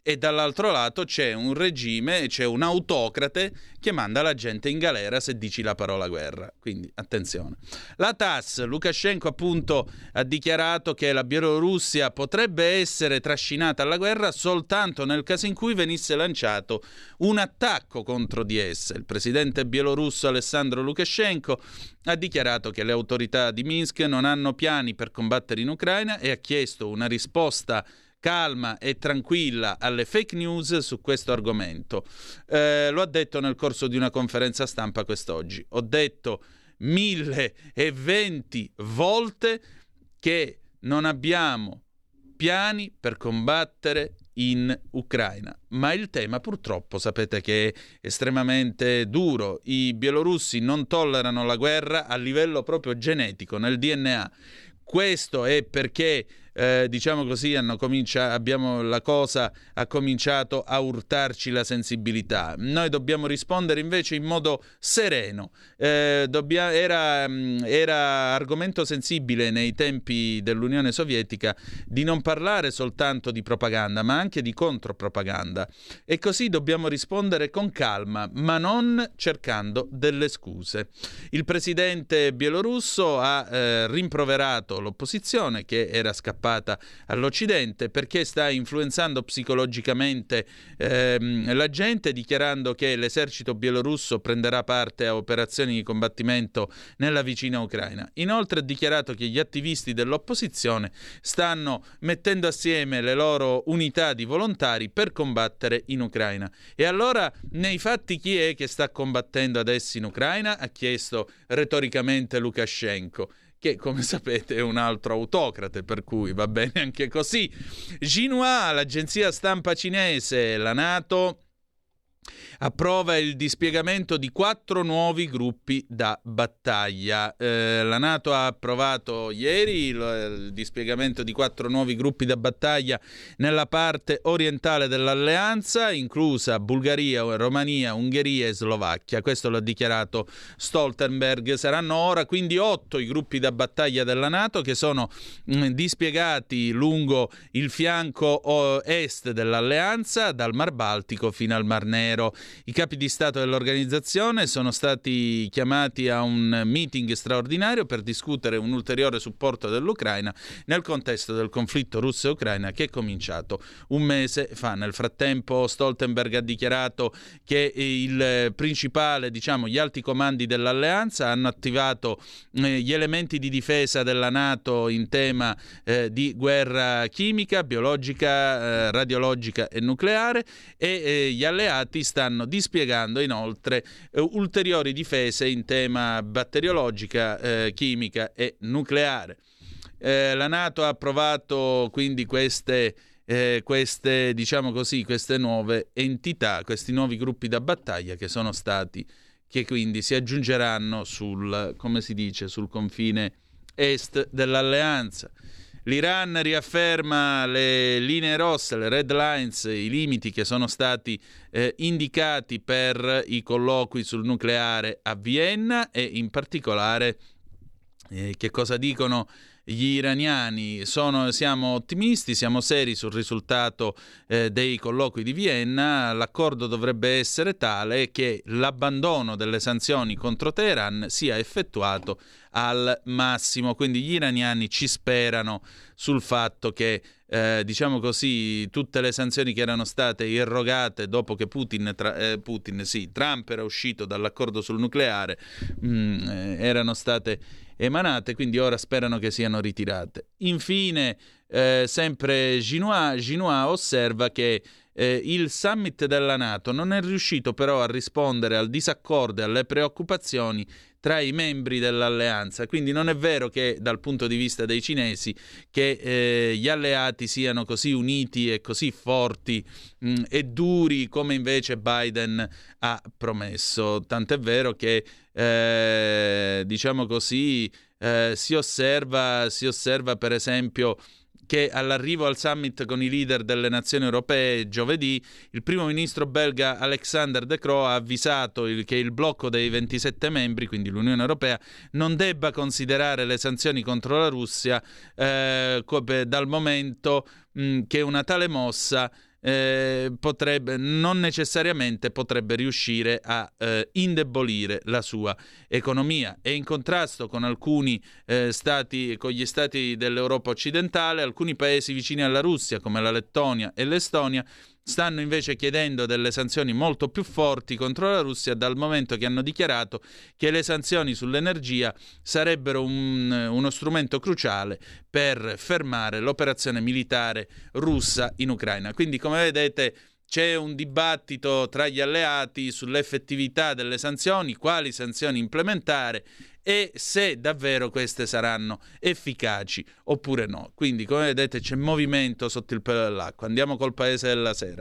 e dall'altro lato c'è un regime, c'è un autocrate che manda la gente in galera se dici la parola guerra. Quindi attenzione. La T A S S, Lukashenko appunto ha dichiarato che la Bielorussia potrebbe essere trascinata alla guerra soltanto nel caso in cui venisse lanciato un attacco contro di essa. Il presidente bielorusso Alessandro Lukashenko ha dichiarato che le autorità di Minsk non hanno piani per combattere in Ucraina e ha chiesto una risposta calma e tranquilla alle fake news su questo argomento. Eh, lo ha detto nel corso di una conferenza stampa quest'oggi. Ho detto mille e venti volte che non abbiamo piani per combattere in Ucraina, ma il tema purtroppo sapete che è estremamente duro. I bielorussi non tollerano la guerra a livello proprio genetico, nel D N A. Questo è perché Eh, diciamo così, hanno comincia- abbiamo la cosa ha cominciato a urtarci la sensibilità. Noi dobbiamo rispondere invece in modo sereno. Eh, dobbia- era, era argomento sensibile nei tempi dell'Unione Sovietica di non parlare soltanto di propaganda, ma anche di contropropaganda. E così dobbiamo rispondere con calma, ma non cercando delle scuse. Il presidente bielorusso ha eh, rimproverato l'opposizione che era scappata all'Occidente perché sta influenzando psicologicamente ehm, la gente, dichiarando che l'esercito bielorusso prenderà parte a operazioni di combattimento nella vicina Ucraina. Inoltre ha dichiarato che gli attivisti dell'opposizione stanno mettendo assieme le loro unità di volontari per combattere in Ucraina. E allora, nei fatti, chi è che sta combattendo adesso in Ucraina? Ha chiesto retoricamente Lukashenko, che come sapete è un altro autocrate, per cui va bene anche così. Xinhua, l'agenzia stampa cinese, la NATO approva il dispiegamento di quattro nuovi gruppi da battaglia. Eh, la NATO ha approvato ieri il, il dispiegamento di quattro nuovi gruppi da battaglia nella parte orientale dell'alleanza, inclusa Bulgaria, Romania, Ungheria e Slovacchia. Questo l'ha dichiarato Stoltenberg. Saranno ora quindi otto i gruppi da battaglia della NATO che sono mh, dispiegati lungo il fianco est dell'alleanza, dal Mar Baltico fino al Mar Nero. I capi di Stato dell'organizzazione sono stati chiamati a un meeting straordinario per discutere un ulteriore supporto dell'Ucraina nel contesto del conflitto russo e ucraina che è cominciato un mese fa. Nel frattempo Stoltenberg ha dichiarato che il principale, diciamo, gli alti comandi dell'alleanza hanno attivato eh, gli elementi di difesa della NATO in tema eh, di guerra chimica, biologica, eh, radiologica e nucleare e eh, gli alleati stanno dispiegando inoltre eh, ulteriori difese in tema batteriologica, eh, chimica e nucleare. Eh, la NATO ha approvato quindi queste, eh, queste, diciamo così, queste nuove entità, questi nuovi gruppi da battaglia che sono stati, che quindi si aggiungeranno sul, come si dice, sul confine est dell'alleanza. L'Iran riafferma le linee rosse, le red lines, i limiti che sono stati eh, indicati per i colloqui sul nucleare a Vienna e in particolare eh, che cosa dicono gli iraniani. Sono, siamo ottimisti, siamo seri sul risultato eh, dei colloqui di Vienna. L'accordo dovrebbe essere tale che l'abbandono delle sanzioni contro Teheran sia effettuato al massimo. Quindi gli iraniani ci sperano sul fatto che eh, diciamo così, tutte le sanzioni che erano state irrogate dopo che Putin, tra, eh, Putin sì, Trump era uscito dall'accordo sul nucleare mh, eh, erano state emanate, quindi ora sperano che siano ritirate. Infine, eh, sempre Xinhua, Xinhua osserva che eh, il summit della NATO non è riuscito però a rispondere al disaccordo e alle preoccupazioni tra i membri dell'alleanza, quindi non è vero che dal punto di vista dei cinesi che eh, gli alleati siano così uniti e così forti mh, e duri come invece Biden ha promesso, tant'è vero che eh, diciamo così eh, si osserva, si osserva per esempio che all'arrivo al summit con i leader delle nazioni europee giovedì, il primo ministro belga Alexander De Croo ha avvisato il, che il blocco dei ventisette membri, quindi l'Unione Europea, non debba considerare le sanzioni contro la Russia eh, dal momento mh, che una tale mossa eh, potrebbe, non necessariamente potrebbe riuscire a eh, indebolire la sua economia. È in contrasto con alcuni eh, stati, con gli stati dell'Europa occidentale. Alcuni paesi vicini alla Russia, come la Lettonia e l'Estonia, stanno invece chiedendo delle sanzioni molto più forti contro la Russia, dal momento che hanno dichiarato che le sanzioni sull'energia sarebbero un, uno strumento cruciale per fermare l'operazione militare russa in Ucraina. Quindi, come vedete, c'è un dibattito tra gli alleati sull'effettività delle sanzioni, quali sanzioni implementare e se davvero queste saranno efficaci oppure no. Quindi, come vedete, c'è movimento sotto il pelo dell'acqua. Andiamo col Paese della Sera.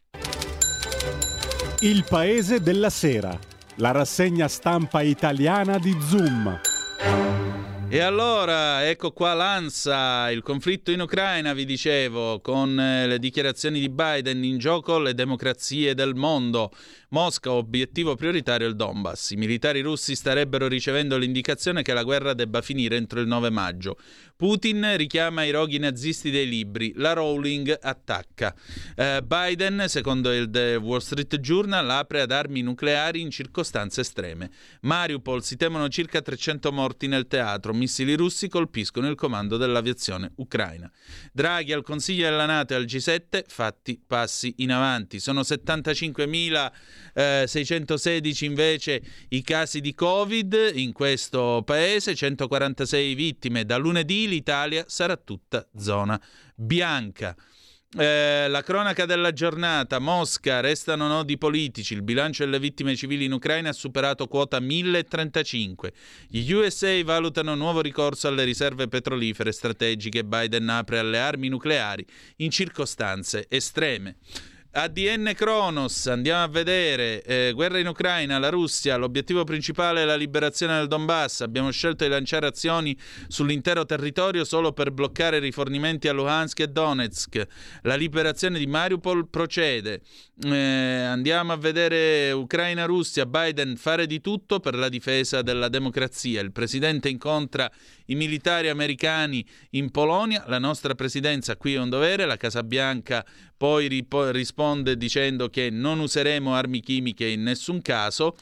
Il Paese della Sera, la rassegna stampa italiana di Zoom. E allora, ecco qua l'ANSA, il conflitto in Ucraina, vi dicevo, con le dichiarazioni di Biden, in gioco le democrazie del mondo. Mosca, obiettivo prioritario il Donbass. I militari russi starebbero ricevendo l'indicazione che la guerra debba finire entro il nove maggio. Putin richiama i roghi nazisti dei libri. La Rowling attacca. Eh, Biden, secondo il The Wall Street Journal, apre ad armi nucleari in circostanze estreme. Mariupol, si temono circa trecento morti nel teatro. Missili russi colpiscono il comando dell'aviazione ucraina. Draghi al Consiglio della NATO e al G sette, fatti passi in avanti. Sono settantacinquemilaseicentosedici invece i casi di Covid in questo paese, centoquarantasei vittime. Da lunedì l'Italia sarà tutta zona bianca. Eh, la cronaca della giornata: Mosca, restano nodi politici, il bilancio delle vittime civili in Ucraina ha superato quota mille e trentacinque, gli U S A valutano nuovo ricorso alle riserve petrolifere strategiche, Biden apre alle armi nucleari in circostanze estreme. A D N Kronos, andiamo a vedere, eh, guerra in Ucraina, la Russia, l'obiettivo principale è la liberazione del Donbass, abbiamo scelto di lanciare azioni sull'intero territorio solo per bloccare rifornimenti a Luhansk e Donetsk, la liberazione di Mariupol procede. Eh, andiamo a vedere Ucraina-Russia, Biden, fare di tutto per la difesa della democrazia, il presidente incontra i militari americani in Polonia, la nostra presidenza qui è un dovere, la Casa Bianca poi ripo- risponde dicendo che non useremo armi chimiche in nessun caso.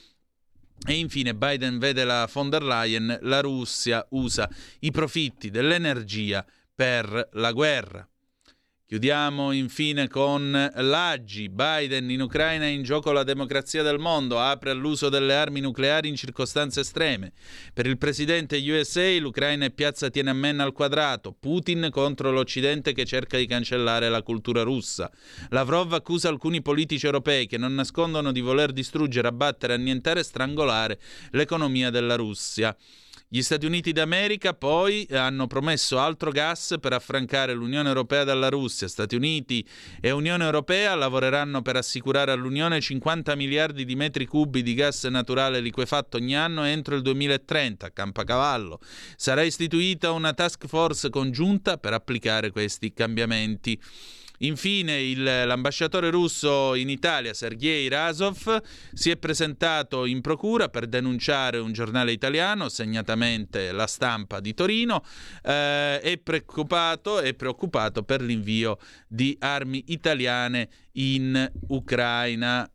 E infine Biden vede la von der Leyen, la Russia usa i profitti dell'energia per la guerra. Chiudiamo infine con l'A G I. Biden, in Ucraina è in gioco la democrazia del mondo, apre all'uso delle armi nucleari in circostanze estreme. Per il presidente U S A l'Ucraina è piazza Tiananmen al quadrato, Putin contro l'Occidente che cerca di cancellare la cultura russa. Lavrov accusa alcuni politici europei che non nascondono di voler distruggere, abbattere, annientare e strangolare l'economia della Russia. Gli Stati Uniti d'America poi hanno promesso altro gas per affrancare l'Unione Europea dalla Russia. Stati Uniti e Unione Europea lavoreranno per assicurare all'Unione cinquanta miliardi di metri cubi di gas naturale liquefatto ogni anno entro il duemilatrenta, a Campacavallo. Sarà istituita una task force congiunta per applicare questi cambiamenti. Infine il, l'ambasciatore russo in Italia, Sergei Razov, si è presentato in procura per denunciare un giornale italiano, segnatamente La Stampa di Torino, eh, è preoccupato, è preoccupato per l'invio di armi italiane in Ucraina.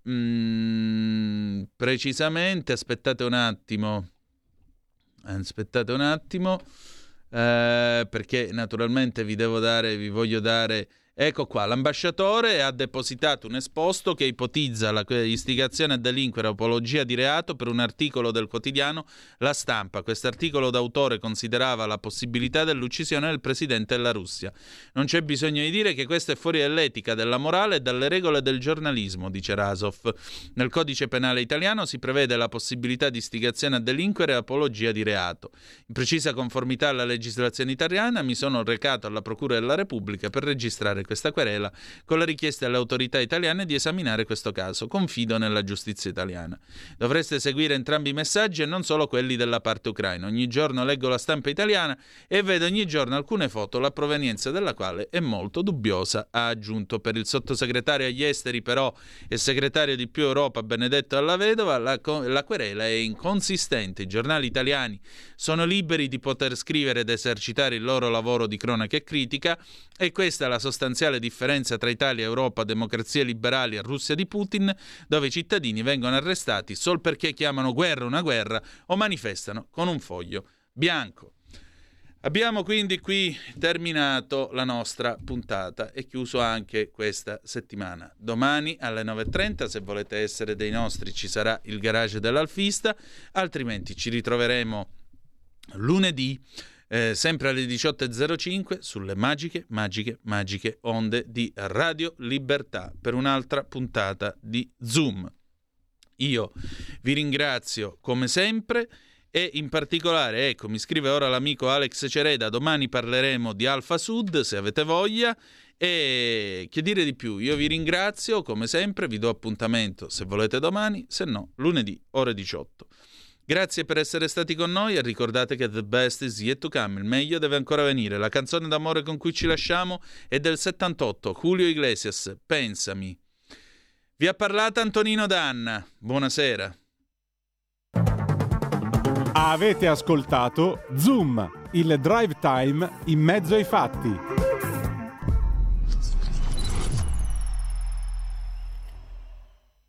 Mm, precisamente, aspettate un attimo, aspettate un attimo, eh, perché naturalmente vi devo dare, vi voglio dare... Ecco qua, l'ambasciatore ha depositato un esposto che ipotizza la istigazione a delinquere o apologia di reato per un articolo del quotidiano La Stampa. Quest'articolo d'autore considerava la possibilità dell'uccisione del presidente della Russia. Non c'è bisogno di dire che questo è fuori dall'etica, della morale e dalle regole del giornalismo, dice Razov. Nel codice penale italiano si prevede la possibilità di istigazione a delinquere e apologia di reato. In precisa conformità alla legislazione italiana mi sono recato alla Procura della Repubblica per registrare questa querela con la richiesta alle autorità italiane di esaminare questo caso. Confido nella giustizia italiana. Dovreste seguire entrambi i messaggi e non solo quelli della parte ucraina. Ogni giorno leggo La Stampa italiana e vedo ogni giorno alcune foto, la provenienza della quale è molto dubbiosa, ha aggiunto. Per il sottosegretario agli esteri però e segretario di Più Europa Benedetto Della Vedova la, la querela è inconsistente. I giornali italiani sono liberi di poter scrivere ed esercitare il loro lavoro di cronaca e critica e questa è la sostanziale sostanziale differenza tra Italia, Europa, democrazie liberali e Russia di Putin, dove i cittadini vengono arrestati sol perché chiamano guerra una guerra o manifestano con un foglio bianco. Abbiamo quindi qui terminato la nostra puntata e chiuso anche questa settimana. Domani alle nove e trenta, se volete essere dei nostri, ci sarà il garage dell'Alfista, altrimenti ci ritroveremo lunedì, eh, sempre alle diciotto e zero cinque, sulle magiche, magiche, magiche onde di Radio Libertà per un'altra puntata di Zoom. Io vi ringrazio come sempre. E in particolare, ecco, mi scrive ora l'amico Alex Cereda, domani parleremo di Alfa Sud, se avete voglia, e che dire di più, io vi ringrazio, come sempre, vi do appuntamento se volete domani, se no lunedì, ore diciotto. Grazie per essere stati con noi e ricordate che the best is yet to come, il meglio deve ancora venire. La canzone d'amore con cui ci lasciamo è del settantotto, Julio Iglesias, Pensami. Vi ha parlato Antonino Danna, buonasera. Avete ascoltato Zoom, il drive time in mezzo ai fatti.